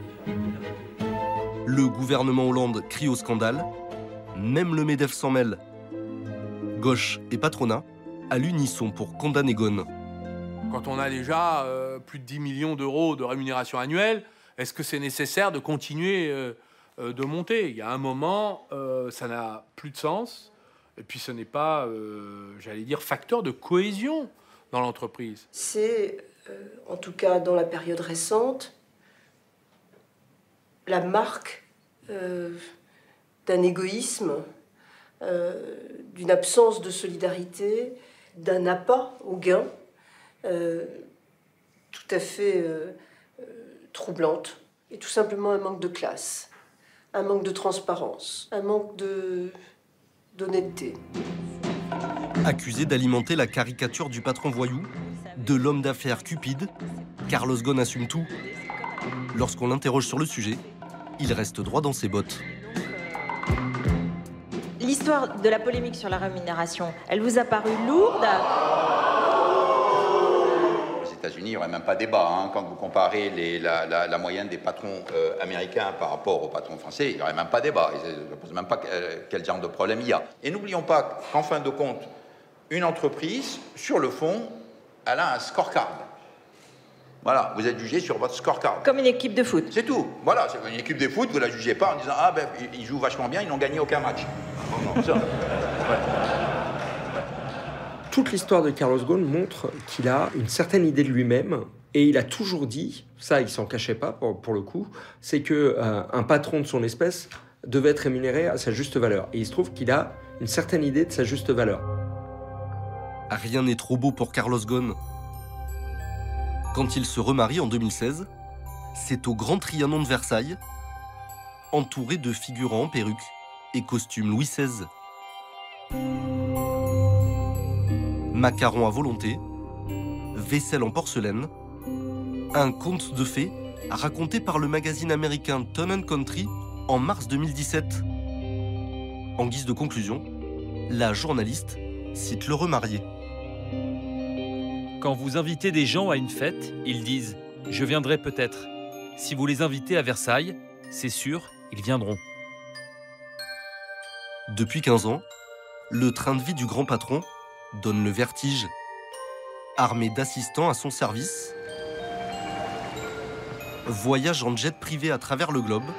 C: Le gouvernement Hollande crie au scandale. Même le MEDEF s'en mêle. Gauche et patronat à l'unisson pour condamner Ghosn.
I: Quand on a déjà euh, plus de dix millions d'euros de rémunération annuelle, est-ce que c'est nécessaire de continuer euh, euh, de monter ? Il y a un moment, euh, ça n'a plus de sens. Et puis ce n'est pas, euh, j'allais dire, facteur de cohésion dans l'entreprise.
J: C'est, euh, en tout cas dans la période récente, la marque euh, d'un égoïsme, euh, d'une absence de solidarité, d'un appât au gain, euh, tout à fait euh, euh, troublante, et tout simplement un manque de classe, un manque de transparence, un manque de, d'honnêteté.
C: Accusé d'alimenter la caricature du patron voyou, de l'homme d'affaires cupide, Carlos Ghosn assume tout. Lorsqu'on l'interroge sur le sujet, il reste droit dans ses bottes.
K: L'histoire de la polémique sur la rémunération, elle vous a paru lourde ?
O: Aux États-Unis, il n'y aurait même pas débat. Hein. Quand vous comparez les, la, la, la moyenne des patrons euh, américains par rapport aux patrons français, il n'y aurait même pas débat. Ils ne posent même pas euh, quel genre de problème il y a. Et n'oublions pas qu'en fin de compte, une entreprise, sur le fond, elle a un scorecard. Voilà, vous êtes jugé sur votre scorecard.
K: Comme une équipe de foot.
O: C'est tout. Voilà, c'est une équipe de foot, vous ne la jugez pas en disant « Ah, ben, ils jouent vachement bien, ils n'ont gagné aucun match. » Non, non, ça... Ouais.
S: Toute l'histoire de Carlos Ghosn montre qu'il a une certaine idée de lui-même et il a toujours dit, ça il s'en cachait pas pour, pour le coup, c'est qu'un euh, patron de son espèce devait être rémunéré à sa juste valeur. Et il se trouve qu'il a une certaine idée de sa juste valeur.
C: Rien n'est trop beau pour Carlos Ghosn. Quand il se remarie en deux mille seize, c'est au Grand Trianon de Versailles, entouré de figurants en perruque et costumes Louis seize. Macarons à volonté, vaisselle en porcelaine, un conte de fées raconté par le magazine américain Town and Country en mars deux mille dix-sept. En guise de conclusion, la journaliste cite le remarié.
M: Quand vous invitez des gens à une fête, ils disent « Je viendrai peut-être ». Si vous les invitez à Versailles, c'est sûr, ils viendront.
C: Depuis quinze ans, le train de vie du grand patron donne le vertige. Armé d'assistants à son service, voyage en jet privé à travers le globe,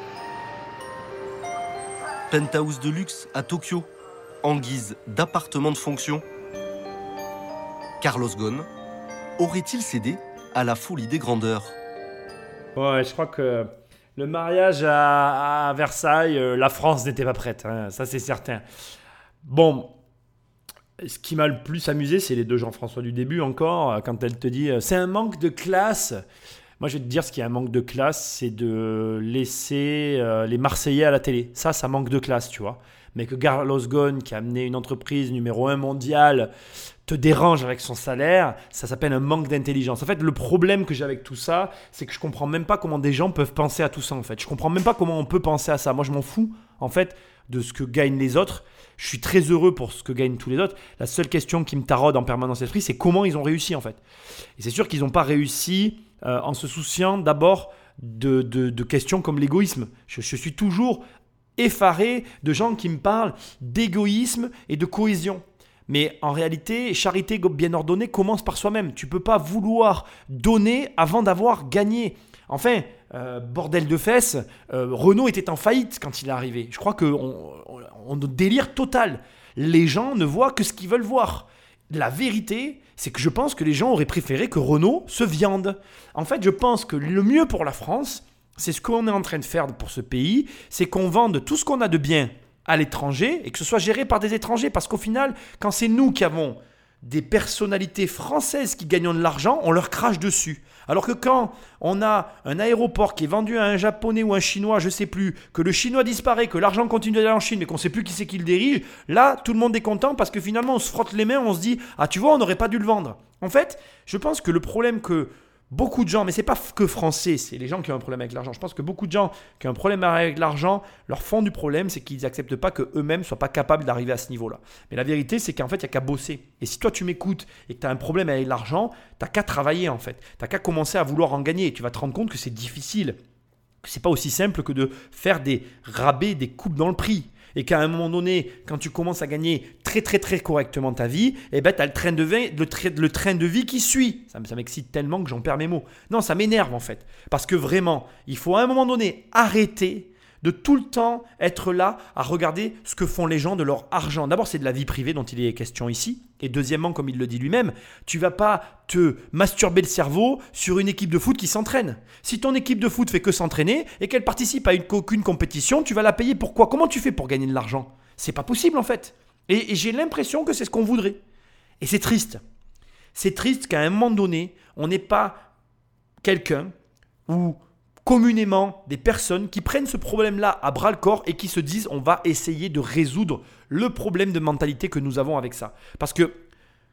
C: penthouse de luxe à Tokyo, en guise d'appartement de fonction. Carlos Ghosn aurait-il cédé à la folie des grandeurs?
A: Ouais, je crois que le mariage à, à Versailles, euh, la France n'était pas prête, hein, ça c'est certain. Bon, ce qui m'a le plus amusé, c'est les deux Jean-François du début encore, quand elle te dit euh, « c'est un manque de classe ». Moi, je vais te dire, ce qui est un manque de classe, c'est de laisser euh, les Marseillais à la télé. Ça, ça manque de classe, tu vois. Mais que Carlos Ghosn, qui a amené une entreprise numéro un mondiale, te dérange avec son salaire, ça s'appelle un manque d'intelligence. En fait, le problème que j'ai avec tout ça, c'est que je comprends même pas comment des gens peuvent penser à tout ça, en fait. Je comprends même pas comment on peut penser à ça. Moi, je m'en fous, en fait, de ce que gagnent les autres. Je suis très heureux pour ce que gagnent tous les autres. La seule question qui me taraude en permanence l'esprit, c'est comment ils ont réussi, en fait. Et c'est sûr qu'ils n'ont pas réussi euh, en se souciant d'abord de, de, de questions comme l'égoïsme. Je, je suis toujours effaré de gens qui me parlent d'égoïsme et de cohésion. Mais en réalité, charité bien ordonnée commence par soi-même. Tu ne peux pas vouloir donner avant d'avoir gagné. Enfin, euh, bordel de fesses, euh, Renault était en faillite quand il est arrivé. Je crois qu'on on, on délire total. Les gens ne voient que ce qu'ils veulent voir. La vérité, c'est que je pense que les gens auraient préféré que Renault se viande. En fait, je pense que le mieux pour la France, c'est ce qu'on est en train de faire pour ce pays, c'est qu'on vende tout ce qu'on a de bien à l'étranger et que ce soit géré par des étrangers. Parce qu'au final, quand c'est nous qui avons des personnalités françaises qui gagnent de l'argent, on leur crache dessus. Alors que quand on a un aéroport qui est vendu à un japonais ou un chinois, je ne sais plus, que le chinois disparaît, que l'argent continue d'aller en Chine mais qu'on ne sait plus qui c'est qui le dirige, là tout le monde est content parce que finalement on se frotte les mains, on se dit « Ah tu vois, on n'aurait pas dû le vendre ». En fait, je pense que le problème que beaucoup de gens, mais ce n'est pas que français, c'est les gens qui ont un problème avec l'argent. Je pense que beaucoup de gens qui ont un problème avec l'argent, leur fond du problème, c'est qu'ils n'acceptent pas qu'eux-mêmes ne soient pas capables d'arriver à ce niveau-là. Mais la vérité, c'est qu'en fait, il n'y a qu'à bosser. Et si toi, tu m'écoutes et que tu as un problème avec l'argent, tu n'as qu'à travailler en fait. Tu n'as qu'à commencer à vouloir en gagner. Et tu vas te rendre compte que c'est difficile. Que ce n'est pas aussi simple que de faire des rabais, des coupes dans le prix. Et qu'à un moment donné, quand tu commences à gagner très très très correctement ta vie, eh ben, tu as le train, de vie, le, tra- le train de vie qui suit. Ça, ça m'excite tellement que j'en perds mes mots. Non, ça m'énerve en fait. Parce que vraiment, il faut à un moment donné arrêter de tout le temps être là à regarder ce que font les gens de leur argent. D'abord, c'est de la vie privée dont il est question ici. Et deuxièmement, comme il le dit lui-même, tu ne vas pas te masturber le cerveau sur une équipe de foot qui s'entraîne. Si ton équipe de foot fait que s'entraîner et qu'elle participe à une, aucune compétition, tu vas la payer pourquoi? Comment tu fais pour gagner de l'argent? C'est pas possible en fait. Et, et j'ai l'impression que c'est ce qu'on voudrait. Et c'est triste. C'est triste qu'à un moment donné, on n'ait pas quelqu'un ou communément des personnes qui prennent ce problème-là à bras-le-corps et qui se disent on va essayer de résoudre le problème de mentalité que nous avons avec ça. Parce que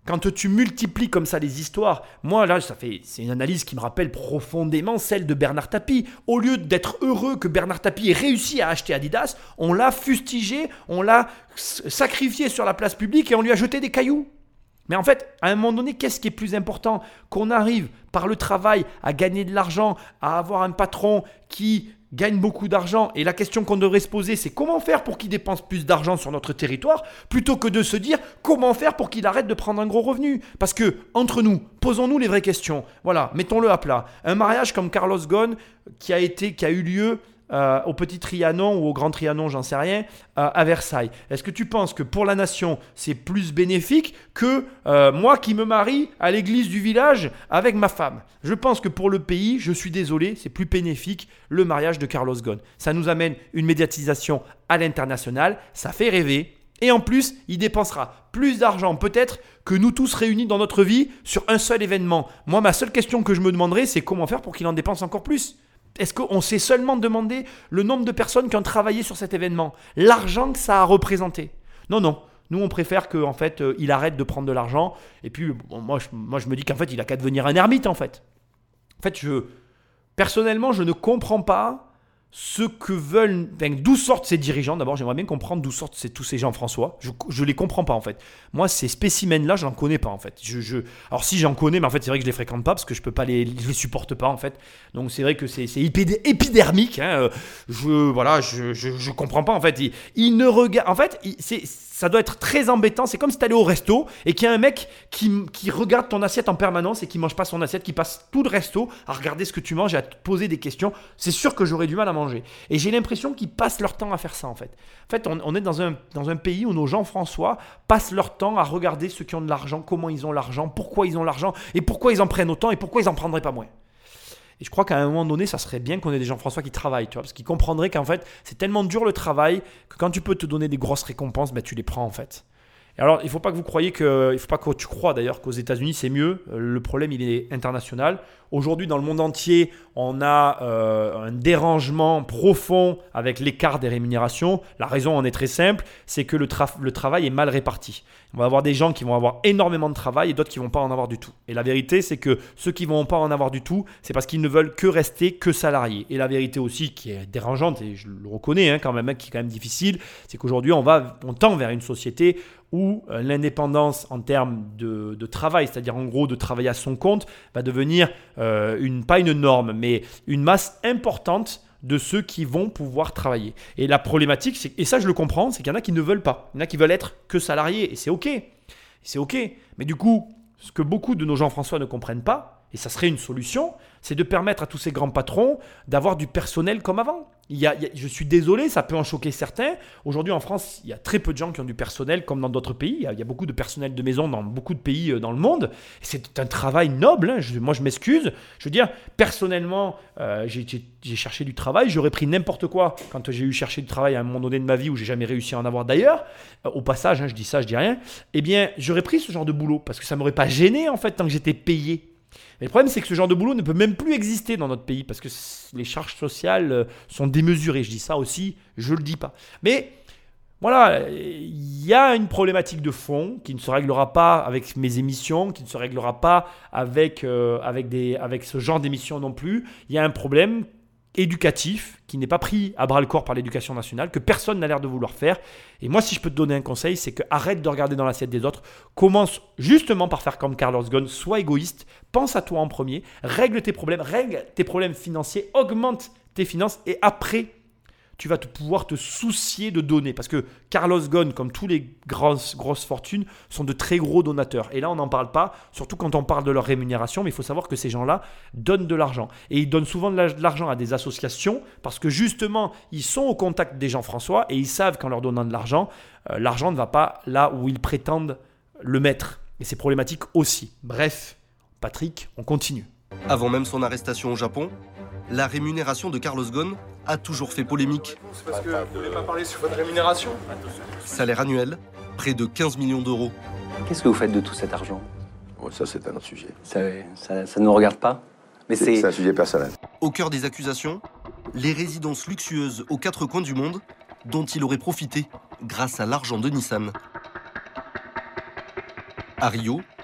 A: quand tu multiplies comme ça les histoires, moi là, ça fait, c'est une analyse qui me rappelle profondément celle de Bernard Tapie. Au lieu d'être heureux que Bernard Tapie ait réussi à acheter Adidas, on l'a fustigé, on l'a sacrifié sur la place publique et on lui a jeté des cailloux. Mais en fait, à un moment donné, qu'est-ce qui est plus important? Qu'on arrive par le travail à gagner de l'argent, à avoir un patron qui gagne beaucoup d'argent. Et la question qu'on devrait se poser, c'est comment faire pour qu'il dépense plus d'argent sur notre territoire, plutôt que de se dire comment faire pour qu'il arrête de prendre un gros revenu. Parce que, entre nous, posons-nous les vraies questions. Voilà, mettons-le à plat. Un mariage comme Carlos Ghosn, qui a, été, qui a eu lieu Euh, au Petit Trianon ou au Grand Trianon, j'en sais rien, euh, à Versailles. Est-ce que tu penses que pour la nation, c'est plus bénéfique que euh, moi qui me marie à l'église du village avec ma femme? Je pense que pour le pays, je suis désolé, c'est plus bénéfique le mariage de Carlos Ghosn. Ça nous amène une médiatisation à l'international, ça fait rêver. Et en plus, il dépensera plus d'argent peut-être que nous tous réunis dans notre vie sur un seul événement. Moi, ma seule question que je me demanderais, c'est comment faire pour qu'il en dépense encore plus? Est-ce qu'on s'est seulement demandé le nombre de personnes qui ont travaillé sur cet événement, l'argent que ça a représenté? Non, non. Nous, on préfère qu'en fait, euh, il arrête de prendre de l'argent. Et puis, bon, moi, je, moi, je me dis qu'en fait, il a qu'à devenir un ermite, en fait. En fait, je, personnellement, je ne comprends pas ce que veulent, enfin, d'où sortent ces dirigeants. D'abord, j'aimerais bien comprendre d'où sortent ces, tous ces Jean-François. Je ne les comprends pas, en fait. Moi, ces spécimens-là, je n'en connais pas, en fait. Je, je... Alors, si j'en connais, mais en fait, c'est vrai que je ne les fréquente pas parce que je peux pas les, je les supporte pas, en fait. Donc, c'est vrai que c'est, c'est épidermique. Hein. Je, voilà, je, je, je comprends pas, en fait. Il, il ne regarde, en fait, il, c'est, ça doit être très embêtant. C'est comme si tu allais au resto et qu'il y a un mec qui, qui regarde ton assiette en permanence et qui mange pas son assiette, qui passe tout le resto à regarder ce que tu manges et à te poser des questions. C'est sûr que j'aurais du mal à manger. Et j'ai l'impression qu'ils passent leur temps à faire ça, en fait. En fait, on, on est dans un, dans un pays où nos Jean-François passent leur temps à regarder ceux qui ont de l'argent, comment ils ont l'argent, pourquoi ils ont l'argent, et pourquoi ils en prennent autant, et pourquoi ils en prendraient pas moins. Et je crois qu'à un moment donné, ça serait bien qu'on ait des Jean-François qui travaillent, tu vois, parce qu'ils comprendraient qu'en fait, c'est tellement dur le travail que quand tu peux te donner des grosses récompenses, ben, tu les prends, en fait. Et alors, il ne faut pas que vous croyiez que, il faut pas que tu crois d'ailleurs qu'aux États-Unis c'est mieux. Le problème, il est international. Aujourd'hui, dans le monde entier, on a euh, un dérangement profond avec l'écart des rémunérations. La raison en est très simple, c'est que le, tra- le travail est mal réparti. On va avoir des gens qui vont avoir énormément de travail et d'autres qui ne vont pas en avoir du tout. Et la vérité, c'est que ceux qui ne vont pas en avoir du tout, c'est parce qu'ils ne veulent que rester que salariés. Et la vérité aussi, qui est dérangeante, et je le reconnais hein, quand même, qui est quand même difficile, c'est qu'aujourd'hui, on, va, on tend vers une société où euh, l'indépendance en termes de, de travail, c'est-à-dire en gros de travailler à son compte, va devenir euh, une, pas une norme, mais une masse importante de ceux qui vont pouvoir travailler. Et la problématique, c'est, et ça je le comprends, c'est qu'il y en a qui ne veulent pas. Il y en a qui veulent être que salariés, et c'est ok. C'est ok. Mais du coup, ce que beaucoup de nos Jean-François ne comprennent pas, et ça serait une solution, c'est de permettre à tous ces grands patrons d'avoir du personnel comme avant. Il y a, il y a, je suis désolé, ça peut en choquer certains. Aujourd'hui en France, il y a très peu de gens qui ont du personnel comme dans d'autres pays. Il y a, il y a beaucoup de personnel de maison dans beaucoup de pays dans le monde. Et c'est un travail noble. Hein. Je, moi, je m'excuse. Je veux dire, personnellement, euh, j'ai, j'ai, j'ai cherché du travail. J'aurais pris n'importe quoi quand j'ai eu cherché du travail à un moment donné de ma vie où j'ai jamais réussi à en avoir d'ailleurs. Euh, au passage, hein, je dis ça, je dis rien. Eh bien, j'aurais pris ce genre de boulot parce que ça m'aurait pas gêné en fait tant que j'étais payé. Mais le problème, c'est que ce genre de boulot ne peut même plus exister dans notre pays parce que les charges sociales sont démesurées. Je dis ça aussi, je ne le dis pas. Mais voilà, il y a une problématique de fond qui ne se réglera pas avec mes émissions, qui ne se réglera pas avec, euh, avec, des, avec ce genre d'émissions non plus. Il y a un problème éducatif qui n'est pas pris à bras le corps par l'éducation nationale, que personne n'a l'air de vouloir faire. Et moi, si je peux te donner un conseil, c'est que arrête de regarder dans l'assiette des autres, commence justement par faire comme Carlos Ghosn, sois égoïste, pense à toi en premier, règle tes problèmes, règle tes problèmes financiers, augmente tes finances et après, tu vas te pouvoir te soucier de donner. Parce que Carlos Ghosn, comme tous les grosses, grosses fortunes, sont de très gros donateurs. Et là, on n'en parle pas, surtout quand on parle de leur rémunération. Mais il faut savoir que ces gens-là donnent de l'argent. Et ils donnent souvent de l'argent à des associations parce que justement, ils sont au contact des Jean-François et ils savent qu'en leur donnant de l'argent, euh, l'argent ne va pas là où ils prétendent le mettre. Et c'est problématique aussi. Bref, Patrick, on continue.
C: Avant même son arrestation au Japon, la rémunération de Carlos Ghosn a toujours fait polémique.
N: C'est parce que vous ne voulez pas parler sur votre rémunération.
C: Salaire annuel, près de quinze millions d'euros.
P: Qu'est-ce que vous faites de tout cet argent?
B: Oh, ça, c'est un autre sujet.
P: Ça, ça, ça ne nous regarde pas. Mais c'est...
B: c'est un sujet personnel.
C: Au cœur des accusations, les résidences luxueuses aux quatre coins du monde dont il aurait profité grâce à l'argent de Nissan. À Rio,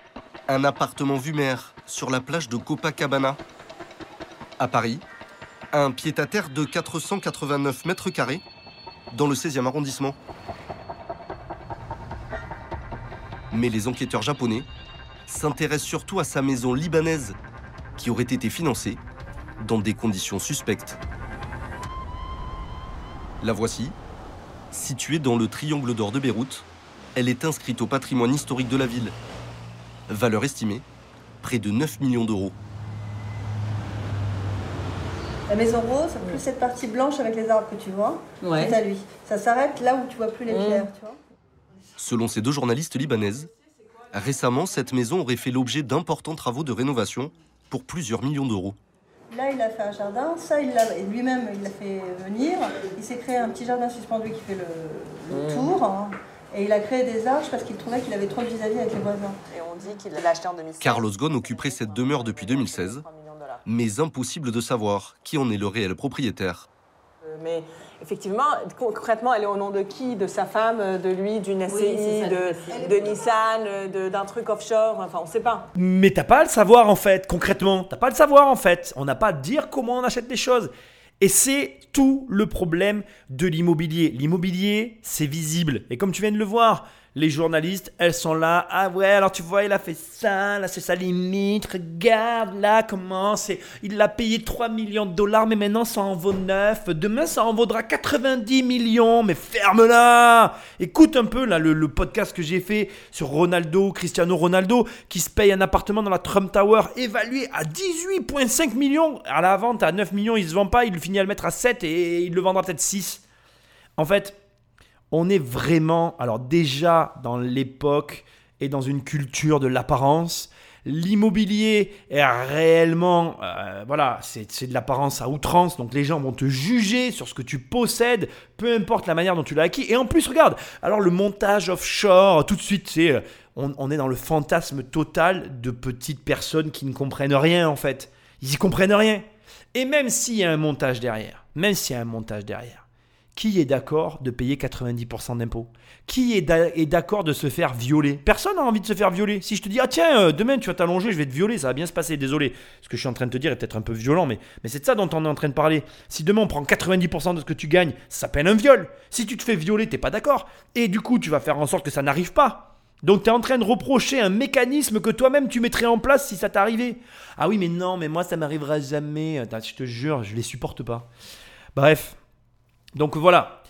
C: Un appartement vue mer sur la plage de Copacabana. À Paris, un pied-à-terre de quatre cent quatre-vingt-neuf mètres carrés dans le seizième arrondissement. Mais les enquêteurs japonais s'intéressent surtout à sa maison libanaise qui aurait été financée dans des conditions suspectes. La voici, située dans le Triangle d'Or de Beyrouth. Elle est inscrite au patrimoine historique de la ville. Valeur estimée, près de neuf millions d'euros.
G: La maison rose, plus cette partie blanche avec les arbres que tu vois,
Q: Ouais.
G: c'est à lui. Ça s'arrête là où tu vois plus les
Q: Mmh.
G: pierres, tu vois.
C: Selon ces deux journalistes libanaises, récemment, cette maison aurait fait l'objet d'importants travaux de rénovation pour plusieurs millions d'euros.
G: Là, il a fait un jardin, ça, il l'a et lui-même, il l'a fait venir. Il s'est créé un petit jardin suspendu qui fait le, le
Q: Mmh.
G: tour. Hein. Et il a créé des arches parce qu'il trouvait qu'il avait trop de vis-à-vis avec les voisins.
Q: Et on dit qu'il l'a acheté en deux mille seize.
C: Carlos Ghosn occuperait cette demeure depuis deux mille seize, mais impossible de savoir qui en est le réel propriétaire.
Q: Euh, Mais effectivement, concrètement, elle est au nom de qui? De sa femme, de lui, d'une S C I,
U: Oui, c'est ça,
Q: de, de Nissan, de- d'un truc offshore, enfin on sait pas.
A: Mais t'as pas à le savoir en fait, concrètement. T'as pas à le savoir en fait. On n'a pas à dire comment on achète les choses. Et c'est tout le problème de l'immobilier. L'immobilier, c'est visible. Et comme tu viens de le voir, les journalistes, elles sont là. Ah ouais, alors tu vois, il a fait ça, là c'est sa limite. Regarde là comment c'est. Il l'a payé trois millions de dollars, mais maintenant ça en vaut neuf. Demain ça en vaudra quatre-vingt-dix millions. Mais ferme-la. Écoute un peu là le, le podcast que j'ai fait sur Ronaldo, Cristiano Ronaldo, qui se paye un appartement dans la Trump Tower, évalué à dix-huit virgule cinq millions. À la vente, à neuf millions, il se vend pas. Il finit à le mettre à sept et il le vendra peut-être six. En fait, on est vraiment, alors déjà dans l'époque et dans une culture de l'apparence. L'immobilier est réellement, euh, voilà, c'est, c'est de l'apparence à outrance. Donc les gens vont te juger sur ce que tu possèdes, peu importe la manière dont tu l'as acquis. Et en plus, regarde, alors le montage offshore, tout de suite, c'est, on, on est dans le fantasme total de petites personnes qui ne comprennent rien en fait. Ils y comprennent rien. Et même s'il y a un montage derrière, même s'il y a un montage derrière, qui est d'accord de payer quatre-vingt-dix pour cent d'impôts? Qui est, d'a- est d'accord de se faire violer? Personne n'a envie de se faire violer. Si je te dis, ah tiens, euh, demain tu vas t'allonger, je vais te violer, ça va bien se passer, désolé. Ce que je suis en train de te dire est peut-être un peu violent, mais, mais c'est de ça dont on est en train de parler. Si demain on prend quatre-vingt-dix pour cent de ce que tu gagnes, ça s'appelle un viol. Si tu te fais violer, t'es pas d'accord. Et du coup, tu vas faire en sorte que ça n'arrive pas. Donc tu es en train de reprocher un mécanisme que toi-même tu mettrais en place si ça t'arrivait. Ah oui, mais non, mais moi ça m'arrivera jamais. Attends, je te jure, je les supporte pas. Bref. Donc voilà,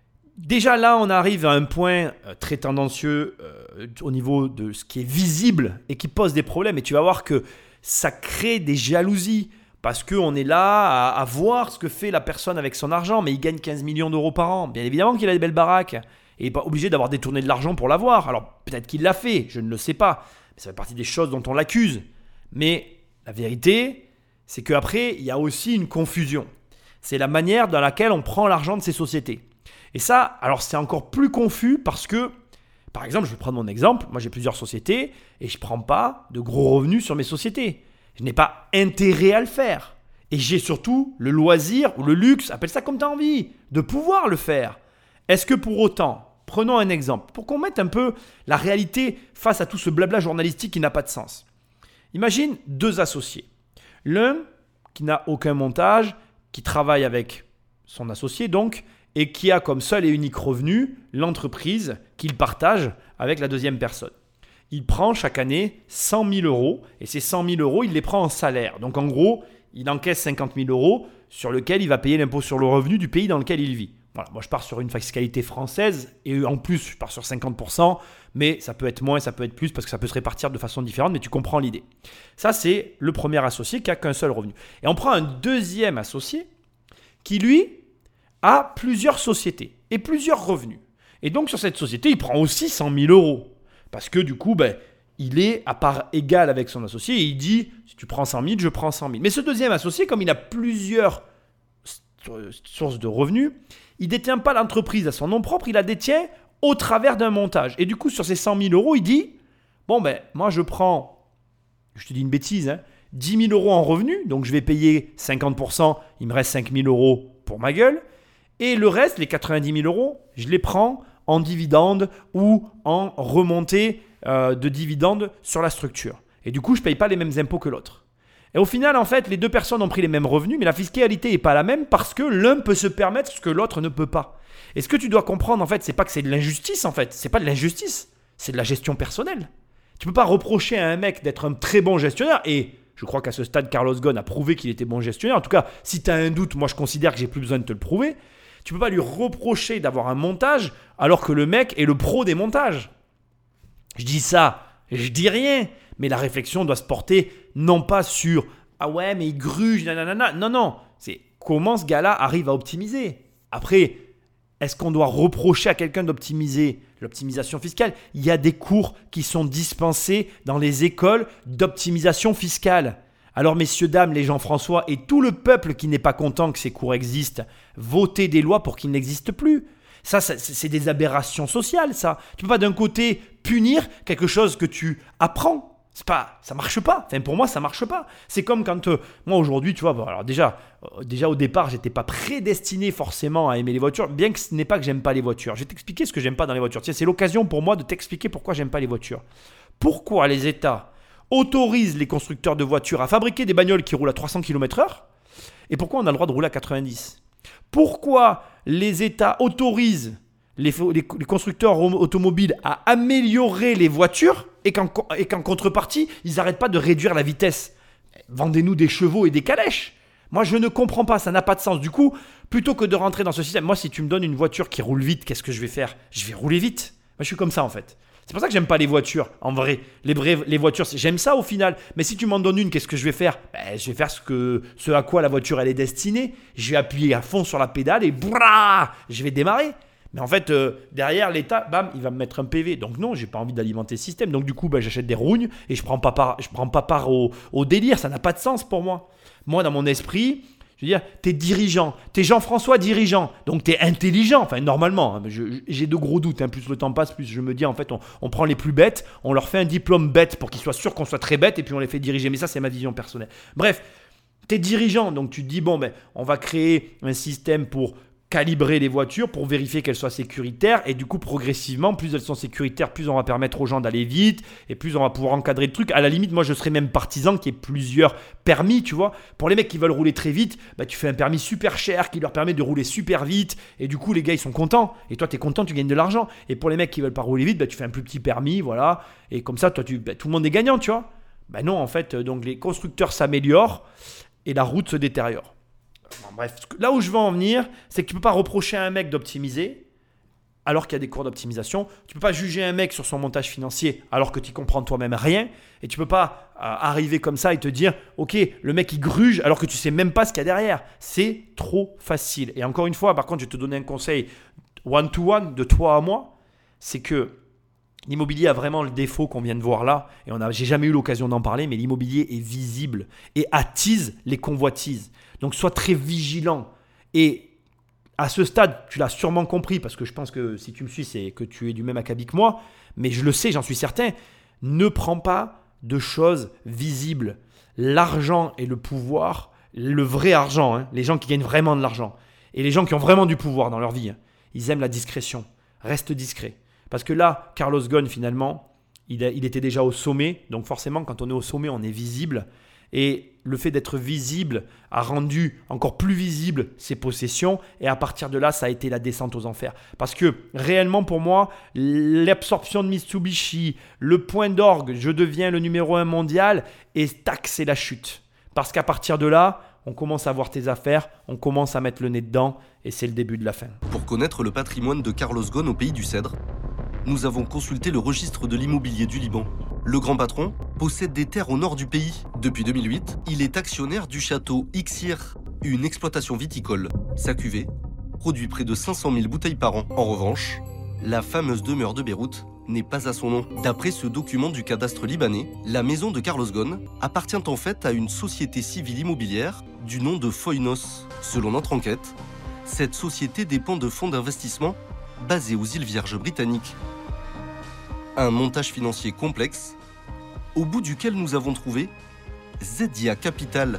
A: déjà là on arrive à un point euh, très tendancieux euh, au niveau de ce qui est visible et qui pose des problèmes. Et tu vas voir que ça crée des jalousies parce qu'on est là à, à voir ce que fait la personne avec son argent. Mais il gagne quinze millions d'euros par an. Bien évidemment qu'il a des belles baraques. Et il n'est pas obligé d'avoir détourné de l'argent pour l'avoir. Alors peut-être qu'il l'a fait, je ne le sais pas. Mais ça fait partie des choses dont on l'accuse. Mais la vérité, c'est qu'après, il y a aussi une confusion. C'est la manière dans laquelle on prend l'argent de ces sociétés. Et ça, alors c'est encore plus confus parce que, par exemple, je vais prendre mon exemple. Moi, j'ai plusieurs sociétés et je ne prends pas de gros revenus sur mes sociétés. Je n'ai pas intérêt à le faire. Et j'ai surtout le loisir ou le luxe, appelle ça comme tu as envie, de pouvoir le faire. Est-ce que pour autant, prenons un exemple, pour qu'on mette un peu la réalité face à tout ce blabla journalistique qui n'a pas de sens. Imagine deux associés. L'un qui n'a aucun montage, qui travaille avec son associé donc, et qui a comme seul et unique revenu l'entreprise qu'il partage avec la deuxième personne. Il prend chaque année cent mille euros, et ces cent mille euros, il les prend en salaire. Donc en gros, il encaisse cinquante mille euros sur lequel il va payer l'impôt sur le revenu du pays dans lequel il vit. Voilà, moi je pars sur une fiscalité française, et en plus je pars sur cinquante pour cent, mais ça peut être moins, ça peut être plus, parce que ça peut se répartir de façon différente, mais tu comprends l'idée. Ça c'est le premier associé qui n'a qu'un seul revenu. Et on prend un deuxième associé qui lui a plusieurs sociétés et plusieurs revenus. Et donc sur cette société, il prend aussi cent mille euros, parce que du coup, ben, il est à part égale avec son associé, et il dit, si tu prends cent mille, je prends cent mille. Mais ce deuxième associé, comme il a plusieurs sources de revenus, il ne détient pas l'entreprise à son nom propre, il la détient au travers d'un montage. Et du coup, sur ces cent mille euros, il dit, bon ben, moi je prends, je te dis une bêtise, hein, dix mille euros en revenus, donc je vais payer cinquante pour cent, il me reste cinq mille euros pour ma gueule, et le reste, les quatre-vingt-dix mille euros, je les prends en dividendes ou en remontée euh, de dividendes sur la structure. Et du coup, je ne paye pas les mêmes impôts que l'autre. Et au final, en fait, les deux personnes ont pris les mêmes revenus, mais la fiscalité n'est pas la même parce que l'un peut se permettre ce que l'autre ne peut pas. Et ce que tu dois comprendre, en fait, c'est pas que c'est de l'injustice, en fait. C'est pas de l'injustice, c'est de la gestion personnelle. Tu peux pas reprocher à un mec d'être un très bon gestionnaire. Et je crois qu'à ce stade, Carlos Ghosn a prouvé qu'il était bon gestionnaire. En tout cas, si tu as un doute, moi, je considère que j'ai plus besoin de te le prouver. Tu peux pas lui reprocher d'avoir un montage alors que le mec est le pro des montages. Je dis ça, je dis rien. Mais la réflexion doit se porter non pas sur « Ah ouais, mais il gruge, nanana. » Non, non. C'est comment ce gars-là arrive à optimiser. Après, est-ce qu'on doit reprocher à quelqu'un d'optimiser l'optimisation fiscale? Il y a des cours qui sont dispensés dans les écoles d'optimisation fiscale. Alors, messieurs, dames, les Jean-François et tout le peuple qui n'est pas content que ces cours existent, votez des lois pour qu'ils n'existent plus. Ça, ça, c'est des aberrations sociales, ça. Tu ne peux pas d'un côté punir quelque chose que tu apprends. C'est pas, ça marche pas. Enfin, pour moi, ça marche pas. C'est comme quand euh, moi aujourd'hui, tu vois, bon, alors déjà, euh, déjà au départ, j'étais pas prédestiné forcément à aimer les voitures, bien que ce n'est pas que j'aime pas les voitures. Je vais t'expliquer ce que j'aime pas dans les voitures. Tiens, c'est l'occasion pour moi de t'expliquer pourquoi j'aime pas les voitures. Pourquoi les États autorisent les constructeurs de voitures à fabriquer des bagnoles qui roulent à trois cents kilomètres heure et pourquoi on a le droit de rouler à quatre-vingt-dix? Pourquoi les États autorisent les, les, les constructeurs automobiles à améliorer les voitures et qu'en, et qu'en contrepartie, ils n'arrêtent pas de réduire la vitesse? Vendez-nous des chevaux et des calèches. Moi, je ne comprends pas, ça n'a pas de sens. Du coup, plutôt que de rentrer dans ce système, moi, si tu me donnes une voiture qui roule vite, qu'est-ce que je vais faire? Je vais rouler vite. Moi, je suis comme ça, en fait. C'est pour ça que j'aime pas les voitures, en vrai. Les, brèves, les voitures, j'aime ça au final. Mais si tu m'en donnes une, qu'est-ce que je vais faire? Ben, je vais faire ce, que, ce à quoi la voiture elle est destinée. Je vais appuyer à fond sur la pédale et brrrr, je vais démarrer. Mais en fait, euh, derrière, l'État, bam, il va me mettre un P V. Donc non, j'ai pas envie d'alimenter le système. Donc du coup, ben, j'achète des rougnes et je prends pas part, je prends pas part au, au délire. Ça n'a pas de sens pour moi. Moi, dans mon esprit, je veux dire, t'es dirigeant. T'es Jean-François dirigeant. Donc t'es intelligent. Enfin, normalement. Hein, je, j'ai de gros doutes. Hein. Plus le temps passe, plus je me dis, en fait, on, on prend les plus bêtes. On leur fait un diplôme bête pour qu'ils soient sûrs qu'on soit très bêtes et puis on les fait diriger. Mais ça, c'est ma vision personnelle. Bref, t'es dirigeant. Donc tu te dis, bon, ben, on va créer un système pour calibrer les voitures pour vérifier qu'elles soient sécuritaires et du coup progressivement plus elles sont sécuritaires, plus on va permettre aux gens d'aller vite et plus on va pouvoir encadrer le truc. À la limite, moi je serais même partisan qu'il y ait plusieurs permis, tu vois. Pour les mecs qui veulent rouler très vite, bah, tu fais un permis super cher qui leur permet de rouler super vite et du coup les gars ils sont contents et toi tu es content, tu gagnes de l'argent. Et pour les mecs qui veulent pas rouler vite, bah, tu fais un plus petit permis, voilà, et comme ça toi tu, bah, tout le monde est gagnant, tu vois. Bah non, en fait, donc les constructeurs s'améliorent et la route se détériore. Bon, bref, là où je veux en venir, c'est que tu ne peux pas reprocher à un mec d'optimiser alors qu'il y a des cours d'optimisation. Tu ne peux pas juger un mec sur son montage financier alors que tu comprends toi-même rien. Et tu ne peux pas euh, arriver comme ça et te dire « Ok, le mec il gruge alors que tu ne sais même pas ce qu'il y a derrière. » C'est trop facile. Et encore une fois, par contre, je vais te donner un conseil one-to-one de toi à moi. C'est que l'immobilier a vraiment le défaut qu'on vient de voir là. Et on a, j'ai jamais eu l'occasion d'en parler, mais l'immobilier est visible et attise les convoitises. Donc, sois très vigilant. Et à ce stade, tu l'as sûrement compris, parce que je pense que si tu me suis, c'est que tu es du même acabit que moi. Mais je le sais, j'en suis certain. Ne prends pas de choses visibles. L'argent et le pouvoir, le vrai argent, hein, les gens qui gagnent vraiment de l'argent, et les gens qui ont vraiment du pouvoir dans leur vie, hein, ils aiment la discrétion. Reste discret. Parce que là, Carlos Ghosn, finalement, il, a, il était déjà au sommet. Donc forcément, quand on est au sommet, on est visible. Et le fait d'être visible a rendu encore plus visible ses possessions. Et à partir de là, ça a été la descente aux enfers. Parce que réellement, pour moi, l'absorption de Mitsubishi, le point d'orgue, je deviens le numéro un mondial, et tac, c'est la chute. Parce qu'à partir de là, on commence à voir tes affaires, on commence à mettre le nez dedans, et c'est le début de la fin.
C: Pour connaître le patrimoine de Carlos Ghosn au pays du Cèdre, nous avons consulté le registre de l'immobilier du Liban. Le grand patron possède des terres au nord du pays. Depuis deux mille huit, il est actionnaire du château Iksir, une exploitation viticole. Sa cuvée produit près de cinq cent mille bouteilles par an. En revanche, la fameuse demeure de Beyrouth n'est pas à son nom. D'après ce document du cadastre libanais, la maison de Carlos Ghosn appartient en fait à une société civile immobilière du nom de Foinos. Selon notre enquête, cette société dépend de fonds d'investissement basés aux îles Vierges britanniques. Un montage financier complexe, au bout duquel nous avons trouvé Zedia Capital.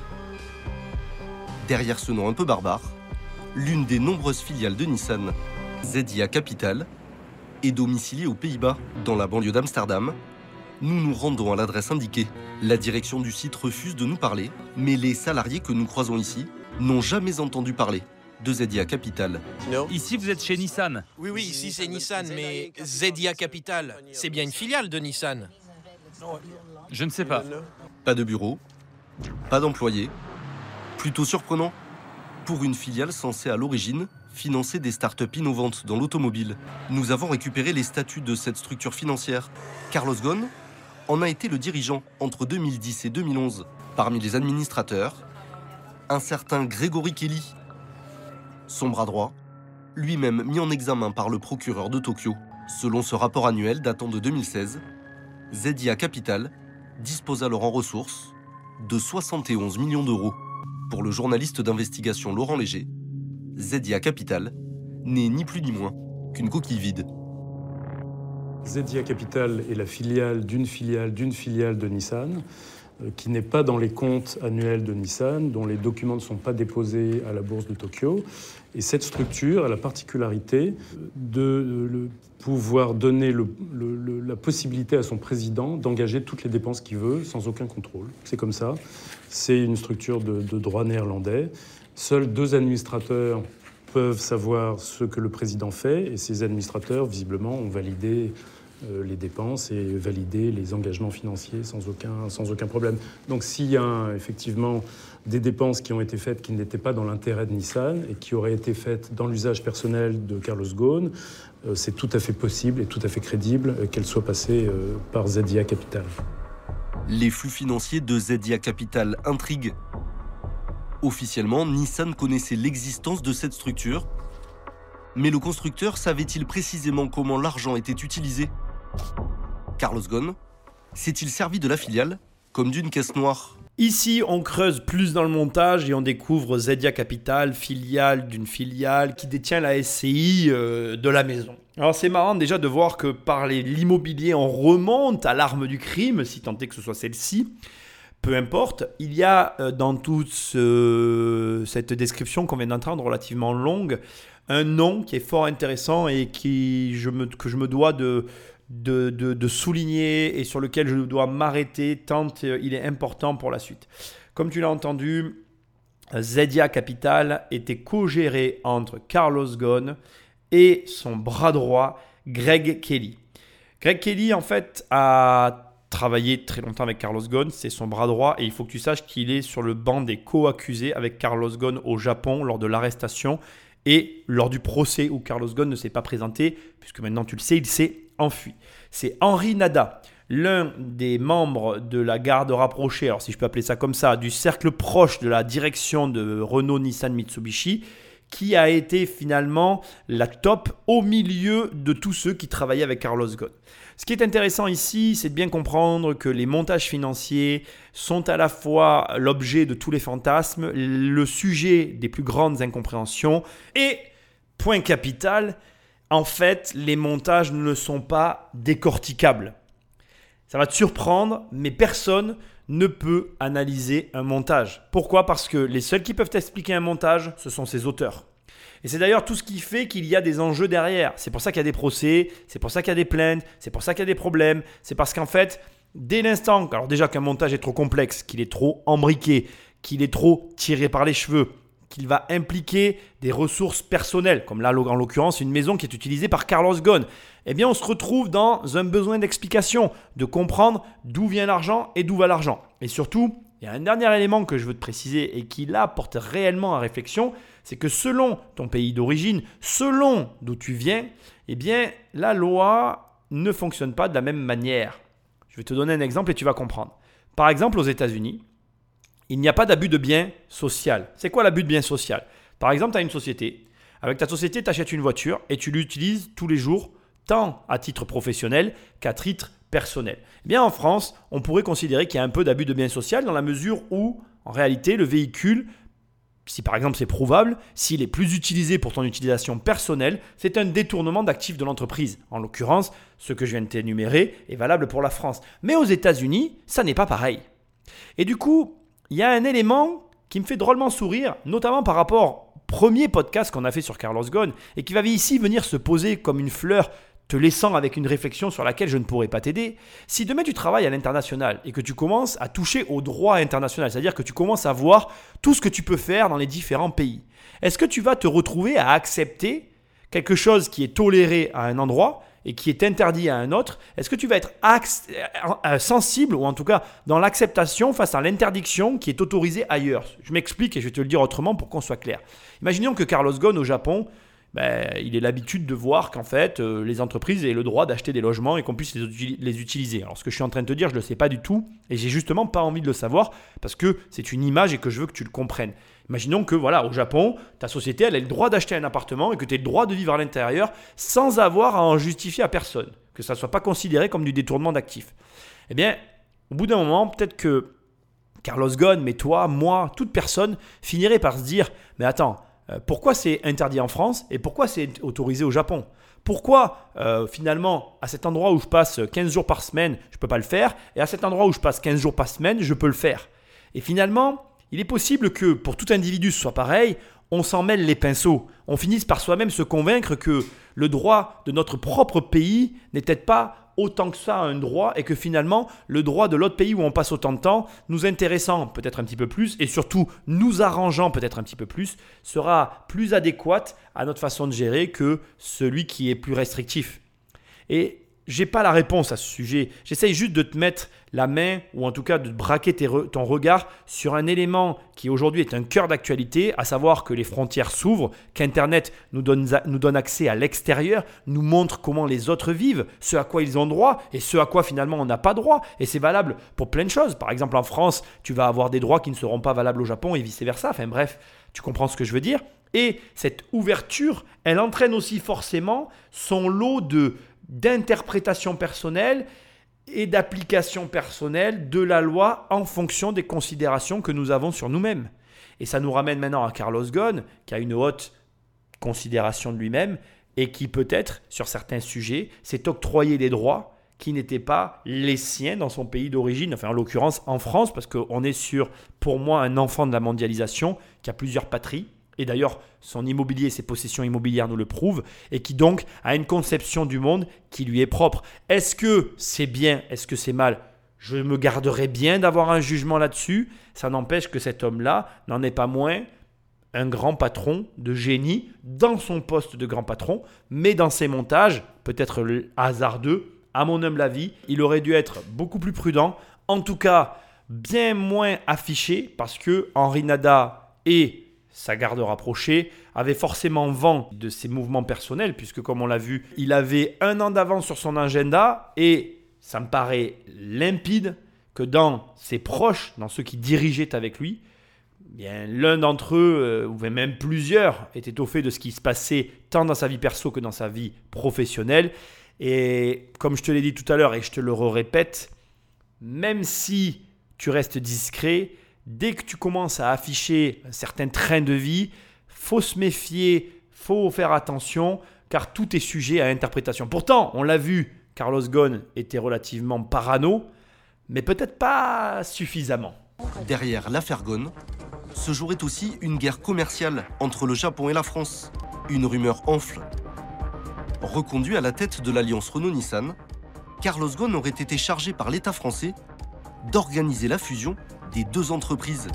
C: Derrière ce nom un peu barbare, l'une des nombreuses filiales de Nissan. Zedia Capital est domiciliée aux Pays-Bas, dans la banlieue d'Amsterdam, Nous nous rendons à l'adresse indiquée. La direction du site refuse de nous parler, mais les salariés que nous croisons ici n'ont jamais entendu parler de Z I A Capital.
M: Ici, vous êtes chez Nissan.
L: Oui, oui, ici c'est Nissan, mais Z I A Capital, c'est bien une filiale de Nissan.
M: Je ne sais pas.
C: Pas de bureau, pas d'employés. Plutôt surprenant pour une filiale censée à l'origine financer des startups innovantes dans l'automobile. Nous avons récupéré les statuts de cette structure financière. Carlos Ghosn en a été le dirigeant entre deux mille dix et deux mille onze. Parmi les administrateurs, un certain Gregory Kelly, son bras droit, lui-même mis en examen par le procureur de Tokyo. Selon ce rapport annuel datant de deux mille seize, Z I A Capital dispose alors en ressources de soixante et onze millions d'euros. Pour le journaliste d'investigation Laurent Léger, Z I A Capital n'est ni plus ni moins qu'une coquille vide.
R: Z I A Capital est la filiale d'une filiale d'une filiale de Nissan, euh, qui n'est pas dans les comptes annuels de Nissan, dont les documents ne sont pas déposés à la bourse de Tokyo. Et cette structure a la particularité de, de, de pouvoir donner le, le, le, la possibilité à son président d'engager toutes les dépenses qu'il veut sans aucun contrôle. C'est comme ça. C'est une structure de, de droit néerlandais. Seuls deux administrateurs peuvent savoir ce que le président fait, et ces administrateurs, visiblement, ont validé euh, les dépenses et validé les engagements financiers sans aucun, sans aucun problème. Donc s'il y a effectivement des dépenses qui ont été faites qui n'étaient pas dans l'intérêt de Nissan et qui auraient été faites dans l'usage personnel de Carlos Ghosn, euh, c'est tout à fait possible et tout à fait crédible euh, qu'elles soient passées euh, par Z I A Capital.
C: Les flux financiers de Z I A Capital intriguent. Officiellement, Nissan connaissait l'existence de cette structure. Mais le constructeur savait-il précisément comment l'argent était utilisé ? Carlos Ghosn s'est-il servi de la filiale comme d'une caisse noire ?
A: Ici, on creuse plus dans le montage et on découvre Z I A Capital, filiale d'une filiale qui détient la S C I euh, de la maison. Alors c'est marrant déjà de voir que par les- l'immobilier, on remonte à l'arme du crime, si tant est que ce soit celle-ci. Peu importe, il y a euh, dans toute ce- cette description qu'on vient d'entendre, relativement longue, un nom qui est fort intéressant et qui, je me, que je me dois de, de, de- de souligner et sur lequel je dois m'arrêter tant euh, il est important pour la suite. Comme tu l'as entendu, Z I A Capital était co-géré entre Carlos Ghosn et son bras droit, Greg Kelly. Greg Kelly, en fait, a travaillé très longtemps avec Carlos Ghosn, c'est son bras droit, et il faut que tu saches qu'il est sur le banc des co-accusés avec Carlos Ghosn au Japon lors de l'arrestation et lors du procès où Carlos Ghosn ne s'est pas présenté, puisque maintenant tu le sais, il s'est enfui. C'est Henri Nada, l'un des membres de la garde rapprochée, alors si je peux appeler ça comme ça, du cercle proche de la direction de Renault, Nissan, Mitsubishi, qui a été finalement la top au milieu de tous ceux qui travaillaient avec Carlos Ghosn. Ce qui est intéressant ici, c'est de bien comprendre que les montages financiers sont à la fois l'objet de tous les fantasmes, le sujet des plus grandes incompréhensions et, point capital, en fait, les montages ne sont pas décorticables. Ça va te surprendre, mais personne ne peut analyser un montage. Pourquoi ? Parce que les seuls qui peuvent expliquer un montage, ce sont ses auteurs. Et c'est d'ailleurs tout ce qui fait qu'il y a des enjeux derrière. C'est pour ça qu'il y a des procès, c'est pour ça qu'il y a des plaintes, c'est pour ça qu'il y a des problèmes. C'est parce qu'en fait, dès l'instant, alors déjà qu'un montage est trop complexe, qu'il est trop embriqué, qu'il est trop tiré par les cheveux, qu'il va impliquer des ressources personnelles, comme là en l'occurrence une maison qui est utilisée par Carlos Ghosn, eh bien on se retrouve dans un besoin d'explication, de comprendre d'où vient l'argent et d'où va l'argent. Et surtout, il y a un dernier élément que je veux te préciser et qui là porte réellement à réflexion, c'est que selon ton pays d'origine, selon d'où tu viens, eh bien la loi ne fonctionne pas de la même manière. Je vais te donner un exemple et tu vas comprendre. Par exemple, aux États-Unis, il n'y a pas d'abus de bien social. C'est quoi l'abus de bien social ? Par exemple, tu as une société. Avec ta société, tu achètes une voiture et tu l'utilises tous les jours, tant à titre professionnel qu'à titre personnel. Eh bien, en France, on pourrait considérer qu'il y a un peu d'abus de bien social dans la mesure où, en réalité, le véhicule, si par exemple c'est prouvable, s'il est plus utilisé pour ton utilisation personnelle, c'est un détournement d'actifs de l'entreprise. En l'occurrence, ce que je viens de t'énumérer est valable pour la France. Mais aux États-Unis, ça n'est pas pareil. Et du coup, il y a un élément qui me fait drôlement sourire, notamment par rapport au premier podcast qu'on a fait sur Carlos Ghosn et qui va ici venir se poser comme une fleur te laissant avec une réflexion sur laquelle je ne pourrais pas t'aider. Si demain tu travailles à l'international et que tu commences à toucher au droit international, c'est-à-dire que tu commences à voir tout ce que tu peux faire dans les différents pays, est-ce que tu vas te retrouver à accepter quelque chose qui est toléré à un endroit et qui est interdit à un autre? Est-ce que tu vas être axe, euh, sensible ou en tout cas dans l'acceptation face à l'interdiction qui est autorisée ailleurs? Je m'explique et je vais te le dire autrement pour qu'on soit clair. Imaginons que Carlos Ghosn au Japon, ben, il ait l'habitude de voir qu'en fait, euh, les entreprises aient le droit d'acheter des logements et qu'on puisse les, les utiliser. Alors, ce que je suis en train de te dire, je ne le sais pas du tout et j'ai justement pas envie de le savoir parce que c'est une image et que je veux que tu le comprennes. Imaginons que, voilà, au Japon, ta société, elle a le droit d'acheter un appartement et que tu aies le droit de vivre à l'intérieur sans avoir à en justifier à personne, que ça ne soit pas considéré comme du détournement d'actifs. Eh bien, au bout d'un moment, peut-être que Carlos Ghosn, mais toi, moi, toute personne finirait par se dire « Mais attends, pourquoi c'est interdit en France et pourquoi c'est autorisé au Japon ? Pourquoi euh, finalement à cet endroit où je passe quinze jours par semaine, je ne peux pas le faire et à cet endroit où je passe quinze jours par semaine, je peux le faire ?» Et finalement, il est possible que pour tout individu ce soit pareil, on s'en mêle les pinceaux. On finisse par soi-même se convaincre que le droit de notre propre pays n'est peut-être pas autant que ça un droit et que finalement le droit de l'autre pays où on passe autant de temps, nous intéressant peut-être un petit peu plus et surtout nous arrangeant peut-être un petit peu plus, sera plus adéquat à notre façon de gérer que celui qui est plus restrictif. Et j'ai pas la réponse à ce sujet. J'essaye juste de te mettre la main ou en tout cas de braquer tes re- ton regard sur un élément qui aujourd'hui est un cœur d'actualité, à savoir que les frontières s'ouvrent, qu'Internet nous donne, nous donne accès à l'extérieur, nous montre comment les autres vivent, ce à quoi ils ont droit et ce à quoi finalement on n'a pas droit. Et c'est valable pour plein de choses. Par exemple en France, tu vas avoir des droits qui ne seront pas valables au Japon et vice-versa. Enfin bref, tu comprends ce que je veux dire. Et cette ouverture, elle entraîne aussi forcément son lot de d'interprétation personnelle et d'application personnelle de la loi en fonction des considérations que nous avons sur nous-mêmes. Et ça nous ramène maintenant à Carlos Ghosn, qui a une haute considération de lui-même et qui peut-être, sur certains sujets, s'est octroyé des droits qui n'étaient pas les siens dans son pays d'origine, enfin en l'occurrence en France, parce qu'on est sur, pour moi, un enfant de la mondialisation qui a plusieurs patries. Et d'ailleurs, son immobilier et ses possessions immobilières nous le prouvent, et qui donc a une conception du monde qui lui est propre. Est-ce que c'est bien? Est-ce que c'est mal? Je me garderai bien d'avoir un jugement là-dessus. Ça n'empêche que cet homme-là n'en est pas moins un grand patron de génie dans son poste de grand patron, mais dans ses montages, peut-être hasardeux, à mon humble avis, il aurait dû être beaucoup plus prudent, en tout cas bien moins affiché, parce que Henri Nada et sa garde rapprochée avait forcément vent de ses mouvements personnels, puisque comme on l'a vu, il avait un an d'avance sur son agenda et ça me paraît limpide que dans ses proches, dans ceux qui dirigeaient avec lui, bien, l'un d'entre eux, ou même plusieurs, étaient au fait de ce qui se passait tant dans sa vie perso que dans sa vie professionnelle. Et comme je te l'ai dit tout à l'heure et je te le répète, même si tu restes discret, dès que tu commences à afficher un certain train de vie, faut se méfier, faut faire attention, car tout est sujet à interprétation. Pourtant, on l'a vu, Carlos Ghosn était relativement parano, mais peut-être pas suffisamment.
C: Derrière l'affaire Ghosn, se jouerait aussi une guerre commerciale entre le Japon et la France. Une rumeur enfle. Reconduit à la tête de l'alliance Renault-Nissan, Carlos Ghosn aurait été chargé par l'État français d'organiser la fusion des deux entreprises.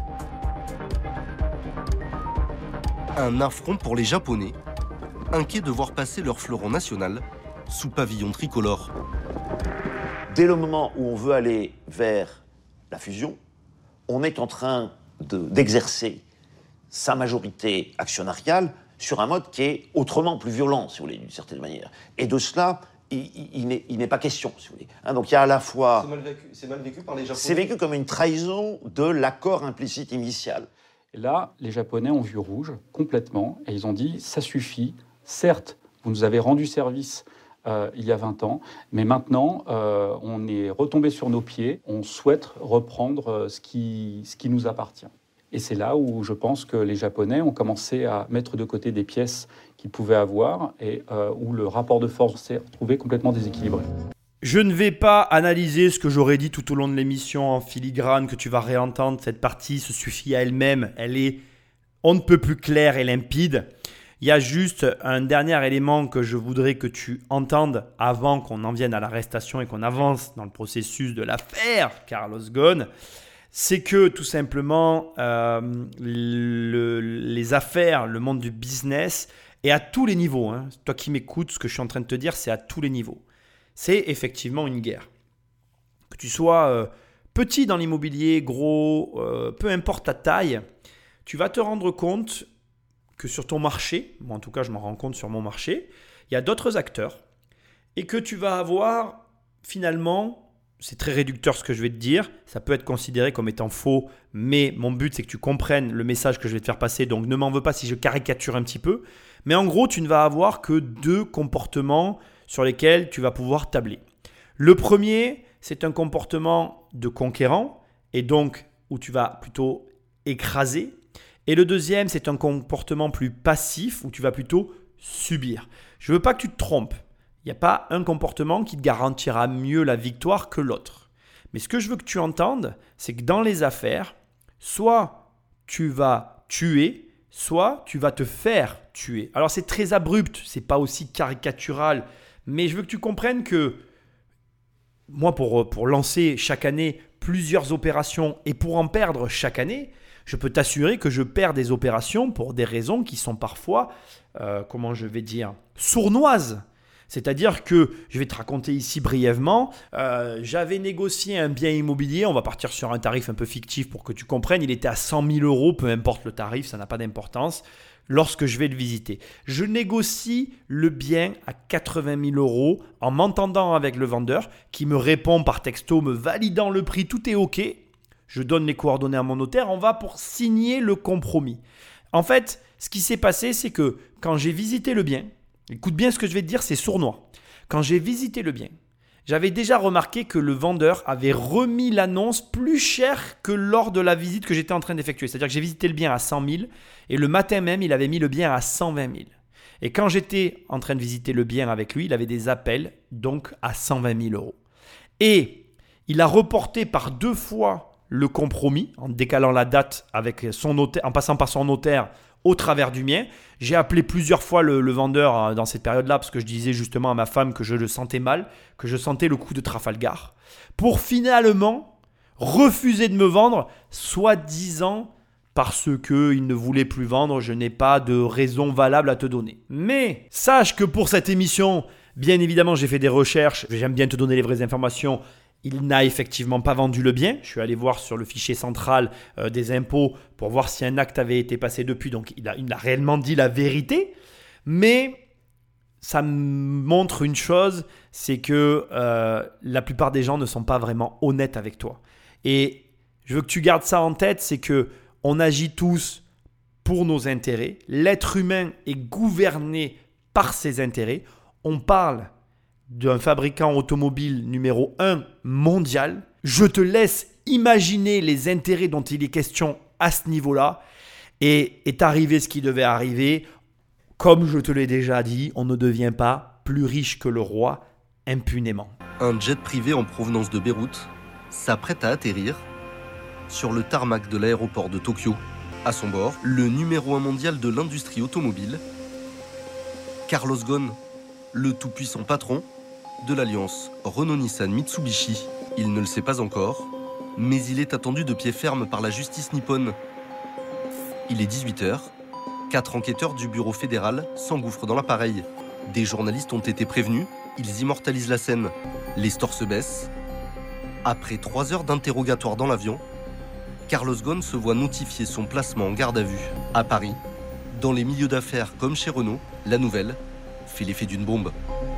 C: Un affront pour les Japonais, inquiets de voir passer leur fleuron national sous pavillon tricolore.
T: Dès le moment où on veut aller vers la fusion, on est en train de, d'exercer sa majorité actionnariale sur un mode qui est autrement plus violent, si vous voulez, d'une certaine manière. Et de cela, il, il, il, n'est, il n'est pas question, si vous voulez. Hein, donc il y a à la fois...
C: C'est mal vécu, c'est mal vécu par les Japonais.
T: C'est vécu comme une trahison de l'accord implicite initial.
V: Et là, les Japonais ont vu rouge complètement et ils ont dit « ça suffit, certes, vous nous avez rendu service euh, il y a vingt ans, mais maintenant, euh, on est retombé sur nos pieds, on souhaite reprendre euh, ce, qui, ce qui nous appartient ». Et c'est là où je pense que les Japonais ont commencé à mettre de côté des pièces qu'ils pouvaient avoir et euh, où le rapport de force s'est retrouvé complètement déséquilibré.
A: Je ne vais pas analyser ce que j'aurais dit tout au long de l'émission en filigrane, que tu vas réentendre. Cette partie se suffit à elle-même. Elle est on ne peut plus claire et limpide. Il y a juste un dernier élément que je voudrais que tu entendes avant qu'on en vienne à l'arrestation et qu'on avance dans le processus de l'affaire Carlos Ghosn. C'est que tout simplement, euh, le, les affaires, le monde du business, et à tous les niveaux, hein, toi qui m'écoutes, ce que je suis en train de te dire, c'est à tous les niveaux. C'est effectivement une guerre. Que tu sois euh, petit dans l'immobilier, gros, euh, peu importe ta taille, tu vas te rendre compte que sur ton marché, moi en tout cas je m'en rends compte sur mon marché, il y a d'autres acteurs et que tu vas avoir finalement, c'est très réducteur ce que je vais te dire, ça peut être considéré comme étant faux, mais mon but c'est que tu comprennes le message que je vais te faire passer, donc ne m'en veux pas si je caricature un petit peu, mais en gros tu ne vas avoir que deux comportements sur lesquels tu vas pouvoir tabler. Le premier, c'est un comportement de conquérant et donc où tu vas plutôt écraser. Et le deuxième, c'est un comportement plus passif où tu vas plutôt subir. Je ne veux pas que tu te trompes. Il n'y a pas un comportement qui te garantira mieux la victoire que l'autre. Mais ce que je veux que tu entendes, c'est que dans les affaires, soit tu vas tuer, soit tu vas te faire tuer. Alors c'est très abrupt, c'est pas aussi caricatural, mais je veux que tu comprennes que moi, pour, pour lancer chaque année plusieurs opérations et pour en perdre chaque année, je peux t'assurer que je perds des opérations pour des raisons qui sont parfois, euh, comment je vais dire, sournoises. C'est-à-dire que, je vais te raconter ici brièvement, euh, j'avais négocié un bien immobilier, on va partir sur un tarif un peu fictif pour que tu comprennes, il était à cent mille euros, peu importe le tarif, ça n'a pas d'importance, lorsque je vais le visiter. Je négocie le bien à quatre-vingt mille euros en m'entendant avec le vendeur qui me répond par texto, me validant le prix, tout est OK. Je donne les coordonnées à mon notaire, on va pour signer le compromis. En fait, ce qui s'est passé, c'est que quand j'ai visité le bien, écoute bien ce que je vais te dire, c'est sournois. Quand j'ai visité le bien, j'avais déjà remarqué que le vendeur avait remis l'annonce plus cher que lors de la visite que j'étais en train d'effectuer. C'est-à-dire que j'ai visité le bien à cent mille et le matin même, il avait mis le bien à cent vingt mille. Et quand j'étais en train de visiter le bien avec lui, il avait des appels donc à cent vingt mille euros. Et il a reporté par deux fois le compromis, en décalant la date avec son notaire, en passant par son notaire au travers du mien. J'ai appelé plusieurs fois le, le vendeur dans cette période-là parce que je disais justement à ma femme que je le sentais mal, que je sentais le coup de Trafalgar, pour finalement refuser de me vendre, soi-disant parce qu'il ne voulait plus vendre, je n'ai pas de raison valable à te donner. Mais sache que pour cette émission, bien évidemment, j'ai fait des recherches, j'aime bien te donner les vraies informations. Il n'a effectivement pas vendu le bien. Je suis allé voir sur le fichier central euh, des impôts pour voir si un acte avait été passé depuis. Donc, il a, il a réellement dit la vérité. Mais ça me montre une chose, c'est que euh, la plupart des gens ne sont pas vraiment honnêtes avec toi. Et je veux que tu gardes ça en tête, c'est qu'on agit tous pour nos intérêts. L'être humain est gouverné par ses intérêts. On parle d'un fabricant automobile numéro un mondial. Je te laisse imaginer les intérêts dont il est question à ce niveau-là. Et est arrivé ce qui devait arriver. Comme je te l'ai déjà dit, on ne devient pas plus riche que le roi impunément.
C: Un jet privé en provenance de Beyrouth s'apprête à atterrir sur le tarmac de l'aéroport de Tokyo. À son bord, le numéro un mondial de l'industrie automobile, Carlos Ghosn, le tout-puissant patron de l'alliance Renault-Nissan-Mitsubishi. Il ne le sait pas encore, mais il est attendu de pied ferme par la justice nippone. Il est dix-huit heures, quatre enquêteurs du bureau fédéral s'engouffrent dans l'appareil. Des journalistes ont été prévenus, ils immortalisent la scène. Les stores se baissent. Après trois heures d'interrogatoire dans l'avion, Carlos Ghosn se voit notifier son placement en garde à vue. À Paris, dans les milieux d'affaires comme chez Renault, la nouvelle fait l'effet d'une bombe.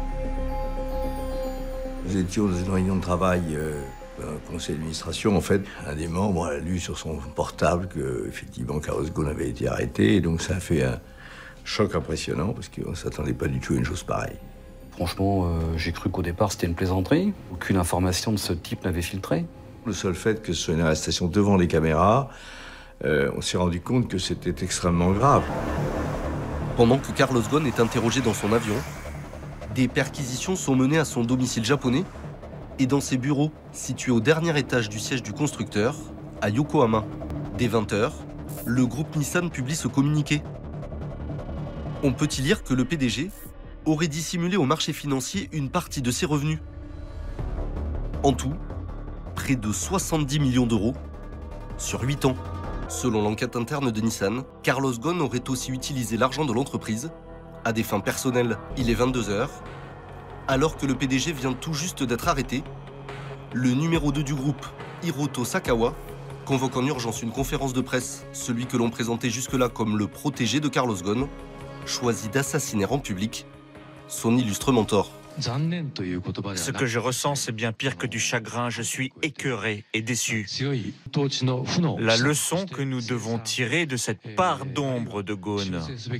F: Nous étions dans une réunion de travail, euh, un conseil d'administration. En fait, un des membres a lu sur son portable que, effectivement, Carlos Ghosn avait été arrêté. Et donc, ça a fait un choc impressionnant parce qu'on ne s'attendait pas du tout à une chose pareille.
P: Franchement, euh, j'ai cru qu'au départ, c'était une plaisanterie. Aucune information de ce type n'avait filtré.
F: Le seul fait que ce soit une arrestation devant les caméras, euh, on s'est rendu compte que c'était extrêmement grave.
C: Pendant que Carlos Ghosn est interrogé dans son avion, des perquisitions sont menées à son domicile japonais et dans ses bureaux situés au dernier étage du siège du constructeur, à Yokohama. Dès vingt heures, le groupe Nissan publie ce communiqué. On peut y lire que le P D G aurait dissimulé au marché financier une partie de ses revenus. En tout, près de soixante-dix millions d'euros sur huit ans. Selon l'enquête interne de Nissan, Carlos Ghosn aurait aussi utilisé l'argent de l'entreprise à des fins personnelles. Il est vingt-deux heures, alors que le P D G vient tout juste d'être arrêté. Le numéro deux du groupe, Hiroto Sakawa, convoque en urgence une conférence de presse. Celui que l'on présentait jusque-là comme le protégé de Carlos Ghosn choisit d'assassiner en public son illustre mentor.
D: Ce que je ressens, c'est bien pire que du chagrin. Je suis écœuré et déçu. La leçon que nous devons tirer de cette part d'ombre de Ghosn,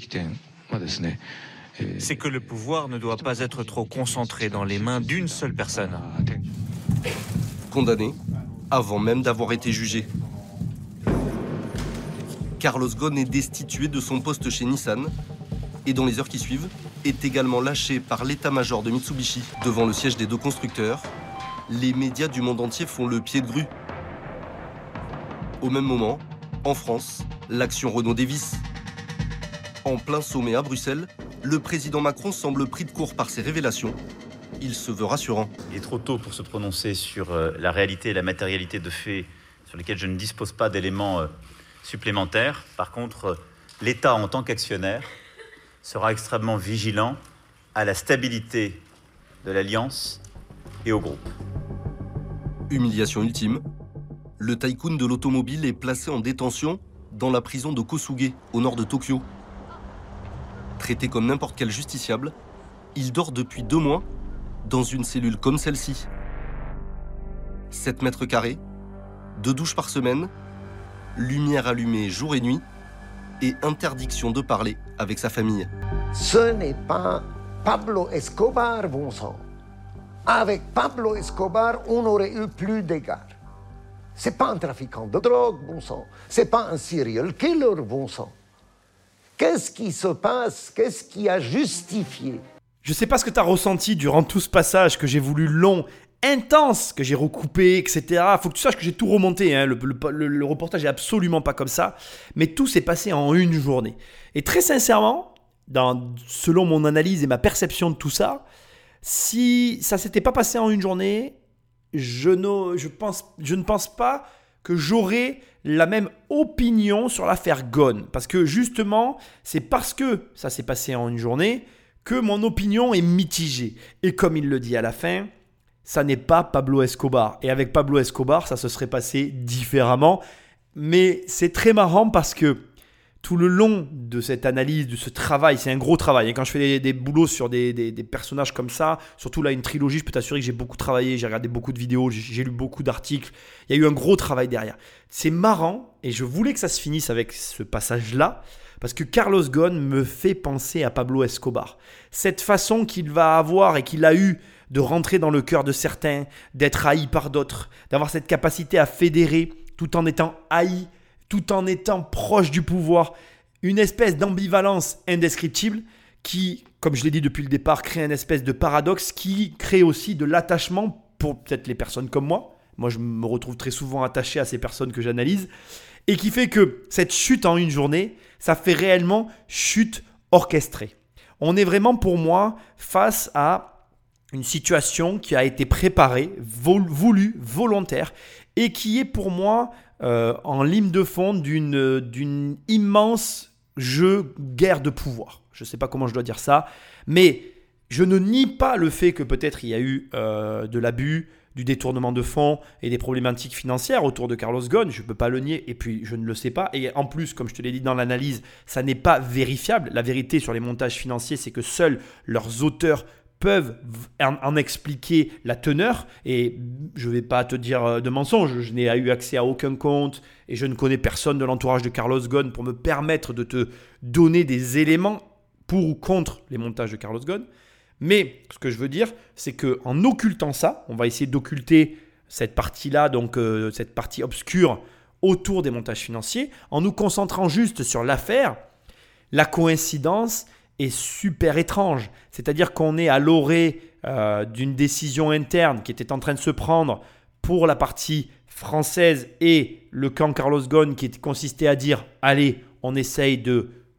D: c'est que le pouvoir ne doit pas être trop concentré dans les mains d'une seule personne.
C: Condamné avant même d'avoir été jugé. Carlos Ghosn est destitué de son poste chez Nissan et dans les heures qui suivent, est également lâché par l'état-major de Mitsubishi devant le siège des deux constructeurs. Les médias du monde entier font le pied de grue. Au même moment, en France, l'action Renault dévisse. En plein sommet à Bruxelles, le président Macron semble pris de court par ces révélations. Il se veut rassurant.
E: Il est trop tôt pour se prononcer sur euh, la réalité et la matérialité de faits sur lesquels je ne dispose pas d'éléments euh, supplémentaires. Par contre, euh, l'État en tant qu'actionnaire sera extrêmement vigilant à la stabilité de l'Alliance et au groupe.
C: Humiliation ultime, le tycoon de l'automobile est placé en détention dans la prison de Kosuge, au nord de Tokyo. Traité comme n'importe quel justiciable, il dort depuis deux mois dans une cellule comme celle-ci. sept mètres carrés, deux douches par semaine, lumière allumée jour et nuit, et interdiction de parler avec sa famille.
W: Ce n'est pas Pablo Escobar, bon sang. Avec Pablo Escobar, on aurait eu plus d'égards. C'est pas un trafiquant de drogue, bon sang. C'est pas un serial killer, bon sang. Qu'est-ce qui se passe? Qu'est-ce qui a justifié?
A: Je sais pas ce que tu as ressenti durant tout ce passage que j'ai voulu long, intense, que j'ai recoupé, et cetera. Faut que tu saches que j'ai tout remonté, hein. le, le, le reportage est absolument pas comme ça, mais tout s'est passé en une journée. Et très sincèrement, dans, selon mon analyse et ma perception de tout ça, si ça s'était pas passé en une journée, je, ne, je, pense, je ne pense pas que j'aurais la même opinion sur l'affaire Ghosn. Parce que justement, c'est parce que ça s'est passé en une journée que mon opinion est mitigée. Et comme il le dit à la fin, ça n'est pas Pablo Escobar. Et avec Pablo Escobar, ça se serait passé différemment. Mais c'est très marrant parce que tout le long de cette analyse, de ce travail, c'est un gros travail. Et quand je fais des, des boulots sur des, des, des personnages comme ça, surtout là une trilogie, je peux t'assurer que j'ai beaucoup travaillé, j'ai regardé beaucoup de vidéos, j'ai, j'ai lu beaucoup d'articles. Il y a eu un gros travail derrière. C'est marrant et je voulais que ça se finisse avec ce passage-là. Parce que Carlos Ghosn me fait penser à Pablo Escobar. Cette façon qu'il va avoir et qu'il a eu de rentrer dans le cœur de certains, d'être haï par d'autres, d'avoir cette capacité à fédérer tout en étant haï, tout en étant proche du pouvoir. Une espèce d'ambivalence indescriptible qui, comme je l'ai dit depuis le départ, crée une espèce de paradoxe qui crée aussi de l'attachement pour peut-être les personnes comme moi. Moi, je me retrouve très souvent attaché à ces personnes que j'analyse. Et qui fait que cette chute en une journée, ça fait réellement chute orchestrée. On est vraiment pour moi face à une situation qui a été préparée, vol- voulue, volontaire et qui est pour moi euh, en lime de fond d'une, d'une immense jeu guerre de pouvoir. Je ne sais pas comment je dois dire ça, mais je ne nie pas le fait que peut-être il y a eu euh, de l'abus, du détournement de fonds et des problématiques financières autour de Carlos Ghosn, je ne peux pas le nier et puis je ne le sais pas. Et en plus, comme je te l'ai dit dans l'analyse, ça n'est pas vérifiable. La vérité sur les montages financiers, c'est que seuls leurs auteurs peuvent en, en expliquer la teneur et je ne vais pas te dire de mensonge, je n'ai eu accès à aucun compte et je ne connais personne de l'entourage de Carlos Ghosn pour me permettre de te donner des éléments pour ou contre les montages de Carlos Ghosn. Mais ce que je veux dire, c'est qu'en occultant ça, on va essayer d'occulter cette partie-là, donc euh, cette partie obscure autour des montages financiers, en nous concentrant juste sur l'affaire, la coïncidence est super étrange. C'est-à-dire qu'on est à l'orée euh, d'une décision interne qui était en train de se prendre pour la partie française et le camp Carlos Ghosn qui consistait à dire « Allez, on essaye de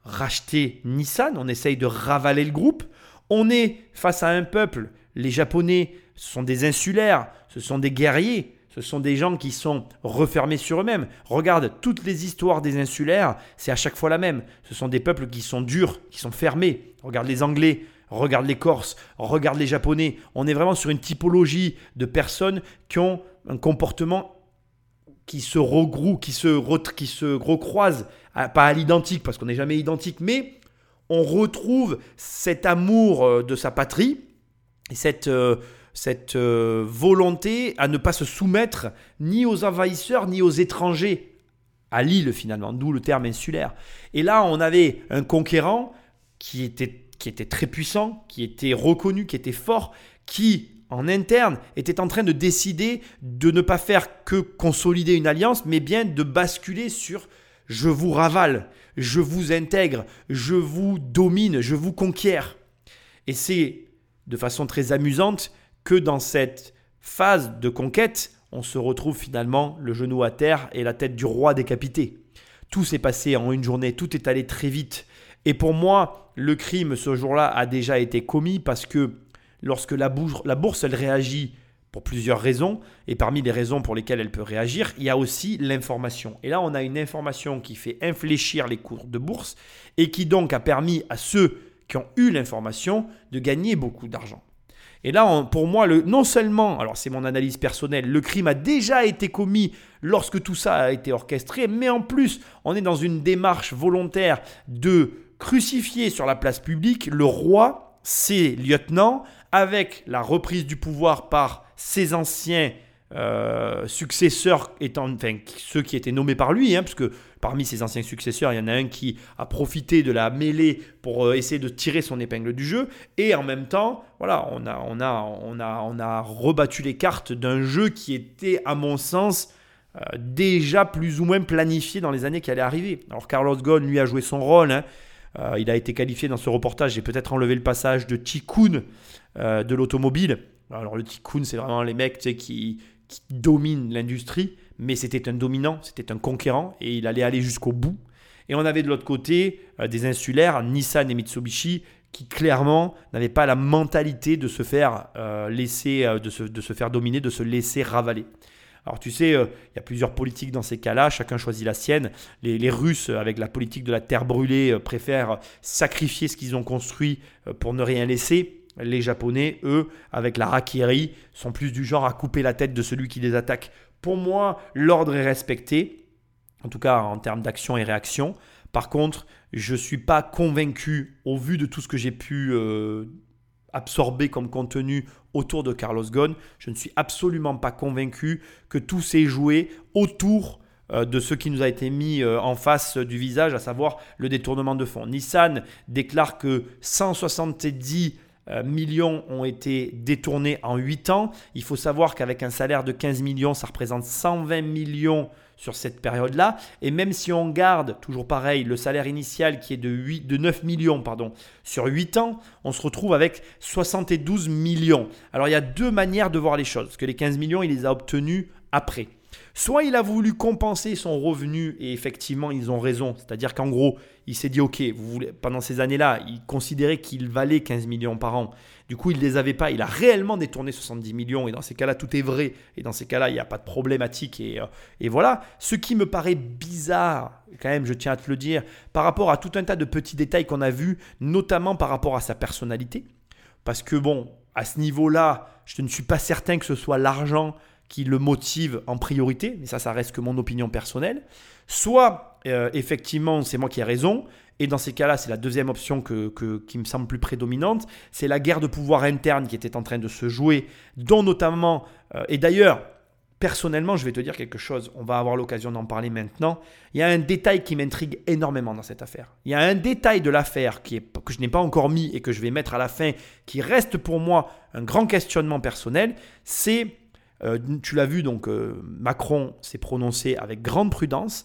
A: racheter Nissan, on essaye de ravaler le groupe. On est face à un peuple, les Japonais, ce sont des insulaires, ce sont des guerriers, ce sont des gens qui sont refermés sur eux-mêmes. Regarde, toutes les histoires des insulaires, c'est à chaque fois la même. Ce sont des peuples qui sont durs, qui sont fermés. Regarde les Anglais, regarde les Corses, regarde les Japonais. On est vraiment sur une typologie de personnes qui ont un comportement qui se regroupent, qui se, re, qui se recroisent, pas à l'identique parce qu'on n'est jamais identique, mais on retrouve cet amour de sa patrie et cette, euh, cette euh, volonté à ne pas se soumettre ni aux envahisseurs ni aux étrangers à l'île finalement, d'où le terme insulaire. Et là, on avait un conquérant qui était, qui était très puissant, qui était reconnu, qui était fort, qui en interne, était en train de décider de ne pas faire que consolider une alliance, mais bien de basculer sur « je vous ravale, je vous intègre, je vous domine, je vous conquiert ». Et c'est de façon très amusante que dans cette phase de conquête, on se retrouve finalement le genou à terre et la tête du roi décapitée. Tout s'est passé en une journée, tout est allé très vite. Et pour moi, le crime ce jour-là a déjà été commis parce que lorsque la bourse, la bourse, elle réagit pour plusieurs raisons, et parmi les raisons pour lesquelles elle peut réagir, il y a aussi l'information. Et là, on a une information qui fait infléchir les cours de bourse et qui donc a permis à ceux qui ont eu l'information de gagner beaucoup d'argent. Et là, on, pour moi, le, non seulement, alors c'est mon analyse personnelle, le crime a déjà été commis lorsque tout ça a été orchestré, mais en plus, on est dans une démarche volontaire de crucifier sur la place publique le roi, ses lieutenants, avec la reprise du pouvoir par ses anciens euh, successeurs, étant, enfin, ceux qui étaient nommés par lui, hein, parce que parmi ses anciens successeurs, il y en a un qui a profité de la mêlée pour euh, essayer de tirer son épingle du jeu, et en même temps, voilà, on a, on a, on a, on a rebattu les cartes d'un jeu qui était, à mon sens, euh, déjà plus ou moins planifié dans les années qui allaient arriver. Alors Carlos Ghosn, lui, a joué son rôle, hein. Euh, il a été qualifié dans ce reportage, j'ai peut-être enlevé le passage de tycoon euh, de l'automobile. Alors le tycoon, c'est vraiment les mecs, tu sais, qui, qui dominent l'industrie, mais c'était un dominant, c'était un conquérant et il allait aller jusqu'au bout. Et on avait de l'autre côté euh, des insulaires, Nissan et Mitsubishi, qui clairement n'avaient pas la mentalité de se faire euh, laisser, euh, de, se, de se faire dominer, de se laisser ravaler. Alors tu sais, il euh, y a plusieurs politiques dans ces cas-là, chacun choisit la sienne. Les, les Russes, avec la politique de la terre brûlée, euh, préfèrent sacrifier ce qu'ils ont construit euh, pour ne rien laisser. Les Japonais, eux, avec la harakiri, sont plus du genre à couper la tête de celui qui les attaque. Pour moi, l'ordre est respecté, en tout cas en termes d'action et réaction. Par contre, je ne suis pas convaincu, au vu de tout ce que j'ai pu euh, absorber comme contenu autour de Carlos Ghosn, je ne suis absolument pas convaincu que tout s'est joué autour euh, de ce qui nous a été mis euh, en face du visage, à savoir le détournement de fonds. Nissan déclare que cent soixante-dix euh, millions ont été détournés en huit ans. Il faut savoir qu'avec un salaire de quinze millions, ça représente cent vingt millions sur cette période-là. Et même si on garde, toujours pareil, le salaire initial qui est de, huit, de neuf millions pardon, sur huit ans, on se retrouve avec soixante-douze millions. Alors il y a deux manières de voir les choses, parce que les quinze millions, il les a obtenus après. Soit il a voulu compenser son revenu et effectivement, ils ont raison. C'est-à-dire qu'en gros, il s'est dit, ok, vous voulez, pendant ces années-là, il considérait qu'il valait quinze millions par an. Du coup, il ne les avait pas. Il a réellement détourné soixante-dix millions et dans ces cas-là, tout est vrai. Et dans ces cas-là, il n'y a pas de problématique. Et, euh, et voilà. Ce qui me paraît bizarre, quand même, je tiens à te le dire, par rapport à tout un tas de petits détails qu'on a vus, notamment par rapport à sa personnalité. Parce que bon, à ce niveau-là, je ne suis pas certain que ce soit l'argent qui le motive en priorité, mais ça, ça reste que mon opinion personnelle. Soit, euh, effectivement, c'est moi qui ai raison, et dans ces cas-là, c'est la deuxième option que, que, qui me semble plus prédominante, c'est la guerre de pouvoir interne qui était en train de se jouer, dont notamment, euh, et d'ailleurs, personnellement, je vais te dire quelque chose, on va avoir l'occasion d'en parler maintenant, il y a un détail qui m'intrigue énormément dans cette affaire. Il y a un détail de l'affaire qui est, que je n'ai pas encore mis et que je vais mettre à la fin, qui reste pour moi un grand questionnement personnel, c'est... Euh, tu l'as vu, donc euh, Macron s'est prononcé avec grande prudence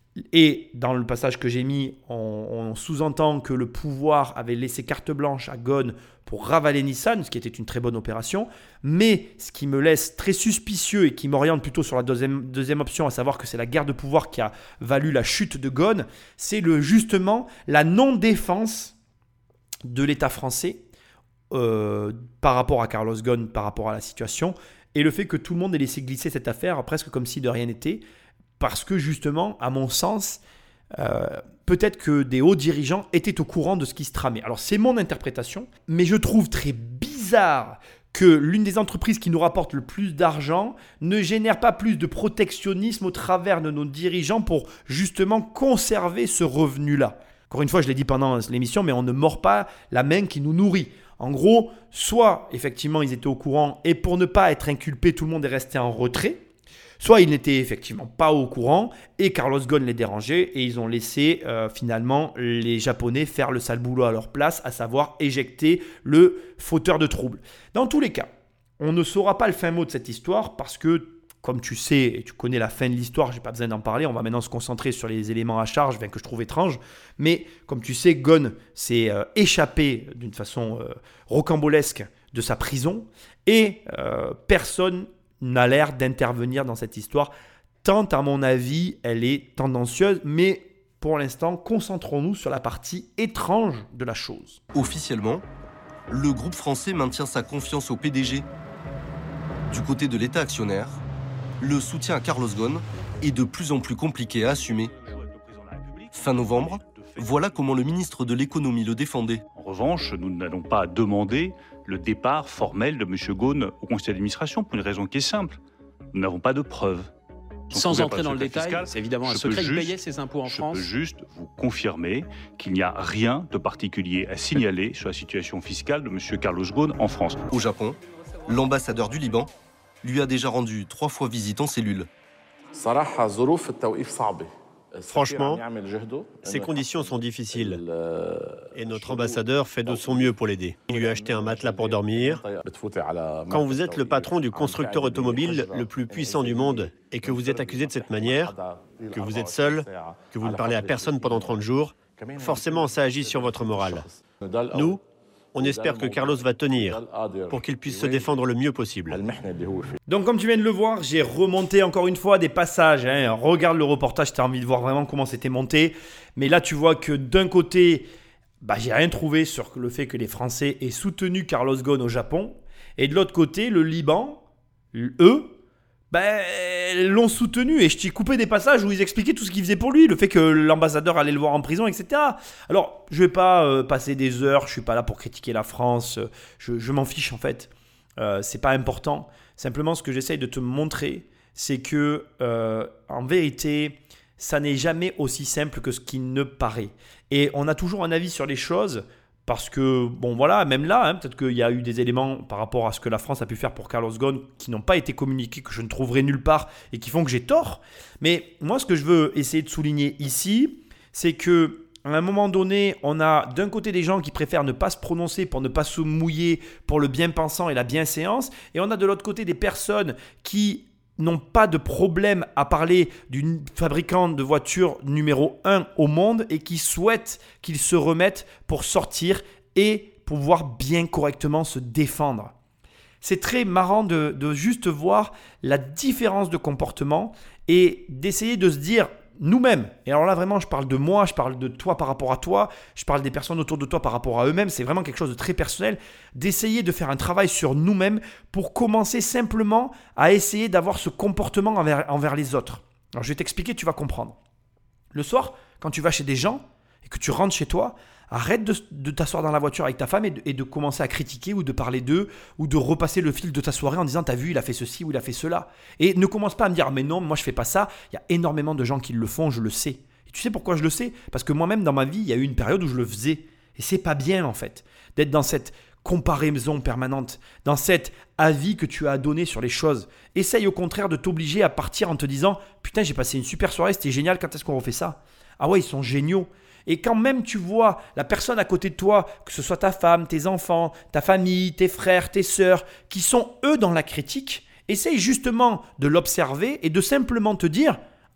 A: Et dans le passage que j'ai mis, on, on sous-entend que le pouvoir avait laissé carte blanche à Ghosn pour ravaler Nissan, ce qui était une très bonne opération. Mais ce qui me laisse très suspicieux et qui m'oriente plutôt sur la deuxième, deuxième option, à savoir que c'est la guerre de pouvoir qui a valu la chute de Ghosn, c'est le, justement la non-défense de l'État français euh, par rapport à Carlos Ghosn, par rapport à la situation, et le fait que tout le monde ait laissé glisser cette affaire presque comme si de rien n'était. Parce que justement, à mon sens, euh, peut-être que des hauts dirigeants étaient au courant de ce qui se tramait. Alors c'est mon interprétation, mais je trouve très bizarre que l'une des entreprises qui nous rapporte le plus d'argent ne génère pas plus de protectionnisme au travers de nos dirigeants pour justement conserver ce revenu-là. Encore une fois, je l'ai dit pendant l'émission, mais on ne mord pas la main qui nous nourrit. En gros, soit effectivement ils étaient au courant et pour ne pas être inculpé, tout le monde est resté en retrait. Soit ils n'étaient effectivement pas au courant et Carlos Ghosn les dérangeait et ils ont laissé euh, finalement les Japonais faire le sale boulot à leur place, à savoir éjecter le fauteur de troubles. Dans tous les cas, on ne saura pas le fin mot de cette histoire parce que, comme tu sais et tu connais la fin de l'histoire, je n'ai pas besoin d'en parler, on va maintenant se concentrer sur les éléments à charge que je trouve étranges. Mais comme tu sais, Ghosn s'est euh, échappé d'une façon euh, rocambolesque de sa prison et euh, personne n'a l'air d'intervenir dans cette histoire, tant à mon avis, elle est tendancieuse, mais pour l'instant, concentrons-nous sur la partie étrange de la chose.
C: Officiellement, le groupe français maintient sa confiance au P D G. Du côté de l'État actionnaire, le soutien à Carlos Ghosn est de plus en plus compliqué à assumer. Fin novembre, voilà comment le ministre de l'économie le défendait.
H: En revanche, nous n'allons pas demander le départ formel de M. Ghosn au conseil d'administration pour une raison qui est simple. Nous n'avons pas de preuves.
I: Sans entrer dans le détail, c'est évidemment un secret, il payait ses impôts en France.
H: Je peux juste vous confirmer qu'il n'y a rien de particulier à signaler sur la situation fiscale de M. Carlos Ghosn en France.
C: Au Japon, l'ambassadeur du Liban lui a déjà rendu trois fois visite en cellule.
J: Franchement, ces conditions sont difficiles et notre ambassadeur fait de son mieux pour l'aider. Il lui a acheté un matelas pour dormir. Quand vous êtes le patron du constructeur automobile le plus puissant du monde et que vous êtes accusé de cette manière, que vous êtes seul, que vous ne parlez à personne pendant trente jours, forcément ça agit sur votre morale. Nous, on espère que Carlos va tenir pour qu'il puisse se défendre le mieux possible.
A: Donc comme tu viens de le voir, j'ai remonté encore une fois des passages. Hein. Regarde le reportage, tu as envie de voir vraiment comment c'était monté. Mais là, tu vois que d'un côté, bah, j'ai rien trouvé sur le fait que les Français aient soutenu Carlos Ghosn au Japon. Et de l'autre côté, le Liban, eux, ben, l'ont soutenu et je t'ai coupé des passages où ils expliquaient tout ce qu'ils faisaient pour lui, le fait que l'ambassadeur allait le voir en prison, et cetera. Alors, je ne vais pas euh, passer des heures, je ne suis pas là pour critiquer la France, je, je m'en fiche en fait, euh, c'est pas important. Simplement, ce que j'essaye de te montrer, c'est que euh, en vérité, ça n'est jamais aussi simple que ce qu'il ne paraît. Et on a toujours un avis sur les choses. Parce que, bon voilà, même là, hein, peut-être qu'il y a eu des éléments par rapport à ce que la France a pu faire pour Carlos Ghosn qui n'ont pas été communiqués, que je ne trouverai nulle part et qui font que j'ai tort. Mais moi, ce que je veux essayer de souligner ici, c'est que à un moment donné, on a d'un côté des gens qui préfèrent ne pas se prononcer pour ne pas se mouiller pour le bien-pensant et la bienséance. Et on a de l'autre côté des personnes qui n'ont pas de problème à parler d'une fabricante de voitures numéro un au monde et qui souhaitent qu'ils se remettent pour sortir et pouvoir bien correctement se défendre. C'est très marrant de, de juste voir la différence de comportement et d'essayer de se dire nous-mêmes, et alors là vraiment je parle de moi, je parle de toi par rapport à toi, je parle des personnes autour de toi par rapport à eux-mêmes, c'est vraiment quelque chose de très personnel, d'essayer de faire un travail sur nous-mêmes pour commencer simplement à essayer d'avoir ce comportement envers, envers les autres. Alors je vais t'expliquer, tu vas comprendre. Le soir, quand tu vas chez des gens et que tu rentres chez toi, arrête de, de t'asseoir dans la voiture avec ta femme et de, et de commencer à critiquer ou de parler d'eux ou de repasser le fil de ta soirée en disant « t'as vu, il a fait ceci ou il a fait cela ». Et ne commence pas à me dire « mais non, moi je fais pas ça ». Il y a énormément de gens qui le font, je le sais. Et tu sais pourquoi je le sais ? Parce que moi-même dans ma vie, il y a eu une période où je le faisais. Et c'est pas bien en fait d'être dans cette comparaison permanente, dans cet avis que tu as donné sur les choses. Essaye au contraire de t'obliger à partir en te disant « putain, j'ai passé une super soirée, c'était génial, quand est-ce qu'on refait ça ?» Ah ouais, ils sont géniaux. Et quand même tu vois la personne à côté de toi, que ce soit ta femme, tes enfants, ta famille, tes frères, tes sœurs, qui sont eux dans la critique, essaye justement de l'observer et de simplement te dire «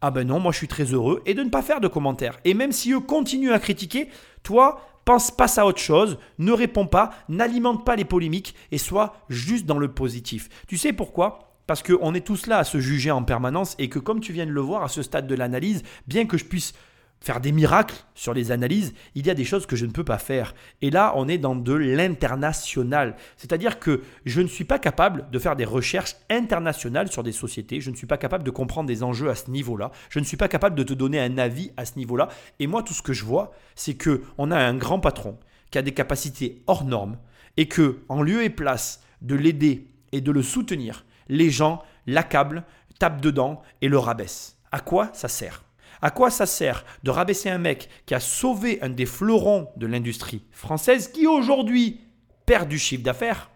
A: Ah ben non, moi je suis très heureux et de ne pas faire de commentaires. Et même si eux continuent à critiquer, toi, pense, passe à autre chose, ne réponds pas, n'alimente pas les polémiques et sois juste dans le positif. Tu sais pourquoi ? Parce qu'on est tous là à se juger en permanence et que comme tu viens de le voir à ce stade de l'analyse, bien que je puisse faire des miracles sur les analyses, il y a des choses que je ne peux pas faire. Et là, on est dans de l'international. C'est-à-dire que je ne suis pas capable de faire des recherches internationales sur des sociétés. Je ne suis pas capable de comprendre des enjeux à ce niveau-là. Je ne suis pas capable de te donner un avis à ce niveau-là. Et moi, tout ce que je vois, c'est qu'on a un grand patron qui a des capacités hors normes et que, en lieu et place de l'aider et de le soutenir, les gens l'accablent, tapent dedans et le rabaissent. À quoi ça sert ? À quoi ça sert de rabaisser un mec qui a sauvé un des fleurons de l'industrie française qui aujourd'hui perd du chiffre d'affaires?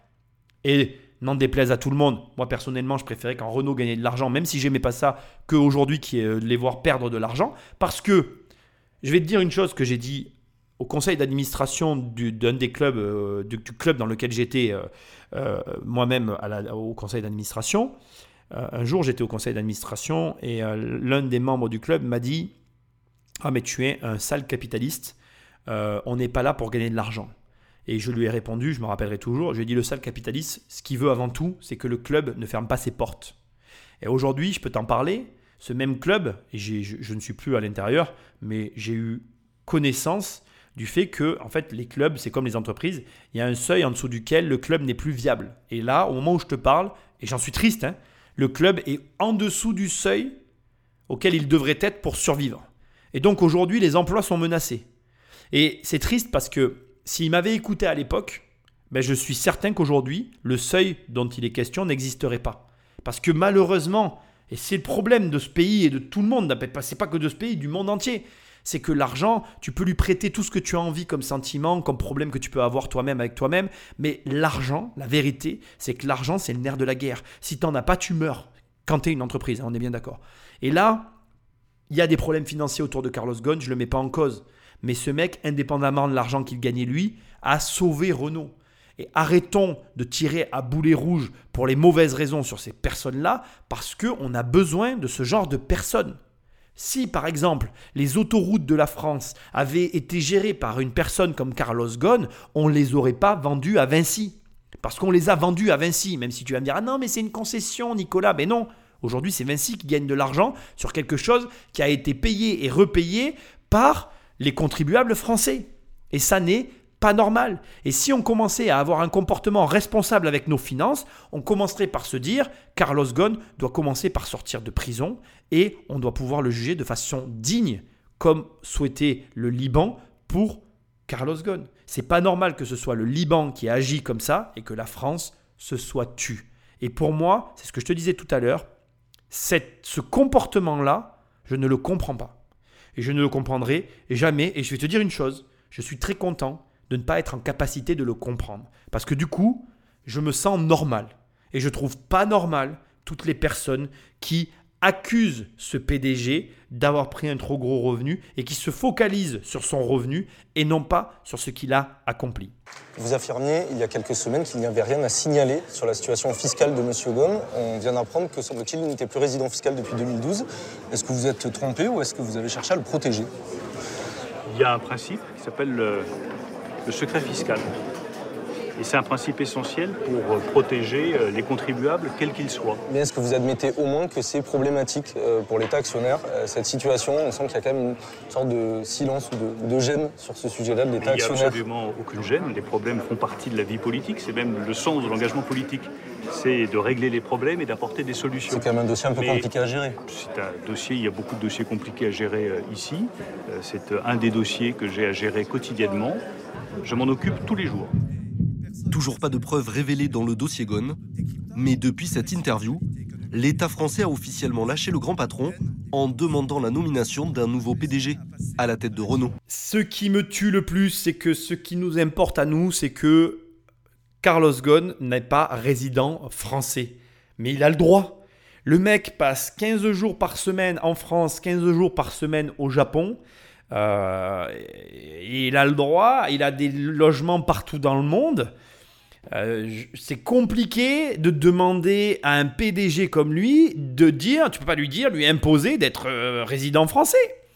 A: Et n'en déplaise à tout le monde, moi personnellement je préférais quand Renault gagnait de l'argent, même si j'aimais pas ça, qu'aujourd'hui qui est de les voir perdre de l'argent. Parce que, je vais te dire une chose que j'ai dit au conseil d'administration du, d'un des clubs, euh, du, du club dans lequel j'étais euh, euh, moi-même à la, au conseil d'administration. Euh, un jour, j'étais au conseil d'administration et euh, l'un des membres du club m'a dit « Ah mais tu es un sale capitaliste, euh, on n'est pas là pour gagner de l'argent. » Et je lui ai répondu, je me rappellerai toujours, je lui ai dit « Le sale capitaliste, ce qu'il veut avant tout, c'est que le club ne ferme pas ses portes. » Et aujourd'hui, je peux t'en parler, ce même club, et j'ai, je, je ne suis plus à l'intérieur, mais j'ai eu connaissance du fait que en fait, les clubs, c'est comme les entreprises, il y a un seuil en dessous duquel le club n'est plus viable. Et là, au moment où je te parle, et j'en suis triste, hein, le club est en dessous du seuil auquel il devrait être pour survivre. Et donc aujourd'hui, les emplois sont menacés. Et c'est triste parce que s'il m'avait écouté à l'époque, ben je suis certain qu'aujourd'hui, le seuil dont il est question n'existerait pas. Parce que malheureusement, et c'est le problème de ce pays et de tout le monde, c'est pas que de ce pays, du monde entier, c'est que l'argent, tu peux lui prêter tout ce que tu as envie comme sentiment, comme problème que tu peux avoir toi-même avec toi-même. Mais l'argent, la vérité, c'est que l'argent, c'est le nerf de la guerre. Si tu n'en as pas, tu meurs. Quand tu es une entreprise, hein, on est bien d'accord. Et là, il y a des problèmes financiers autour de Carlos Ghosn, je ne le mets pas en cause. Mais ce mec, indépendamment de l'argent qu'il gagnait lui, a sauvé Renault. Et arrêtons de tirer à boulet rouge pour les mauvaises raisons sur ces personnes-là, parce qu'on a besoin de ce genre de personnes. Si, par exemple, les autoroutes de la France avaient été gérées par une personne comme Carlos Ghosn, on ne les aurait pas vendues à Vinci. Parce qu'on les a vendues à Vinci, même si tu vas me dire « Ah non, mais c'est une concession, Nicolas !» Mais non, aujourd'hui, c'est Vinci qui gagne de l'argent sur quelque chose qui a été payé et repayé par les contribuables français. Et ça n'est pas normal. Et si on commençait à avoir un comportement responsable avec nos finances, on commencerait par se dire « Carlos Ghosn doit commencer par sortir de prison et on doit pouvoir le juger de façon digne, comme souhaitait le Liban pour Carlos Ghosn. » C'est pas normal que ce soit le Liban qui agit comme ça et que la France se soit tue. Et pour moi, c'est ce que je te disais tout à l'heure, cette, ce comportement-là, je ne le comprends pas. Et je ne le comprendrai jamais. Et je vais te dire une chose, je suis très content de ne pas être en capacité de le comprendre. Parce que du coup, je me sens normal. Et je trouve pas normal toutes les personnes qui accusent ce P D G d'avoir pris un trop gros revenu et qui se focalisent sur son revenu et non pas sur ce qu'il a accompli.
K: Vous affirmiez il y a quelques semaines qu'il n'y avait rien à signaler sur la situation fiscale de M. Ghosn. On vient d'apprendre que, semble-t-il, il n'était plus résident fiscal depuis deux mille douze. Est-ce que vous êtes trompé ou est-ce que vous avez cherché à le protéger?
H: Il y a un principe qui s'appelle le, le secret fiscal. Et c'est un principe essentiel pour protéger les contribuables, quels qu'ils soient.
K: Mais est-ce que vous admettez au moins que c'est problématique pour l'État actionnaire, cette situation? On sent qu'il y a quand même une sorte de silence ou de, de gêne sur ce sujet-là de l'État actionnaire.
H: Il n'y a absolument aucune gêne. Les problèmes font partie de la vie politique. C'est même le sens de l'engagement politique. C'est de régler les problèmes et d'apporter des solutions.
K: C'est quand même un dossier un peu Mais compliqué à gérer.
H: C'est un dossier, il y a beaucoup de dossiers compliqués à gérer ici. C'est un des dossiers que j'ai à gérer quotidiennement. Je m'en occupe tous les jours.
C: Toujours pas de preuves révélées dans le dossier Ghosn, mais depuis cette interview, l'État français a officiellement lâché le grand patron en demandant la nomination d'un nouveau P D G à la tête de Renault.
A: Ce qui me tue le plus, c'est que ce qui nous importe à nous, c'est que Carlos Ghosn n'est pas résident français. Mais il a le droit. Le mec passe quinze jours par semaine en France, quinze jours par semaine au Japon. Euh, il a le droit, il a des logements partout dans le monde. Euh, c'est compliqué de demander à un P D G comme lui de dire, tu peux pas lui dire, lui imposer d'être euh, résident français.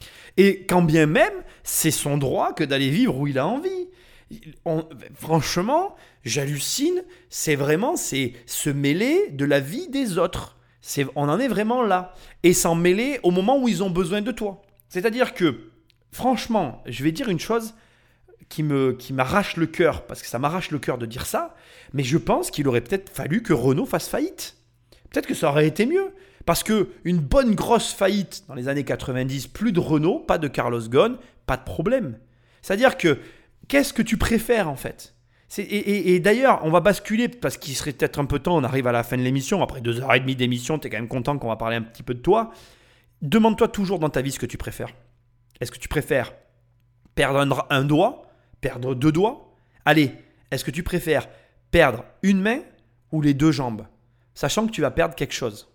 A: Et quand bien même, c'est son droit que d'aller vivre où il a envie. On, franchement, j'hallucine, c'est vraiment c'est se mêler de la vie des autres. C'est, on en est vraiment là. Et s'en mêler au moment où ils ont besoin de toi. C'est-à-dire que, franchement, je vais dire une chose qui, me, qui m'arrache le cœur, parce que ça m'arrache le cœur de dire ça, mais je pense qu'il aurait peut-être fallu que Renault fasse faillite. Peut-être que ça aurait été mieux. Parce qu'une bonne grosse faillite dans les années quatre-vingt-dix, plus de Renault, pas de Carlos Ghosn, pas de problème. C'est-à-dire que, qu'est-ce que tu préfères en fait ? C'est, et, et, et d'ailleurs, on va basculer, parce qu'il serait peut-être un peu temps, on arrive à la fin de l'émission, après deux heures et demie d'émission, tu es quand même content qu'on va parler un petit peu de toi. Demande-toi toujours dans ta vie ce que tu préfères. Est-ce que tu préfères perdre un, un doigt ? Perdre deux doigts ? Allez, est-ce que tu préfères perdre une main ou les deux jambes ? Sachant que tu vas perdre quelque chose.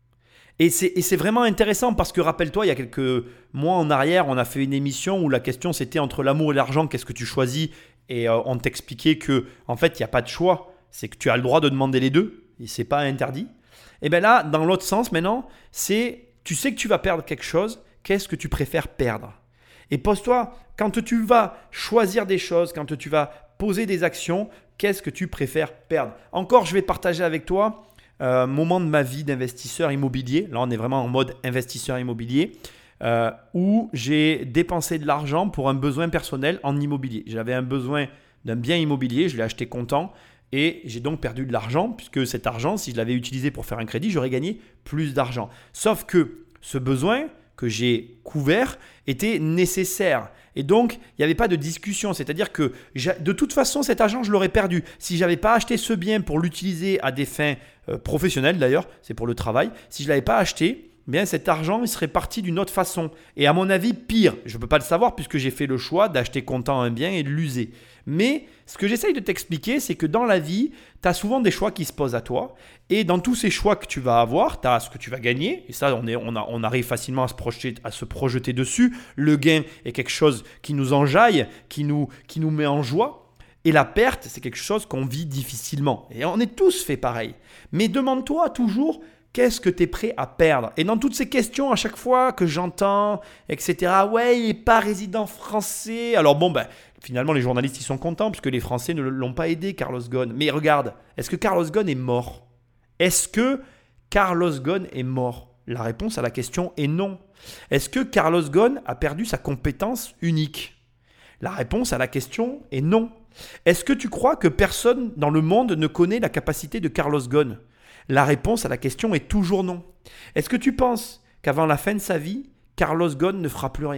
A: Et c'est, et c'est vraiment intéressant parce que rappelle-toi, il y a quelques mois en arrière, on a fait une émission où la question c'était entre l'amour et l'argent, qu'est-ce que tu choisis ? Et euh, on t'expliquait que en fait, il n'y a pas de choix. C'est que tu as le droit de demander les deux et c'est pas interdit. Et bien là, dans l'autre sens maintenant, c'est tu sais que tu vas perdre quelque chose, qu'est-ce que tu préfères perdre ? Et pose-toi, quand tu vas choisir des choses, quand tu vas poser des actions, qu'est-ce que tu préfères perdre ? Encore, je vais partager avec toi un euh, moment de ma vie d'investisseur immobilier. Là, on est vraiment en mode investisseur immobilier euh, où j'ai dépensé de l'argent pour un besoin personnel en immobilier. J'avais un besoin d'un bien immobilier, je l'ai acheté comptant et j'ai donc perdu de l'argent puisque cet argent, si je l'avais utilisé pour faire un crédit, j'aurais gagné plus d'argent. Sauf que ce besoin que j'ai couvert était nécessaire. Et donc, il n'y avait pas de discussion. C'est-à-dire que de toute façon, cet argent, je l'aurais perdu. Si je n'avais pas acheté ce bien pour l'utiliser à des fins euh, professionnelles d'ailleurs, c'est pour le travail, si je ne l'avais pas acheté, eh bien cet argent il serait parti d'une autre façon. Et à mon avis, pire. Je ne peux pas le savoir puisque j'ai fait le choix d'acheter comptant un bien et de l'user. Mais ce que j'essaye de t'expliquer, c'est que dans la vie, tu as souvent des choix qui se posent à toi. Et dans tous ces choix que tu vas avoir, tu as ce que tu vas gagner. Et ça, on, est, on, a, on arrive facilement à se, projeter, à se projeter dessus. Le gain est quelque chose qui nous enjaille, qui nous, qui nous met en joie. Et la perte, c'est quelque chose qu'on vit difficilement. Et on est tous fait pareil. Mais demande-toi toujours, qu'est-ce que tu es prêt à perdre ? Et dans toutes ces questions, à chaque fois que j'entends, et cetera, ouais, il n'est pas résident français. Alors bon, ben, finalement, les journalistes, ils sont contents parce que les Français ne l'ont pas aidé, Carlos Ghosn. Mais regarde, est-ce que Carlos Ghosn est mort ? Est-ce que Carlos Ghosn est mort ? La réponse à la question est non. Est-ce que Carlos Ghosn a perdu sa compétence unique ? La réponse à la question est non. Est-ce que tu crois que personne dans le monde ne connaît la capacité de Carlos Ghosn ? La réponse à la question est toujours non. Est-ce que tu penses qu'avant la fin de sa vie, Carlos Ghosn ne fera plus rien ?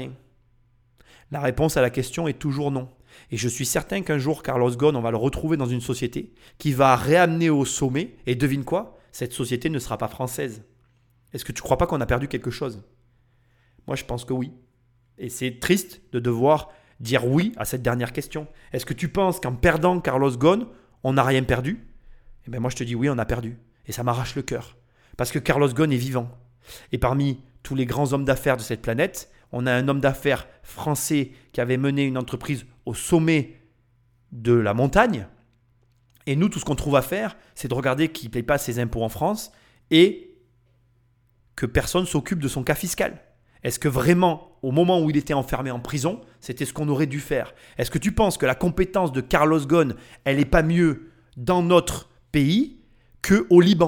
A: La réponse à la question est toujours non. Et je suis certain qu'un jour, Carlos Ghosn, on va le retrouver dans une société qui va réamener au sommet. Et devine quoi ? Cette société ne sera pas française. Est-ce que tu ne crois pas qu'on a perdu quelque chose ? Moi, je pense que oui. Et c'est triste de devoir dire oui à cette dernière question. Est-ce que tu penses qu'en perdant Carlos Ghosn, on n'a rien perdu ? Eh bien, moi, je te dis oui, on a perdu. Et ça m'arrache le cœur. Parce que Carlos Ghosn est vivant. Et parmi tous les grands hommes d'affaires de cette planète, on a un homme d'affaires français qui avait mené une entreprise au sommet de la montagne. Et nous, tout ce qu'on trouve à faire, c'est de regarder qu'il ne paye pas ses impôts en France et que personne ne s'occupe de son cas fiscal. Est-ce que vraiment, au moment où il était enfermé en prison, c'était ce qu'on aurait dû faire ? Est-ce que tu penses que la compétence de Carlos Ghosn, elle n'est pas mieux dans notre pays qu'au Liban ?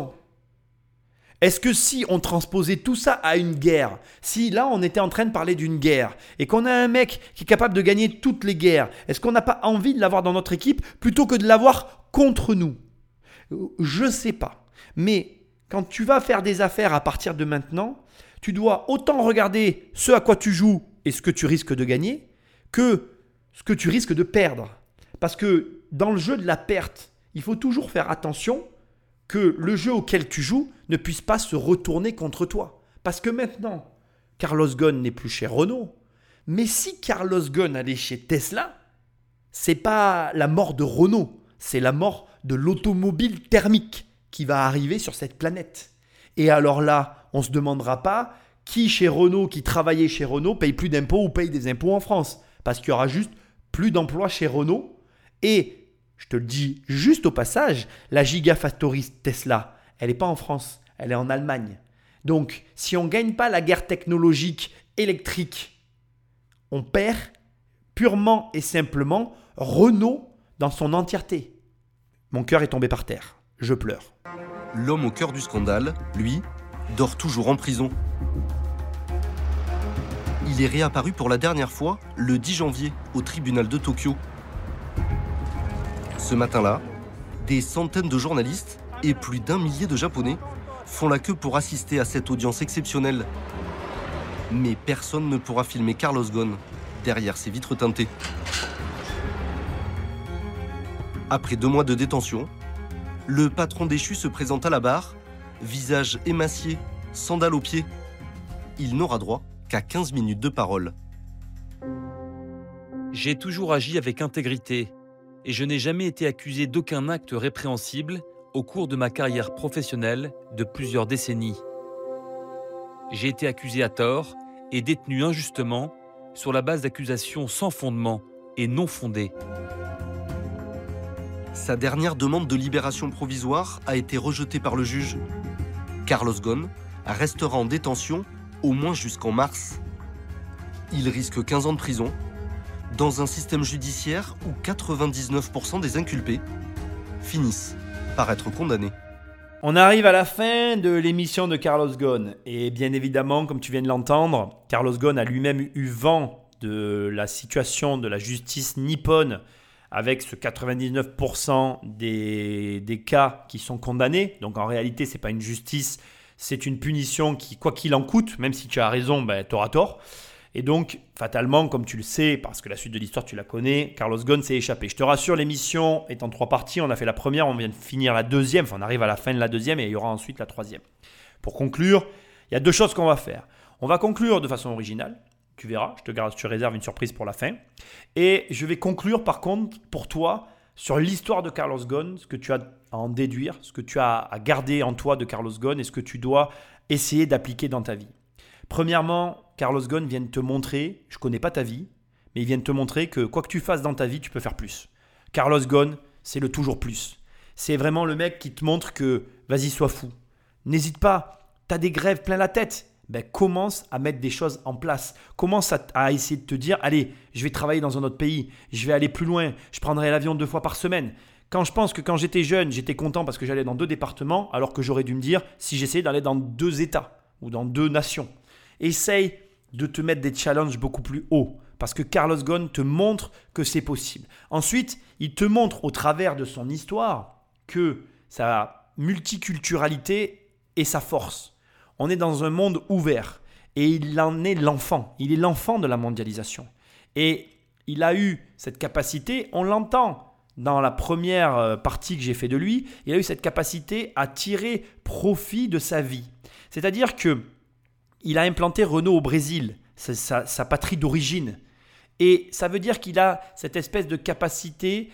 A: Est-ce que si on transposait tout ça à une guerre, si là on était en train de parler d'une guerre et qu'on a un mec qui est capable de gagner toutes les guerres, est-ce qu'on n'a pas envie de l'avoir dans notre équipe plutôt que de l'avoir contre nous ? Je ne sais pas. Mais quand tu vas faire des affaires à partir de maintenant, tu dois autant regarder ce à quoi tu joues et ce que tu risques de gagner que ce que tu risques de perdre. Parce que dans le jeu de la perte, il faut toujours faire attention que le jeu auquel tu joues ne puisse pas se retourner contre toi. Parce que maintenant, Carlos Ghosn n'est plus chez Renault. Mais si Carlos Ghosn allait chez Tesla, c'est pas la mort de Renault, c'est la mort de l'automobile thermique qui va arriver sur cette planète. Et alors là, on ne se demandera pas qui chez Renault, qui travaillait chez Renault, paye plus d'impôts ou paye des impôts en France. Parce qu'il y aura juste plus d'emplois chez Renault. Et je te le dis juste au passage, la Gigafactory Tesla, elle n'est pas en France, elle est en Allemagne. Donc, si on ne gagne pas la guerre technologique électrique, on perd purement et simplement Renault dans son entièreté. Mon cœur est tombé par terre. Je pleure.
C: L'homme au cœur du scandale, lui, dort toujours en prison. Il est réapparu pour la dernière fois le dix janvier au tribunal de Tokyo. Ce matin-là, des centaines de journalistes et plus d'un millier de Japonais font la queue pour assister à cette audience exceptionnelle. Mais personne ne pourra filmer Carlos Ghosn derrière ses vitres teintées. Après deux mois de détention, le patron déchu se présente à la barre, visage émacié, sandales aux pieds. Il n'aura droit qu'à quinze minutes de parole.
M: J'ai toujours agi avec intégrité et je n'ai jamais été accusé d'aucun acte répréhensible au cours de ma carrière professionnelle de plusieurs décennies. J'ai été accusé à tort et détenu injustement sur la base d'accusations sans fondement et non fondées.
C: Sa dernière demande de libération provisoire a été rejetée par le juge. Carlos Ghosn restera en détention au moins jusqu'en mars. Il risque quinze ans de prison dans un système judiciaire où quatre-vingt-dix-neuf pour cent des inculpés finissent par être condamnés.
A: On arrive à la fin de l'émission de Carlos Ghosn. Et bien évidemment, comme tu viens de l'entendre, Carlos Ghosn a lui-même eu vent de la situation de la justice nippone avec ce quatre-vingt-dix-neuf pour cent des, des cas qui sont condamnés. Donc en réalité, ce n'est pas une justice, c'est une punition qui, quoi qu'il en coûte, même si tu as raison, ben, tu auras tort. Et donc, fatalement, comme tu le sais, parce que la suite de l'histoire, tu la connais, Carlos Ghosn s'est échappé. Je te rassure, l'émission est en trois parties. On a fait la première, on vient de finir la deuxième. Enfin, on arrive à la fin de la deuxième et il y aura ensuite la troisième. Pour conclure, il y a deux choses qu'on va faire. On va conclure de façon originale. Tu verras, je te, garde, je te réserve une surprise pour la fin. Et je vais conclure, par contre, pour toi, sur l'histoire de Carlos Ghosn, ce que tu as à en déduire, ce que tu as à garder en toi de Carlos Ghosn et ce que tu dois essayer d'appliquer dans ta vie. Premièrement, Carlos Ghosn vient de te montrer, je ne connais pas ta vie, mais il vient de te montrer que quoi que tu fasses dans ta vie, tu peux faire plus. Carlos Ghosn, c'est le toujours plus. C'est vraiment le mec qui te montre que vas-y, sois fou. N'hésite pas, tu as des grèves plein la tête. Ben, commence à mettre des choses en place. Commence à, à essayer de te dire, allez, je vais travailler dans un autre pays, je vais aller plus loin, je prendrai l'avion deux fois par semaine. Quand je pense que quand j'étais jeune, j'étais content parce que j'allais dans deux départements, alors que j'aurais dû me dire si j'essayais d'aller dans deux États ou dans deux nations. Essaye de te mettre des challenges beaucoup plus hauts parce que Carlos Ghosn te montre que c'est possible. Ensuite, il te montre au travers de son histoire que sa multiculturalité est sa force. On est dans un monde ouvert et il en est l'enfant. Il est l'enfant de la mondialisation. Et il a eu cette capacité, on l'entend dans la première partie que j'ai fait de lui, il a eu cette capacité à tirer profit de sa vie. C'est-à-dire que il a implanté Renault au Brésil, c'est sa, sa patrie d'origine. Et ça veut dire qu'il a cette espèce de capacité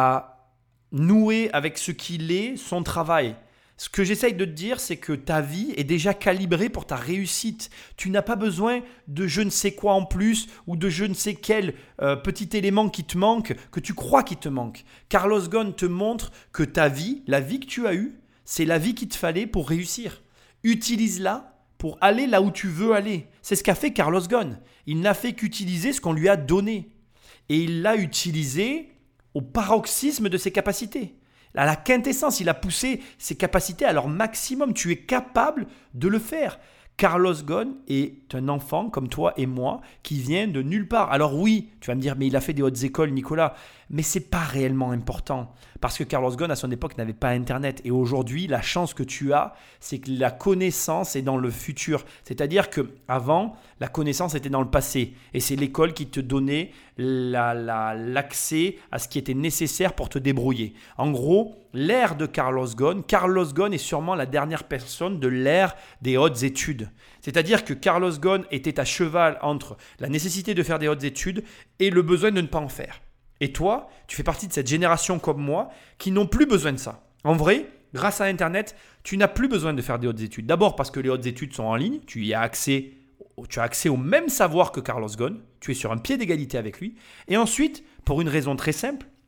A: à nouer avec ce qu'il est, son travail. Ce que j'essaye de te dire, c'est que ta vie est déjà calibrée pour ta réussite. Tu n'as pas besoin de je ne sais quoi en plus ou de je ne sais quel euh, petit élément qui te manque, que tu crois qu'il te manque. Carlos Ghosn te montre que ta vie, la vie que tu as eue, c'est la vie qu'il te fallait pour réussir. Utilise-la pour aller là où tu veux aller. C'est ce qu'a fait Carlos Ghosn. Il n'a fait qu'utiliser ce qu'on lui a donné. Et il l'a utilisé au paroxysme de ses capacités. À la quintessence, il a poussé ses capacités à leur maximum. Tu es capable de le faire. Carlos Ghosn est un enfant comme toi et moi qui vient de nulle part. Alors oui, tu vas me dire, mais il a fait des hautes écoles, Nicolas. Mais ce n'est pas réellement important. Parce que Carlos Ghosn, à son époque, n'avait pas Internet. Et aujourd'hui, la chance que tu as, c'est que la connaissance est dans le futur. C'est-à-dire qu'avant, la connaissance était dans le passé. Et c'est l'école qui te donnait la, la, l'accès à ce qui était nécessaire pour te débrouiller. En gros, l'ère de Carlos Ghosn, Carlos Ghosn est sûrement la dernière personne de l'ère des hautes études. C'est-à-dire que Carlos Ghosn était à cheval entre la nécessité de faire des hautes études et le besoin de ne pas en faire. Et toi, tu fais partie de cette génération comme moi qui n'ont plus besoin de ça. En vrai, grâce à Internet, tu n'as plus besoin de faire des hautes études. D'abord parce que les hautes études sont en ligne, tu y as accès, tu as accès au même savoir que Carlos Ghosn, tu es sur un pied d'égalité avec lui. Et ensuite, pour une raison très simple,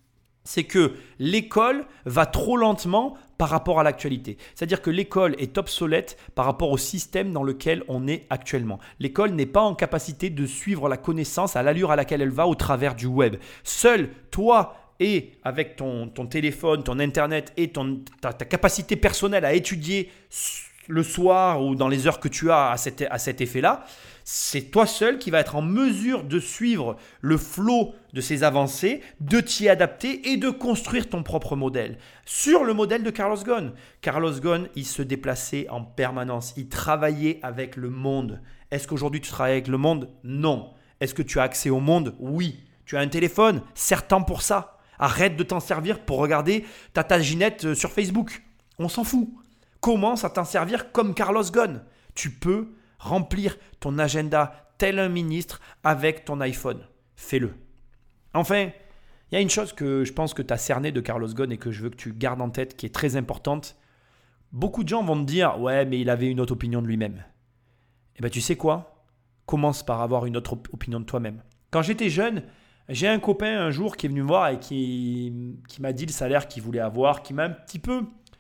A: c'est que l'école va trop lentement par rapport à l'actualité. C'est-à-dire que l'école est obsolète par rapport au système dans lequel on est actuellement. L'école n'est pas en capacité de suivre la connaissance à l'allure à laquelle elle va au travers du web. Seul toi et avec ton, ton téléphone, ton internet et ton, ta, ta capacité personnelle à étudier le soir ou dans les heures que tu as à cet, à cet effet-là, c'est toi seul qui va être en mesure de suivre le flot de ces avancées, de t'y adapter et de construire ton propre modèle. Sur le modèle de Carlos Ghosn. Carlos Ghosn, il se déplaçait en permanence, il travaillait avec le monde. Est-ce qu'aujourd'hui tu travailles avec le monde? Non. Est-ce que tu as accès au monde? Oui. Tu as un téléphone? Certain pour ça. Arrête de t'en servir pour regarder ta taginette sur Facebook. On s'en fout. Commence à t'en servir comme Carlos Ghosn. Tu peux remplir ton agenda tel un ministre avec ton iPhone. Fais-le. Enfin, il y a une chose que je pense que tu as cernée de Carlos Ghosn et que je veux que tu gardes en tête, qui est très importante. Beaucoup de gens vont te dire « Ouais, mais il avait une autre opinion de lui-même. » Eh bien, tu sais quoi? Commence par avoir une autre op- opinion de toi-même. Quand j'étais jeune, j'ai un copain un jour qui est venu me voir et qui, qui m'a dit le salaire qu'il voulait avoir, qui m'a un petit peu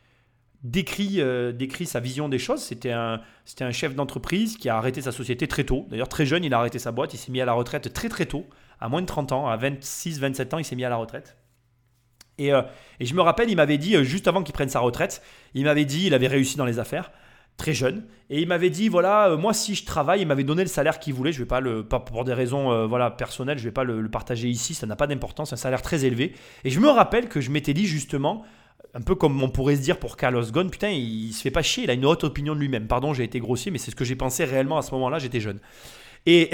A: décrit, euh, décrit sa vision des choses. C'était un, c'était un chef d'entreprise qui a arrêté sa société très tôt. D'ailleurs, très jeune, il a arrêté sa boîte. Il s'est mis à la retraite très très tôt. À moins de trente ans, à vingt-six vingt-sept ans, il s'est mis à la retraite. Et, euh, et je me rappelle, il m'avait dit, euh, juste avant qu'il prenne sa retraite, il m'avait dit, il avait réussi dans les affaires, très jeune. Et il m'avait dit, voilà, euh, moi si je travaille, il m'avait donné le salaire qu'il voulait. Je vais pas le, pas pour des raisons euh, voilà, personnelles, je ne vais pas le, le partager ici, ça n'a pas d'importance, un salaire très élevé. Et je me rappelle que je m'étais dit justement, un peu comme on pourrait se dire pour Carlos Ghosn, putain, il, il se fait pas chier, il a une haute opinion de lui-même. Pardon, j'ai été grossier, mais c'est ce que j'ai pensé réellement à ce moment-là, j'étais jeune. Et,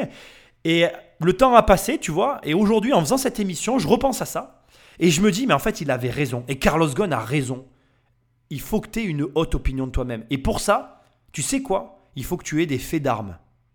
A: et le temps a passé, tu vois, et aujourd'hui, en faisant cette émission, je repense à ça, et je me dis, mais en fait, il avait raison, et Carlos Ghosn a raison. Il faut que tu aies une haute opinion de toi-même. Et pour ça, tu sais quoi? Il faut que tu aies des faits d'armes.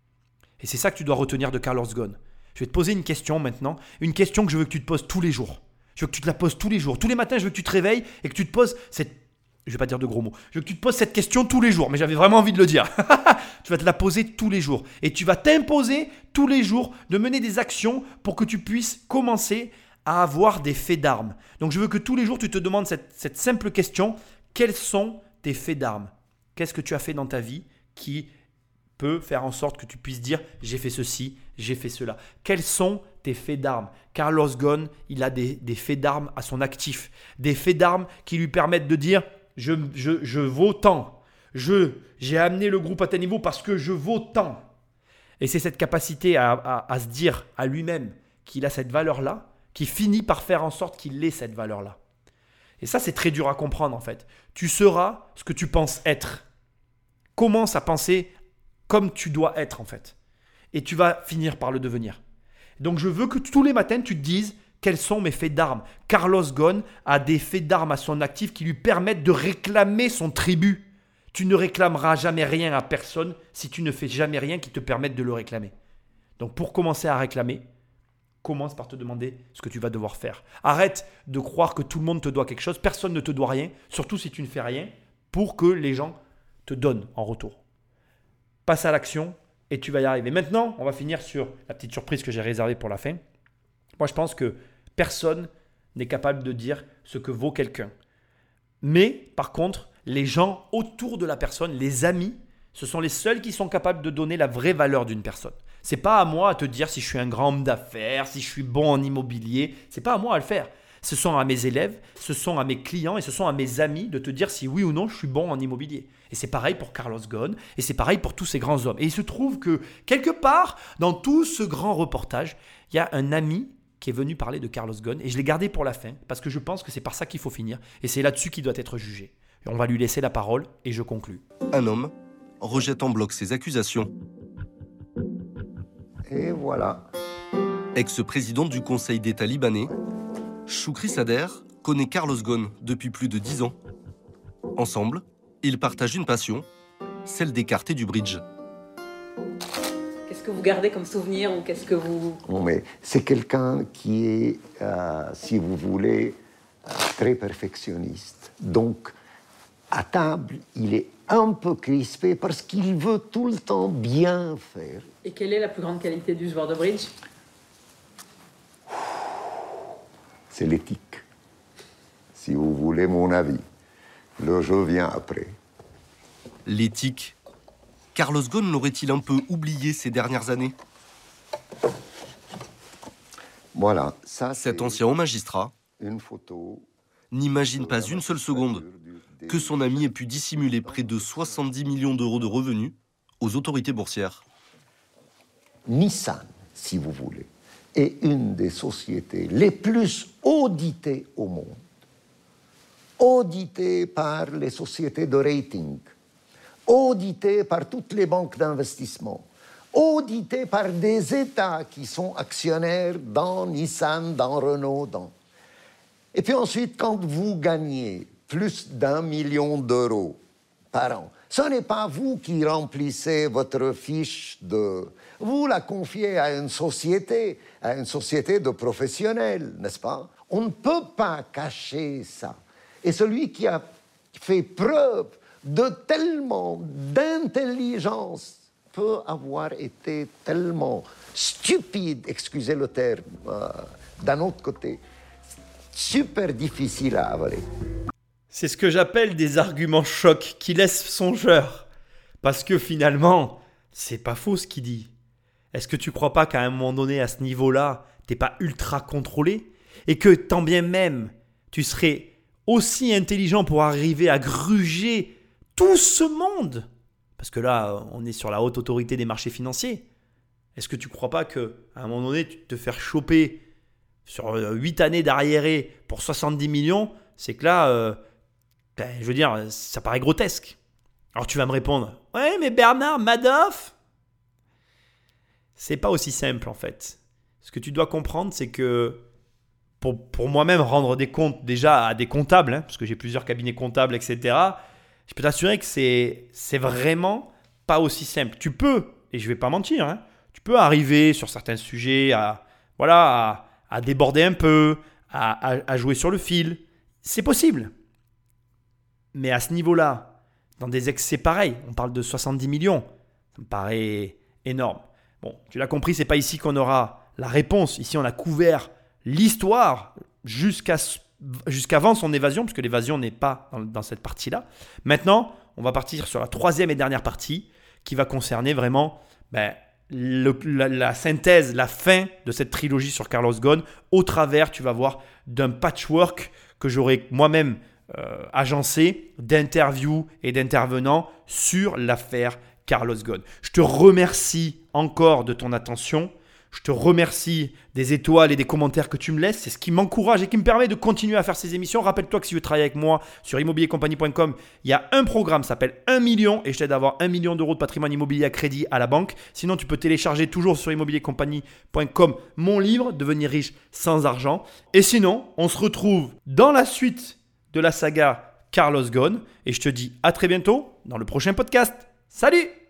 A: Et c'est ça que tu dois retenir de Carlos Ghosn. Je vais te poser une question maintenant, une question que je veux que tu te poses tous les jours. Je veux que tu te la poses tous les jours. Tous les matins, je veux que tu te réveilles et que tu te poses cette... Je ne vais pas dire de gros mots. Je veux que tu te poses cette question tous les jours. Mais j'avais vraiment envie de le dire. Tu vas te la poser tous les jours. Et tu vas t'imposer tous les jours de mener des actions pour que tu puisses commencer à avoir des faits d'armes. Donc, je veux que tous les jours, tu te demandes cette, cette simple question. Quels sont tes faits d'armes? Qu'est-ce que tu as fait dans ta vie qui peut faire en sorte que tu puisses dire « j'ai fait ceci, j'ai fait cela ». Quels sont tes faits d'armes? Carlos Ghosn, il a des, des faits d'armes à son actif. Des faits d'armes qui lui permettent de dire je, je, « je vaux tant, je, j'ai amené le groupe à tel niveau parce que je vaux tant ». Et c'est cette capacité à, à, à se dire à lui-même qu'il a cette valeur-là qui finit par faire en sorte qu'il ait cette valeur-là. Et ça, c'est très dur à comprendre en fait. Tu seras ce que tu penses être. Commence à penser comme tu dois être en fait. Et tu vas finir par le devenir. Donc je veux que tous les matins, tu te dises quels sont mes faits d'armes. Carlos Ghosn a des faits d'armes à son actif qui lui permettent de réclamer son tribut. Tu ne réclameras jamais rien à personne si tu ne fais jamais rien qui te permette de le réclamer. Donc pour commencer à réclamer, commence par te demander ce que tu vas devoir faire. Arrête de croire que tout le monde te doit quelque chose. Personne ne te doit rien, surtout si tu ne fais rien, pour que les gens te donnent en retour. Passe à l'action et tu vas y arriver. Maintenant, on va finir sur la petite surprise que j'ai réservée pour la fin. Moi, je pense que personne n'est capable de dire ce que vaut quelqu'un. Mais par contre, les gens autour de la personne, les amis, ce sont les seuls qui sont capables de donner la vraie valeur d'une personne. C'est pas à moi à te dire si je suis un grand homme d'affaires, si je suis bon en immobilier. C'est pas à moi à le faire. Ce sont à mes élèves, ce sont à mes clients et ce sont à mes amis de te dire si oui ou non je suis bon en immobilier. Et c'est pareil pour Carlos Ghosn et c'est pareil pour tous ces grands hommes. Et il se trouve que quelque part dans tout ce grand reportage, il y a un ami qui est venu parler de Carlos Ghosn et je l'ai gardé pour la fin parce que je pense que c'est par ça qu'il faut finir et c'est là-dessus qu'il doit être jugé. Et on va lui laisser la parole et je conclus.
C: Un homme rejette en bloc ces accusations.
W: Et voilà.
C: Ex-président du Conseil d'État libanais, Choukri Sader connaît Carlos Ghosn depuis plus de dix ans. Ensemble, ils partagent une passion, celle des cartes et du bridge.
U: Qu'est-ce que vous gardez comme souvenir ou qu'est-ce que vous...
W: Non, mais c'est quelqu'un qui est, euh, si vous voulez, très perfectionniste. Donc, à table, il est un peu crispé parce qu'il veut tout le temps bien faire.
U: Et quelle est la plus grande qualité du joueur de bridge?
W: C'est l'éthique. si vous voulez mon avis. Le jeu vient après.
C: L'éthique. Carlos Ghosn l'aurait-il un peu oublié ces dernières années?
W: Voilà, ça
C: Cet ancien haut magistrat
W: une photo.
C: n'imagine pas une seule seconde que son ami ait pu dissimuler près de soixante-dix millions d'euros de revenus aux autorités boursières.
W: Nissan, si vous voulez, est une des sociétés les plus auditées au monde. Auditée par les sociétés de rating, auditée par toutes les banques d'investissement, auditée par des États qui sont actionnaires dans Nissan, dans Renault, dans... Et puis ensuite, quand vous gagnez plus d'un million d'euros par an, ce n'est pas vous qui remplissez votre fiche de... Vous la confiez à une société, à une société de professionnels, n'est-ce pas? On ne peut pas cacher ça. Et celui qui a fait preuve de tellement d'intelligence peut avoir été tellement stupide, excusez le terme, euh, d'un autre côté, super difficile à avaler.
A: C'est ce que j'appelle des arguments chocs qui laissent songeur. Parce que finalement, c'est pas faux ce qu'il dit. Est-ce que tu crois pas qu'à un moment donné, à ce niveau-là, t'es pas ultra contrôlé? Et que tant bien même, tu serais aussi intelligent pour arriver à gruger tout ce monde? Parce que là, on est sur la haute autorité des marchés financiers. Est-ce que tu crois pas qu'à un moment donné, tu te faire choper sur huit années d'arriéré pour soixante-dix millions, c'est que là, euh, ben, je veux dire, ça paraît grotesque. Alors tu vas me répondre, ouais, mais Bernard Madoff, c'est pas aussi simple en fait. Ce que tu dois comprendre, c'est que pour, pour moi-même rendre des comptes déjà à des comptables, hein, parce que j'ai plusieurs cabinets comptables, et cetera, je peux t'assurer que c'est, c'est vraiment pas aussi simple. Tu peux, et je vais pas mentir, hein, tu peux arriver sur certains sujets à, voilà, à, à déborder un peu, à, à, à jouer sur le fil. C'est possible. Mais à ce niveau-là, dans des excès pareils, on parle de soixante-dix millions, ça me paraît énorme. Bon, tu l'as compris, c'est pas ici qu'on aura la réponse. Ici, on a couvert l'histoire jusqu'à, jusqu'avant son évasion, puisque l'évasion n'est pas dans, dans cette partie-là. Maintenant, on va partir sur la troisième et dernière partie qui va concerner vraiment ben, le, la, la synthèse, la fin de cette trilogie sur Carlos Ghosn au travers, tu vas voir, d'un patchwork que j'aurais moi-même euh, agencé d'interviews et d'intervenants sur l'affaire Carlos Ghosn. Je te remercie encore de ton attention. Je te remercie des étoiles et des commentaires que tu me laisses. C'est ce qui m'encourage et qui me permet de continuer à faire ces émissions. Rappelle-toi que si tu veux travailler avec moi sur immobilier compagnie point com, il y a un programme qui s'appelle un million et je t'aide à avoir un million d'euros de patrimoine immobilier à crédit à la banque. Sinon, tu peux télécharger toujours sur immobilier compagnie point com mon livre « Devenir riche sans argent ». Et sinon, on se retrouve dans la suite de la saga Carlos Ghosn et je te dis à très bientôt dans le prochain podcast. Salut!